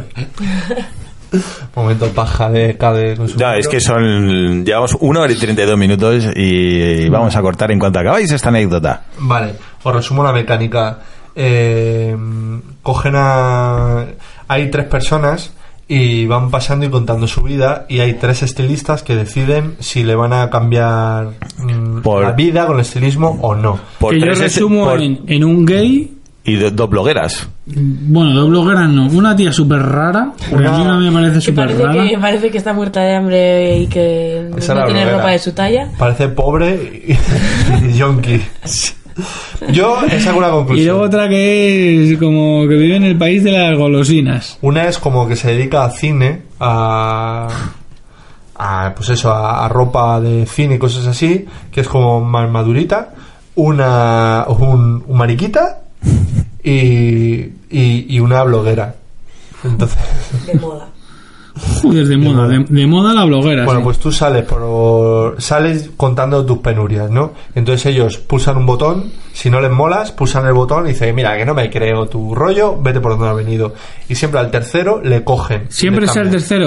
Momento paja de Cade con su Ya, micro. es que son... Llevamos una hora y treinta y dos minutos y vamos a cortar en cuanto acabáis esta anécdota. Vale, os resumo la mecánica. Eh, cogen a... Hay tres personas y van pasando y contando su vida y hay tres estilistas que deciden si le van a cambiar mm, Por- la vida con el estilismo o no. Por que yo tres es- resumo por- en, en un gay. Y do- dos blogueras. Bueno, dos blogueras no. Una tía súper rara. Porque Una- a mí no me parece Que súper parece, rara. que parece que está muerta de hambre y que Esa no era la tiene bloguera. ropa de su talla. Parece pobre y, y yonki. Yo he sacado una Y conclusión. luego otra que es como que vive en el país de las golosinas. Una es como que se dedica a cine, a, a pues eso, a, a ropa de cine y cosas así, que es como más madurita. Una, un, un mariquita y, y, y una bloguera. Entonces, De moda. Joder, de moda. De, de moda la bloguera. bueno, sí. pues tú sales por, sales contando tus penurias, ¿no? Entonces ellos pulsan un botón, si no les molas, pulsan el botón y dicen, mira, que no me creo tu rollo, vete por donde has venido. Y siempre al tercero le cogen. Siempre le es el cambian. tercero.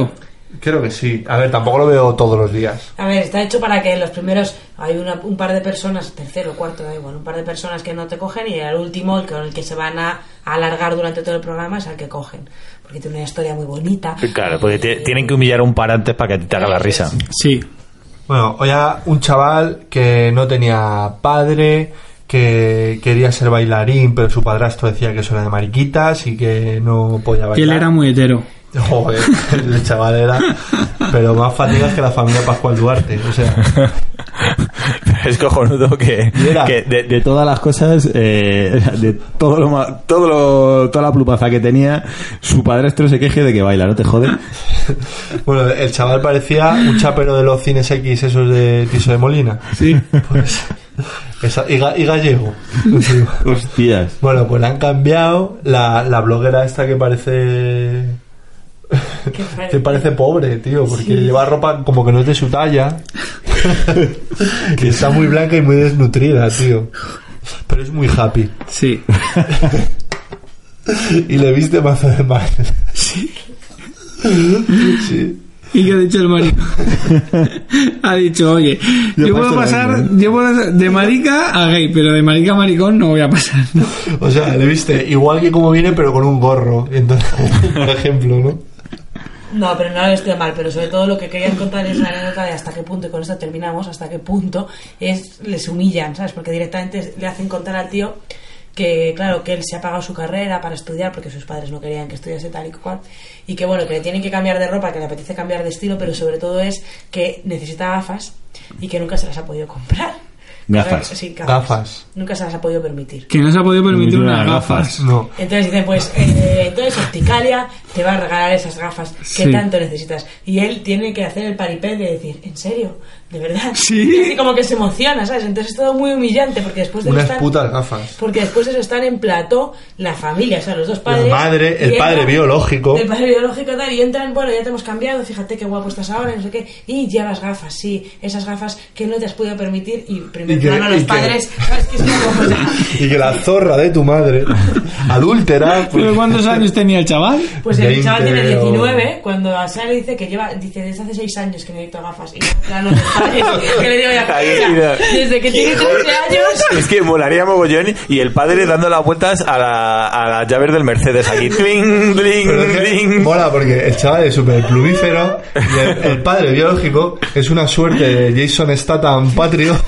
Creo que sí. A ver, tampoco lo veo todos los días. A ver, está hecho para que los primeros hay una, un par de personas, tercero, cuarto, da igual, un par de personas que no te cogen y el último, el con el que se van a, a alargar durante todo el programa es al que cogen. Porque tiene una historia muy bonita. Claro, porque te- tienen que humillar un par antes para que te haga la risa. Sí. Bueno, hoy a un chaval que no tenía padre, que quería ser bailarín, pero su padrastro decía que eso era de mariquitas y que no podía bailar. Que él era muy hetero. Joder, el chaval era... Pero más fatigas que la familia Pascual Duarte, o sea... Es cojonudo que, Mira. que de, de todas las cosas, eh, de todo lo, ma- todo lo, toda la plumaza que tenía, su padrastro se queje de que baila, ¿no te jode? Bueno, el chaval parecía un chapero de los cines X, esos de Tiso de Molina. Sí. Pues... esa- y, ga- y gallego. Hostias. Bueno, pues le han cambiado la, la bloguera esta que parece... Que parece- que parece pobre, tío, porque Sí. lleva ropa como que no es de su talla. Que está muy blanca y muy desnutrida, tío. Pero es muy happy. Sí. Y le viste mazo de mal. Sí. Sí. ¿Y qué ha dicho el marico? Ha dicho, oye, yo, Yo puedo paso pasar la misma, yo puedo pasar de marica a gay, pero de marica a maricón no voy a pasar. ¿no? O sea, le viste igual que como viene, pero con un gorro. Entonces, por ejemplo, ¿no? No, pero no le estoy mal, pero sobre todo lo que querían contar es la anécdota de hasta qué punto, y con esto terminamos, hasta qué punto es les humillan, ¿sabes? Porque directamente le hacen contar al tío que, claro, que él se ha pagado su carrera para estudiar porque sus padres no querían que estudiase tal y cual, y que, bueno, que le tienen que cambiar de ropa, que le apetece cambiar de estilo, pero sobre todo es que necesita gafas y que nunca se las ha podido comprar. Gafas. Sí, Gafas. Nunca se las ha podido permitir. Que no se ha podido permitir Unas unas gafas. gafas. No. Entonces dicen, pues, eh, entonces Opticalia te va a regalar esas gafas que Sí. tanto necesitas. Y él tiene que hacer el paripé de decir, ¿en serio? ¿De verdad? Sí. Y así como que se emociona, ¿sabes? Entonces es todo muy humillante porque después de eso Unas están... putas gafas. Porque después de eso están en plató la familia, o sea, los dos padres... madre, el y padre biológico. El padre biológico tal, y entran, bueno, ya te hemos cambiado, fíjate qué guapo estás ahora, no sé qué, y llevas gafas, sí, esas gafas que no te has podido permitir, y primer Y que- plano los y que- padres, ¿sabes? Que es como... o sea, Y que la zorra de tu madre, adúltera, ¿Pero pues, cuántos años tenía el chaval? Pues el veinte chaval tiene o- diecinueve, cuando a Sara le dice que lleva, dice desde hace seis años que necesito gafas. Y yo, claro, no, que le digo ya, Ahí, o mira. sea, desde que tiene trece años. Es que molaría mogollón y el padre dando las vueltas a, la, a las llaves del Mercedes aquí. Tling, tling, pero es que tling. mola porque el chaval es súper plumífero y el, el padre biológico es una suerte de Jason Statham patrio.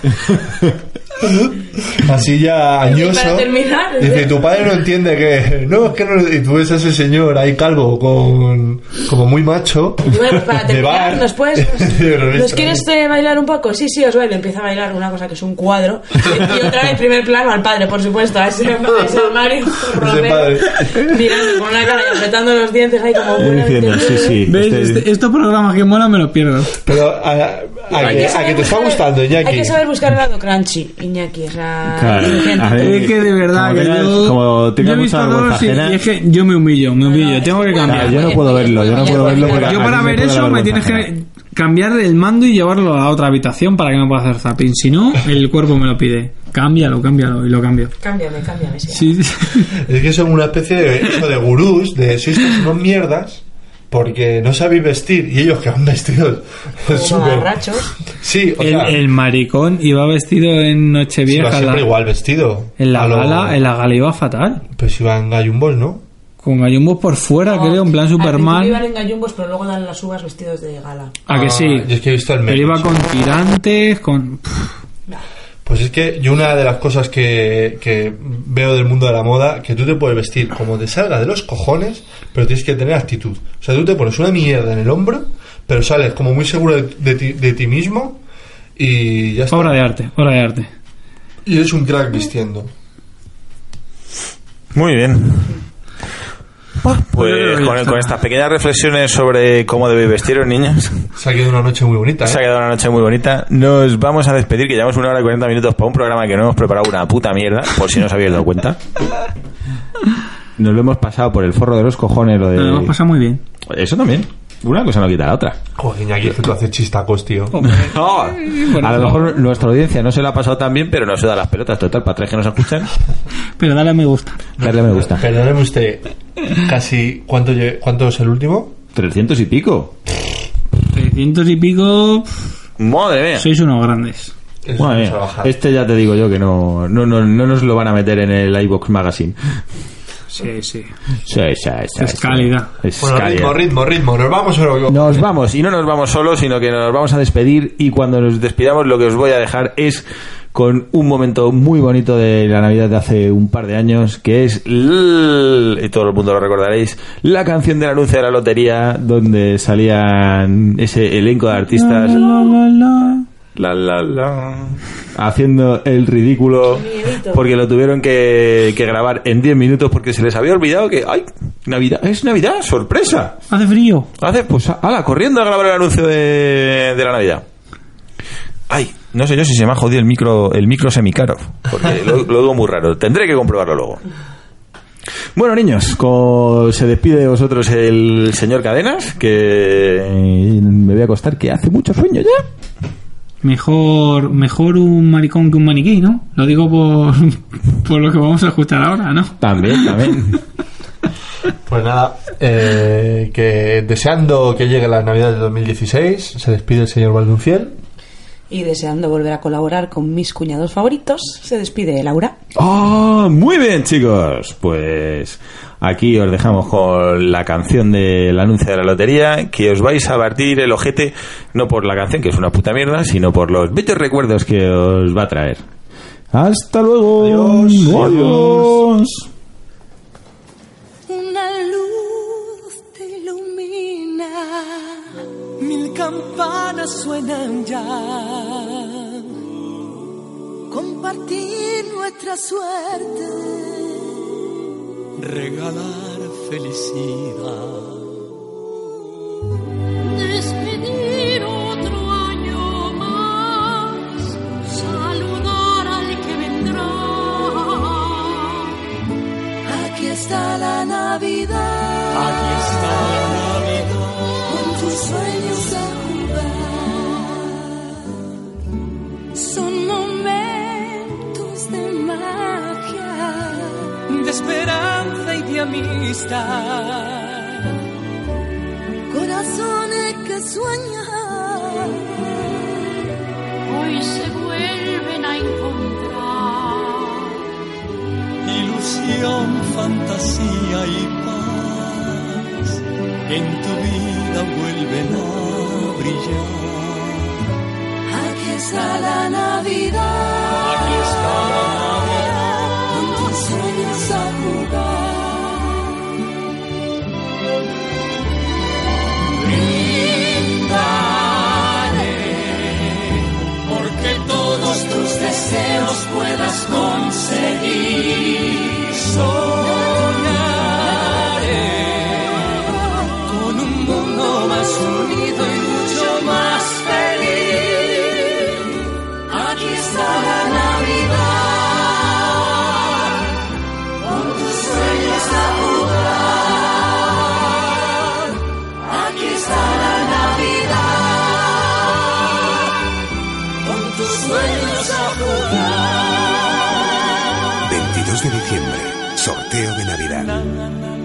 Así ya añoso. para terminar, Dice, tu padre no entiende que... No, es que no... Y tú ves a ese señor ahí calvo con... Como muy macho. Y bueno, para de terminar, bar. ¿nos puedes, Pero nos, no ¿nos está quieres bien. eh, bailar un poco? Sí, sí, os bailo. Empieza a bailar una cosa que es un cuadro. Y otra vez, primer plano, al padre, por supuesto, a ese, a ese Mario Romero, padre. mirando con una cara y apretando los dientes ahí como... Y diciendo, sí, sí. ¿Veis? este- Este- estos programas que molan me los pierdo. Pero a, a Hay que, a saber que te está buscar- gustando, Iñaki. Hay que saber buscar el lado crunchy, Iñaki. O sea, Claro. inteligente. A ver, Es que de verdad como que tengas- yo, como tengas yo he mucha visto vergüenza dos y, ajena. y es que yo me humillo, me humillo, no, tengo es que que cambiar. Ah, yo no puedo verlo, yo no puedo verlo porque Yo a para mí me ver puede eso dar me vergüenza tienes ajena. que cambiar el mando y llevarlo a otra habitación para que me pueda hacer zapping. Si no, el cuerpo me lo pide. Cámbialo, cámbialo y lo cambio. Cámbiame, cámbiame. Sí. Sí, sí. Es que son una especie de, eso de gurús, de sois todos unos mierdas, porque no sabéis vestir, y ellos que van vestidos Como súper... borrachos. Sí, o El, sea, el maricón iba vestido en sí, va Nochevieja. siempre la- igual vestido. en la A lo- gala, en la gala iba fatal. Pues iba en gallumbos, ¿no? Con gallumbos por fuera, No, creo, en plan al principio Superman. iban en gallumbos, pero luego dan las uvas vestidos de gala. ¿A que sí? Yo es que he visto el Pero medio. iba con tirantes, con... Pues es que yo una de las cosas que, que veo del mundo de la moda, que tú te puedes vestir como te salga de los cojones, pero tienes que tener actitud. O sea, tú te pones una mierda en el hombro, pero sales como muy seguro de, de ti, de ti mismo y ya está. Obra de arte, obra de arte. Y eres un crack vistiendo. Muy bien. Pues Pues con, con estas pequeñas reflexiones sobre cómo debéis vestir los niños, Se ha quedado una noche muy bonita, ¿eh? se ha quedado una noche muy bonita. Nos vamos a despedir, que llevamos una hora y cuarenta minutos para un programa que no hemos preparado una puta mierda, por si no os habéis dado cuenta. Nos lo hemos pasado por el forro de los cojones, lo de... Nos lo hemos pasado muy bien. Eso también. Una cosa no quita la otra. Joder, Iñaki, es que tú haces chistacos, tío. No, a lo mejor nuestra audiencia no se la ha pasado tan bien, pero no se da las pelotas. Total, para tres que nos escuchan, Pero dale a me gusta. darle me gusta. Perdóneme usted, casi... ¿Cuánto, lle- ¿Cuánto es el último? trescientos y pico. Trescientos y pico... pff, Madre mía. sois unos grandes. Es Madre mucha mía. bajada. Este ya te digo yo que no, no, no, no nos lo van a meter en el iVoox Magazine. Sí, sí. Sí, sí, sí, Es sí. calidad. Es Bueno, calidad. ritmo, ritmo, ritmo. Nos vamos o Nos vamos, y no nos vamos solos, sino que nos vamos a despedir, y cuando nos despidamos lo que os voy a dejar es con un momento muy bonito de la Navidad de hace un par de años, que es, l- y todo el mundo lo recordaréis, la canción del anuncio de la lotería, donde salían ese elenco de artistas La, la, la. la, la, la, haciendo el ridículo, Qué miedito. porque lo tuvieron que, que grabar en diez minutos porque se les había olvidado que, ¡ay! Navidad, es Navidad, sorpresa. Hace frío. Hace, pues, ala, corriendo a grabar el anuncio de, de la Navidad. Ay, no sé yo si se me ha jodido el micro, el micro semicaro, porque lo, lo digo muy raro. Tendré que comprobarlo luego. Bueno, niños, co- se despide de vosotros el señor Cadenas, que me voy a acostar, que hace mucho sueño ya. Mejor, mejor un maricón que un maniquí, ¿no? Lo digo por, por lo que vamos a escuchar ahora, ¿no? También, también. Pues nada, eh, que deseando que llegue la Navidad de dos mil dieciséis, se despide el señor Valdunciel. Y deseando volver a colaborar con mis cuñados favoritos, se despide Laura. ¡Oh! Muy bien, chicos. Pues aquí os dejamos con la canción del anuncio de la lotería, que os vais a partir el ojete, no por la canción, que es una puta mierda, sino por los bellos recuerdos que os va a traer. Hasta luego. Adiós. Adiós. Una luz te ilumina, mil campanas suenan ya. Compartir nuestra suerte, regalar felicidad. Despedir otro año más, saludar al que vendrá. Aquí está la Navidad. Aquí está la Navidad. Con tus sueños a jugar. Son momentos de magia, de esperanza y de amistad. Corazones que sueñan, hoy se vuelven a encontrar. Ilusión, fantasía y paz en tu vida vuelven a brillar. Aquí está la Navidad. Aquí está la Navidad. Con tus sueños a jugar. Brindaré porque todos tus deseos puedas conseguir. Soñaré con un mundo más unido y mucho más feliz. Aquí está la Navidad, con tus sueños a jugar. Aquí está la Navidad, con tus sueños a jugar. veintidós de diciembre, sorteo de Navidad.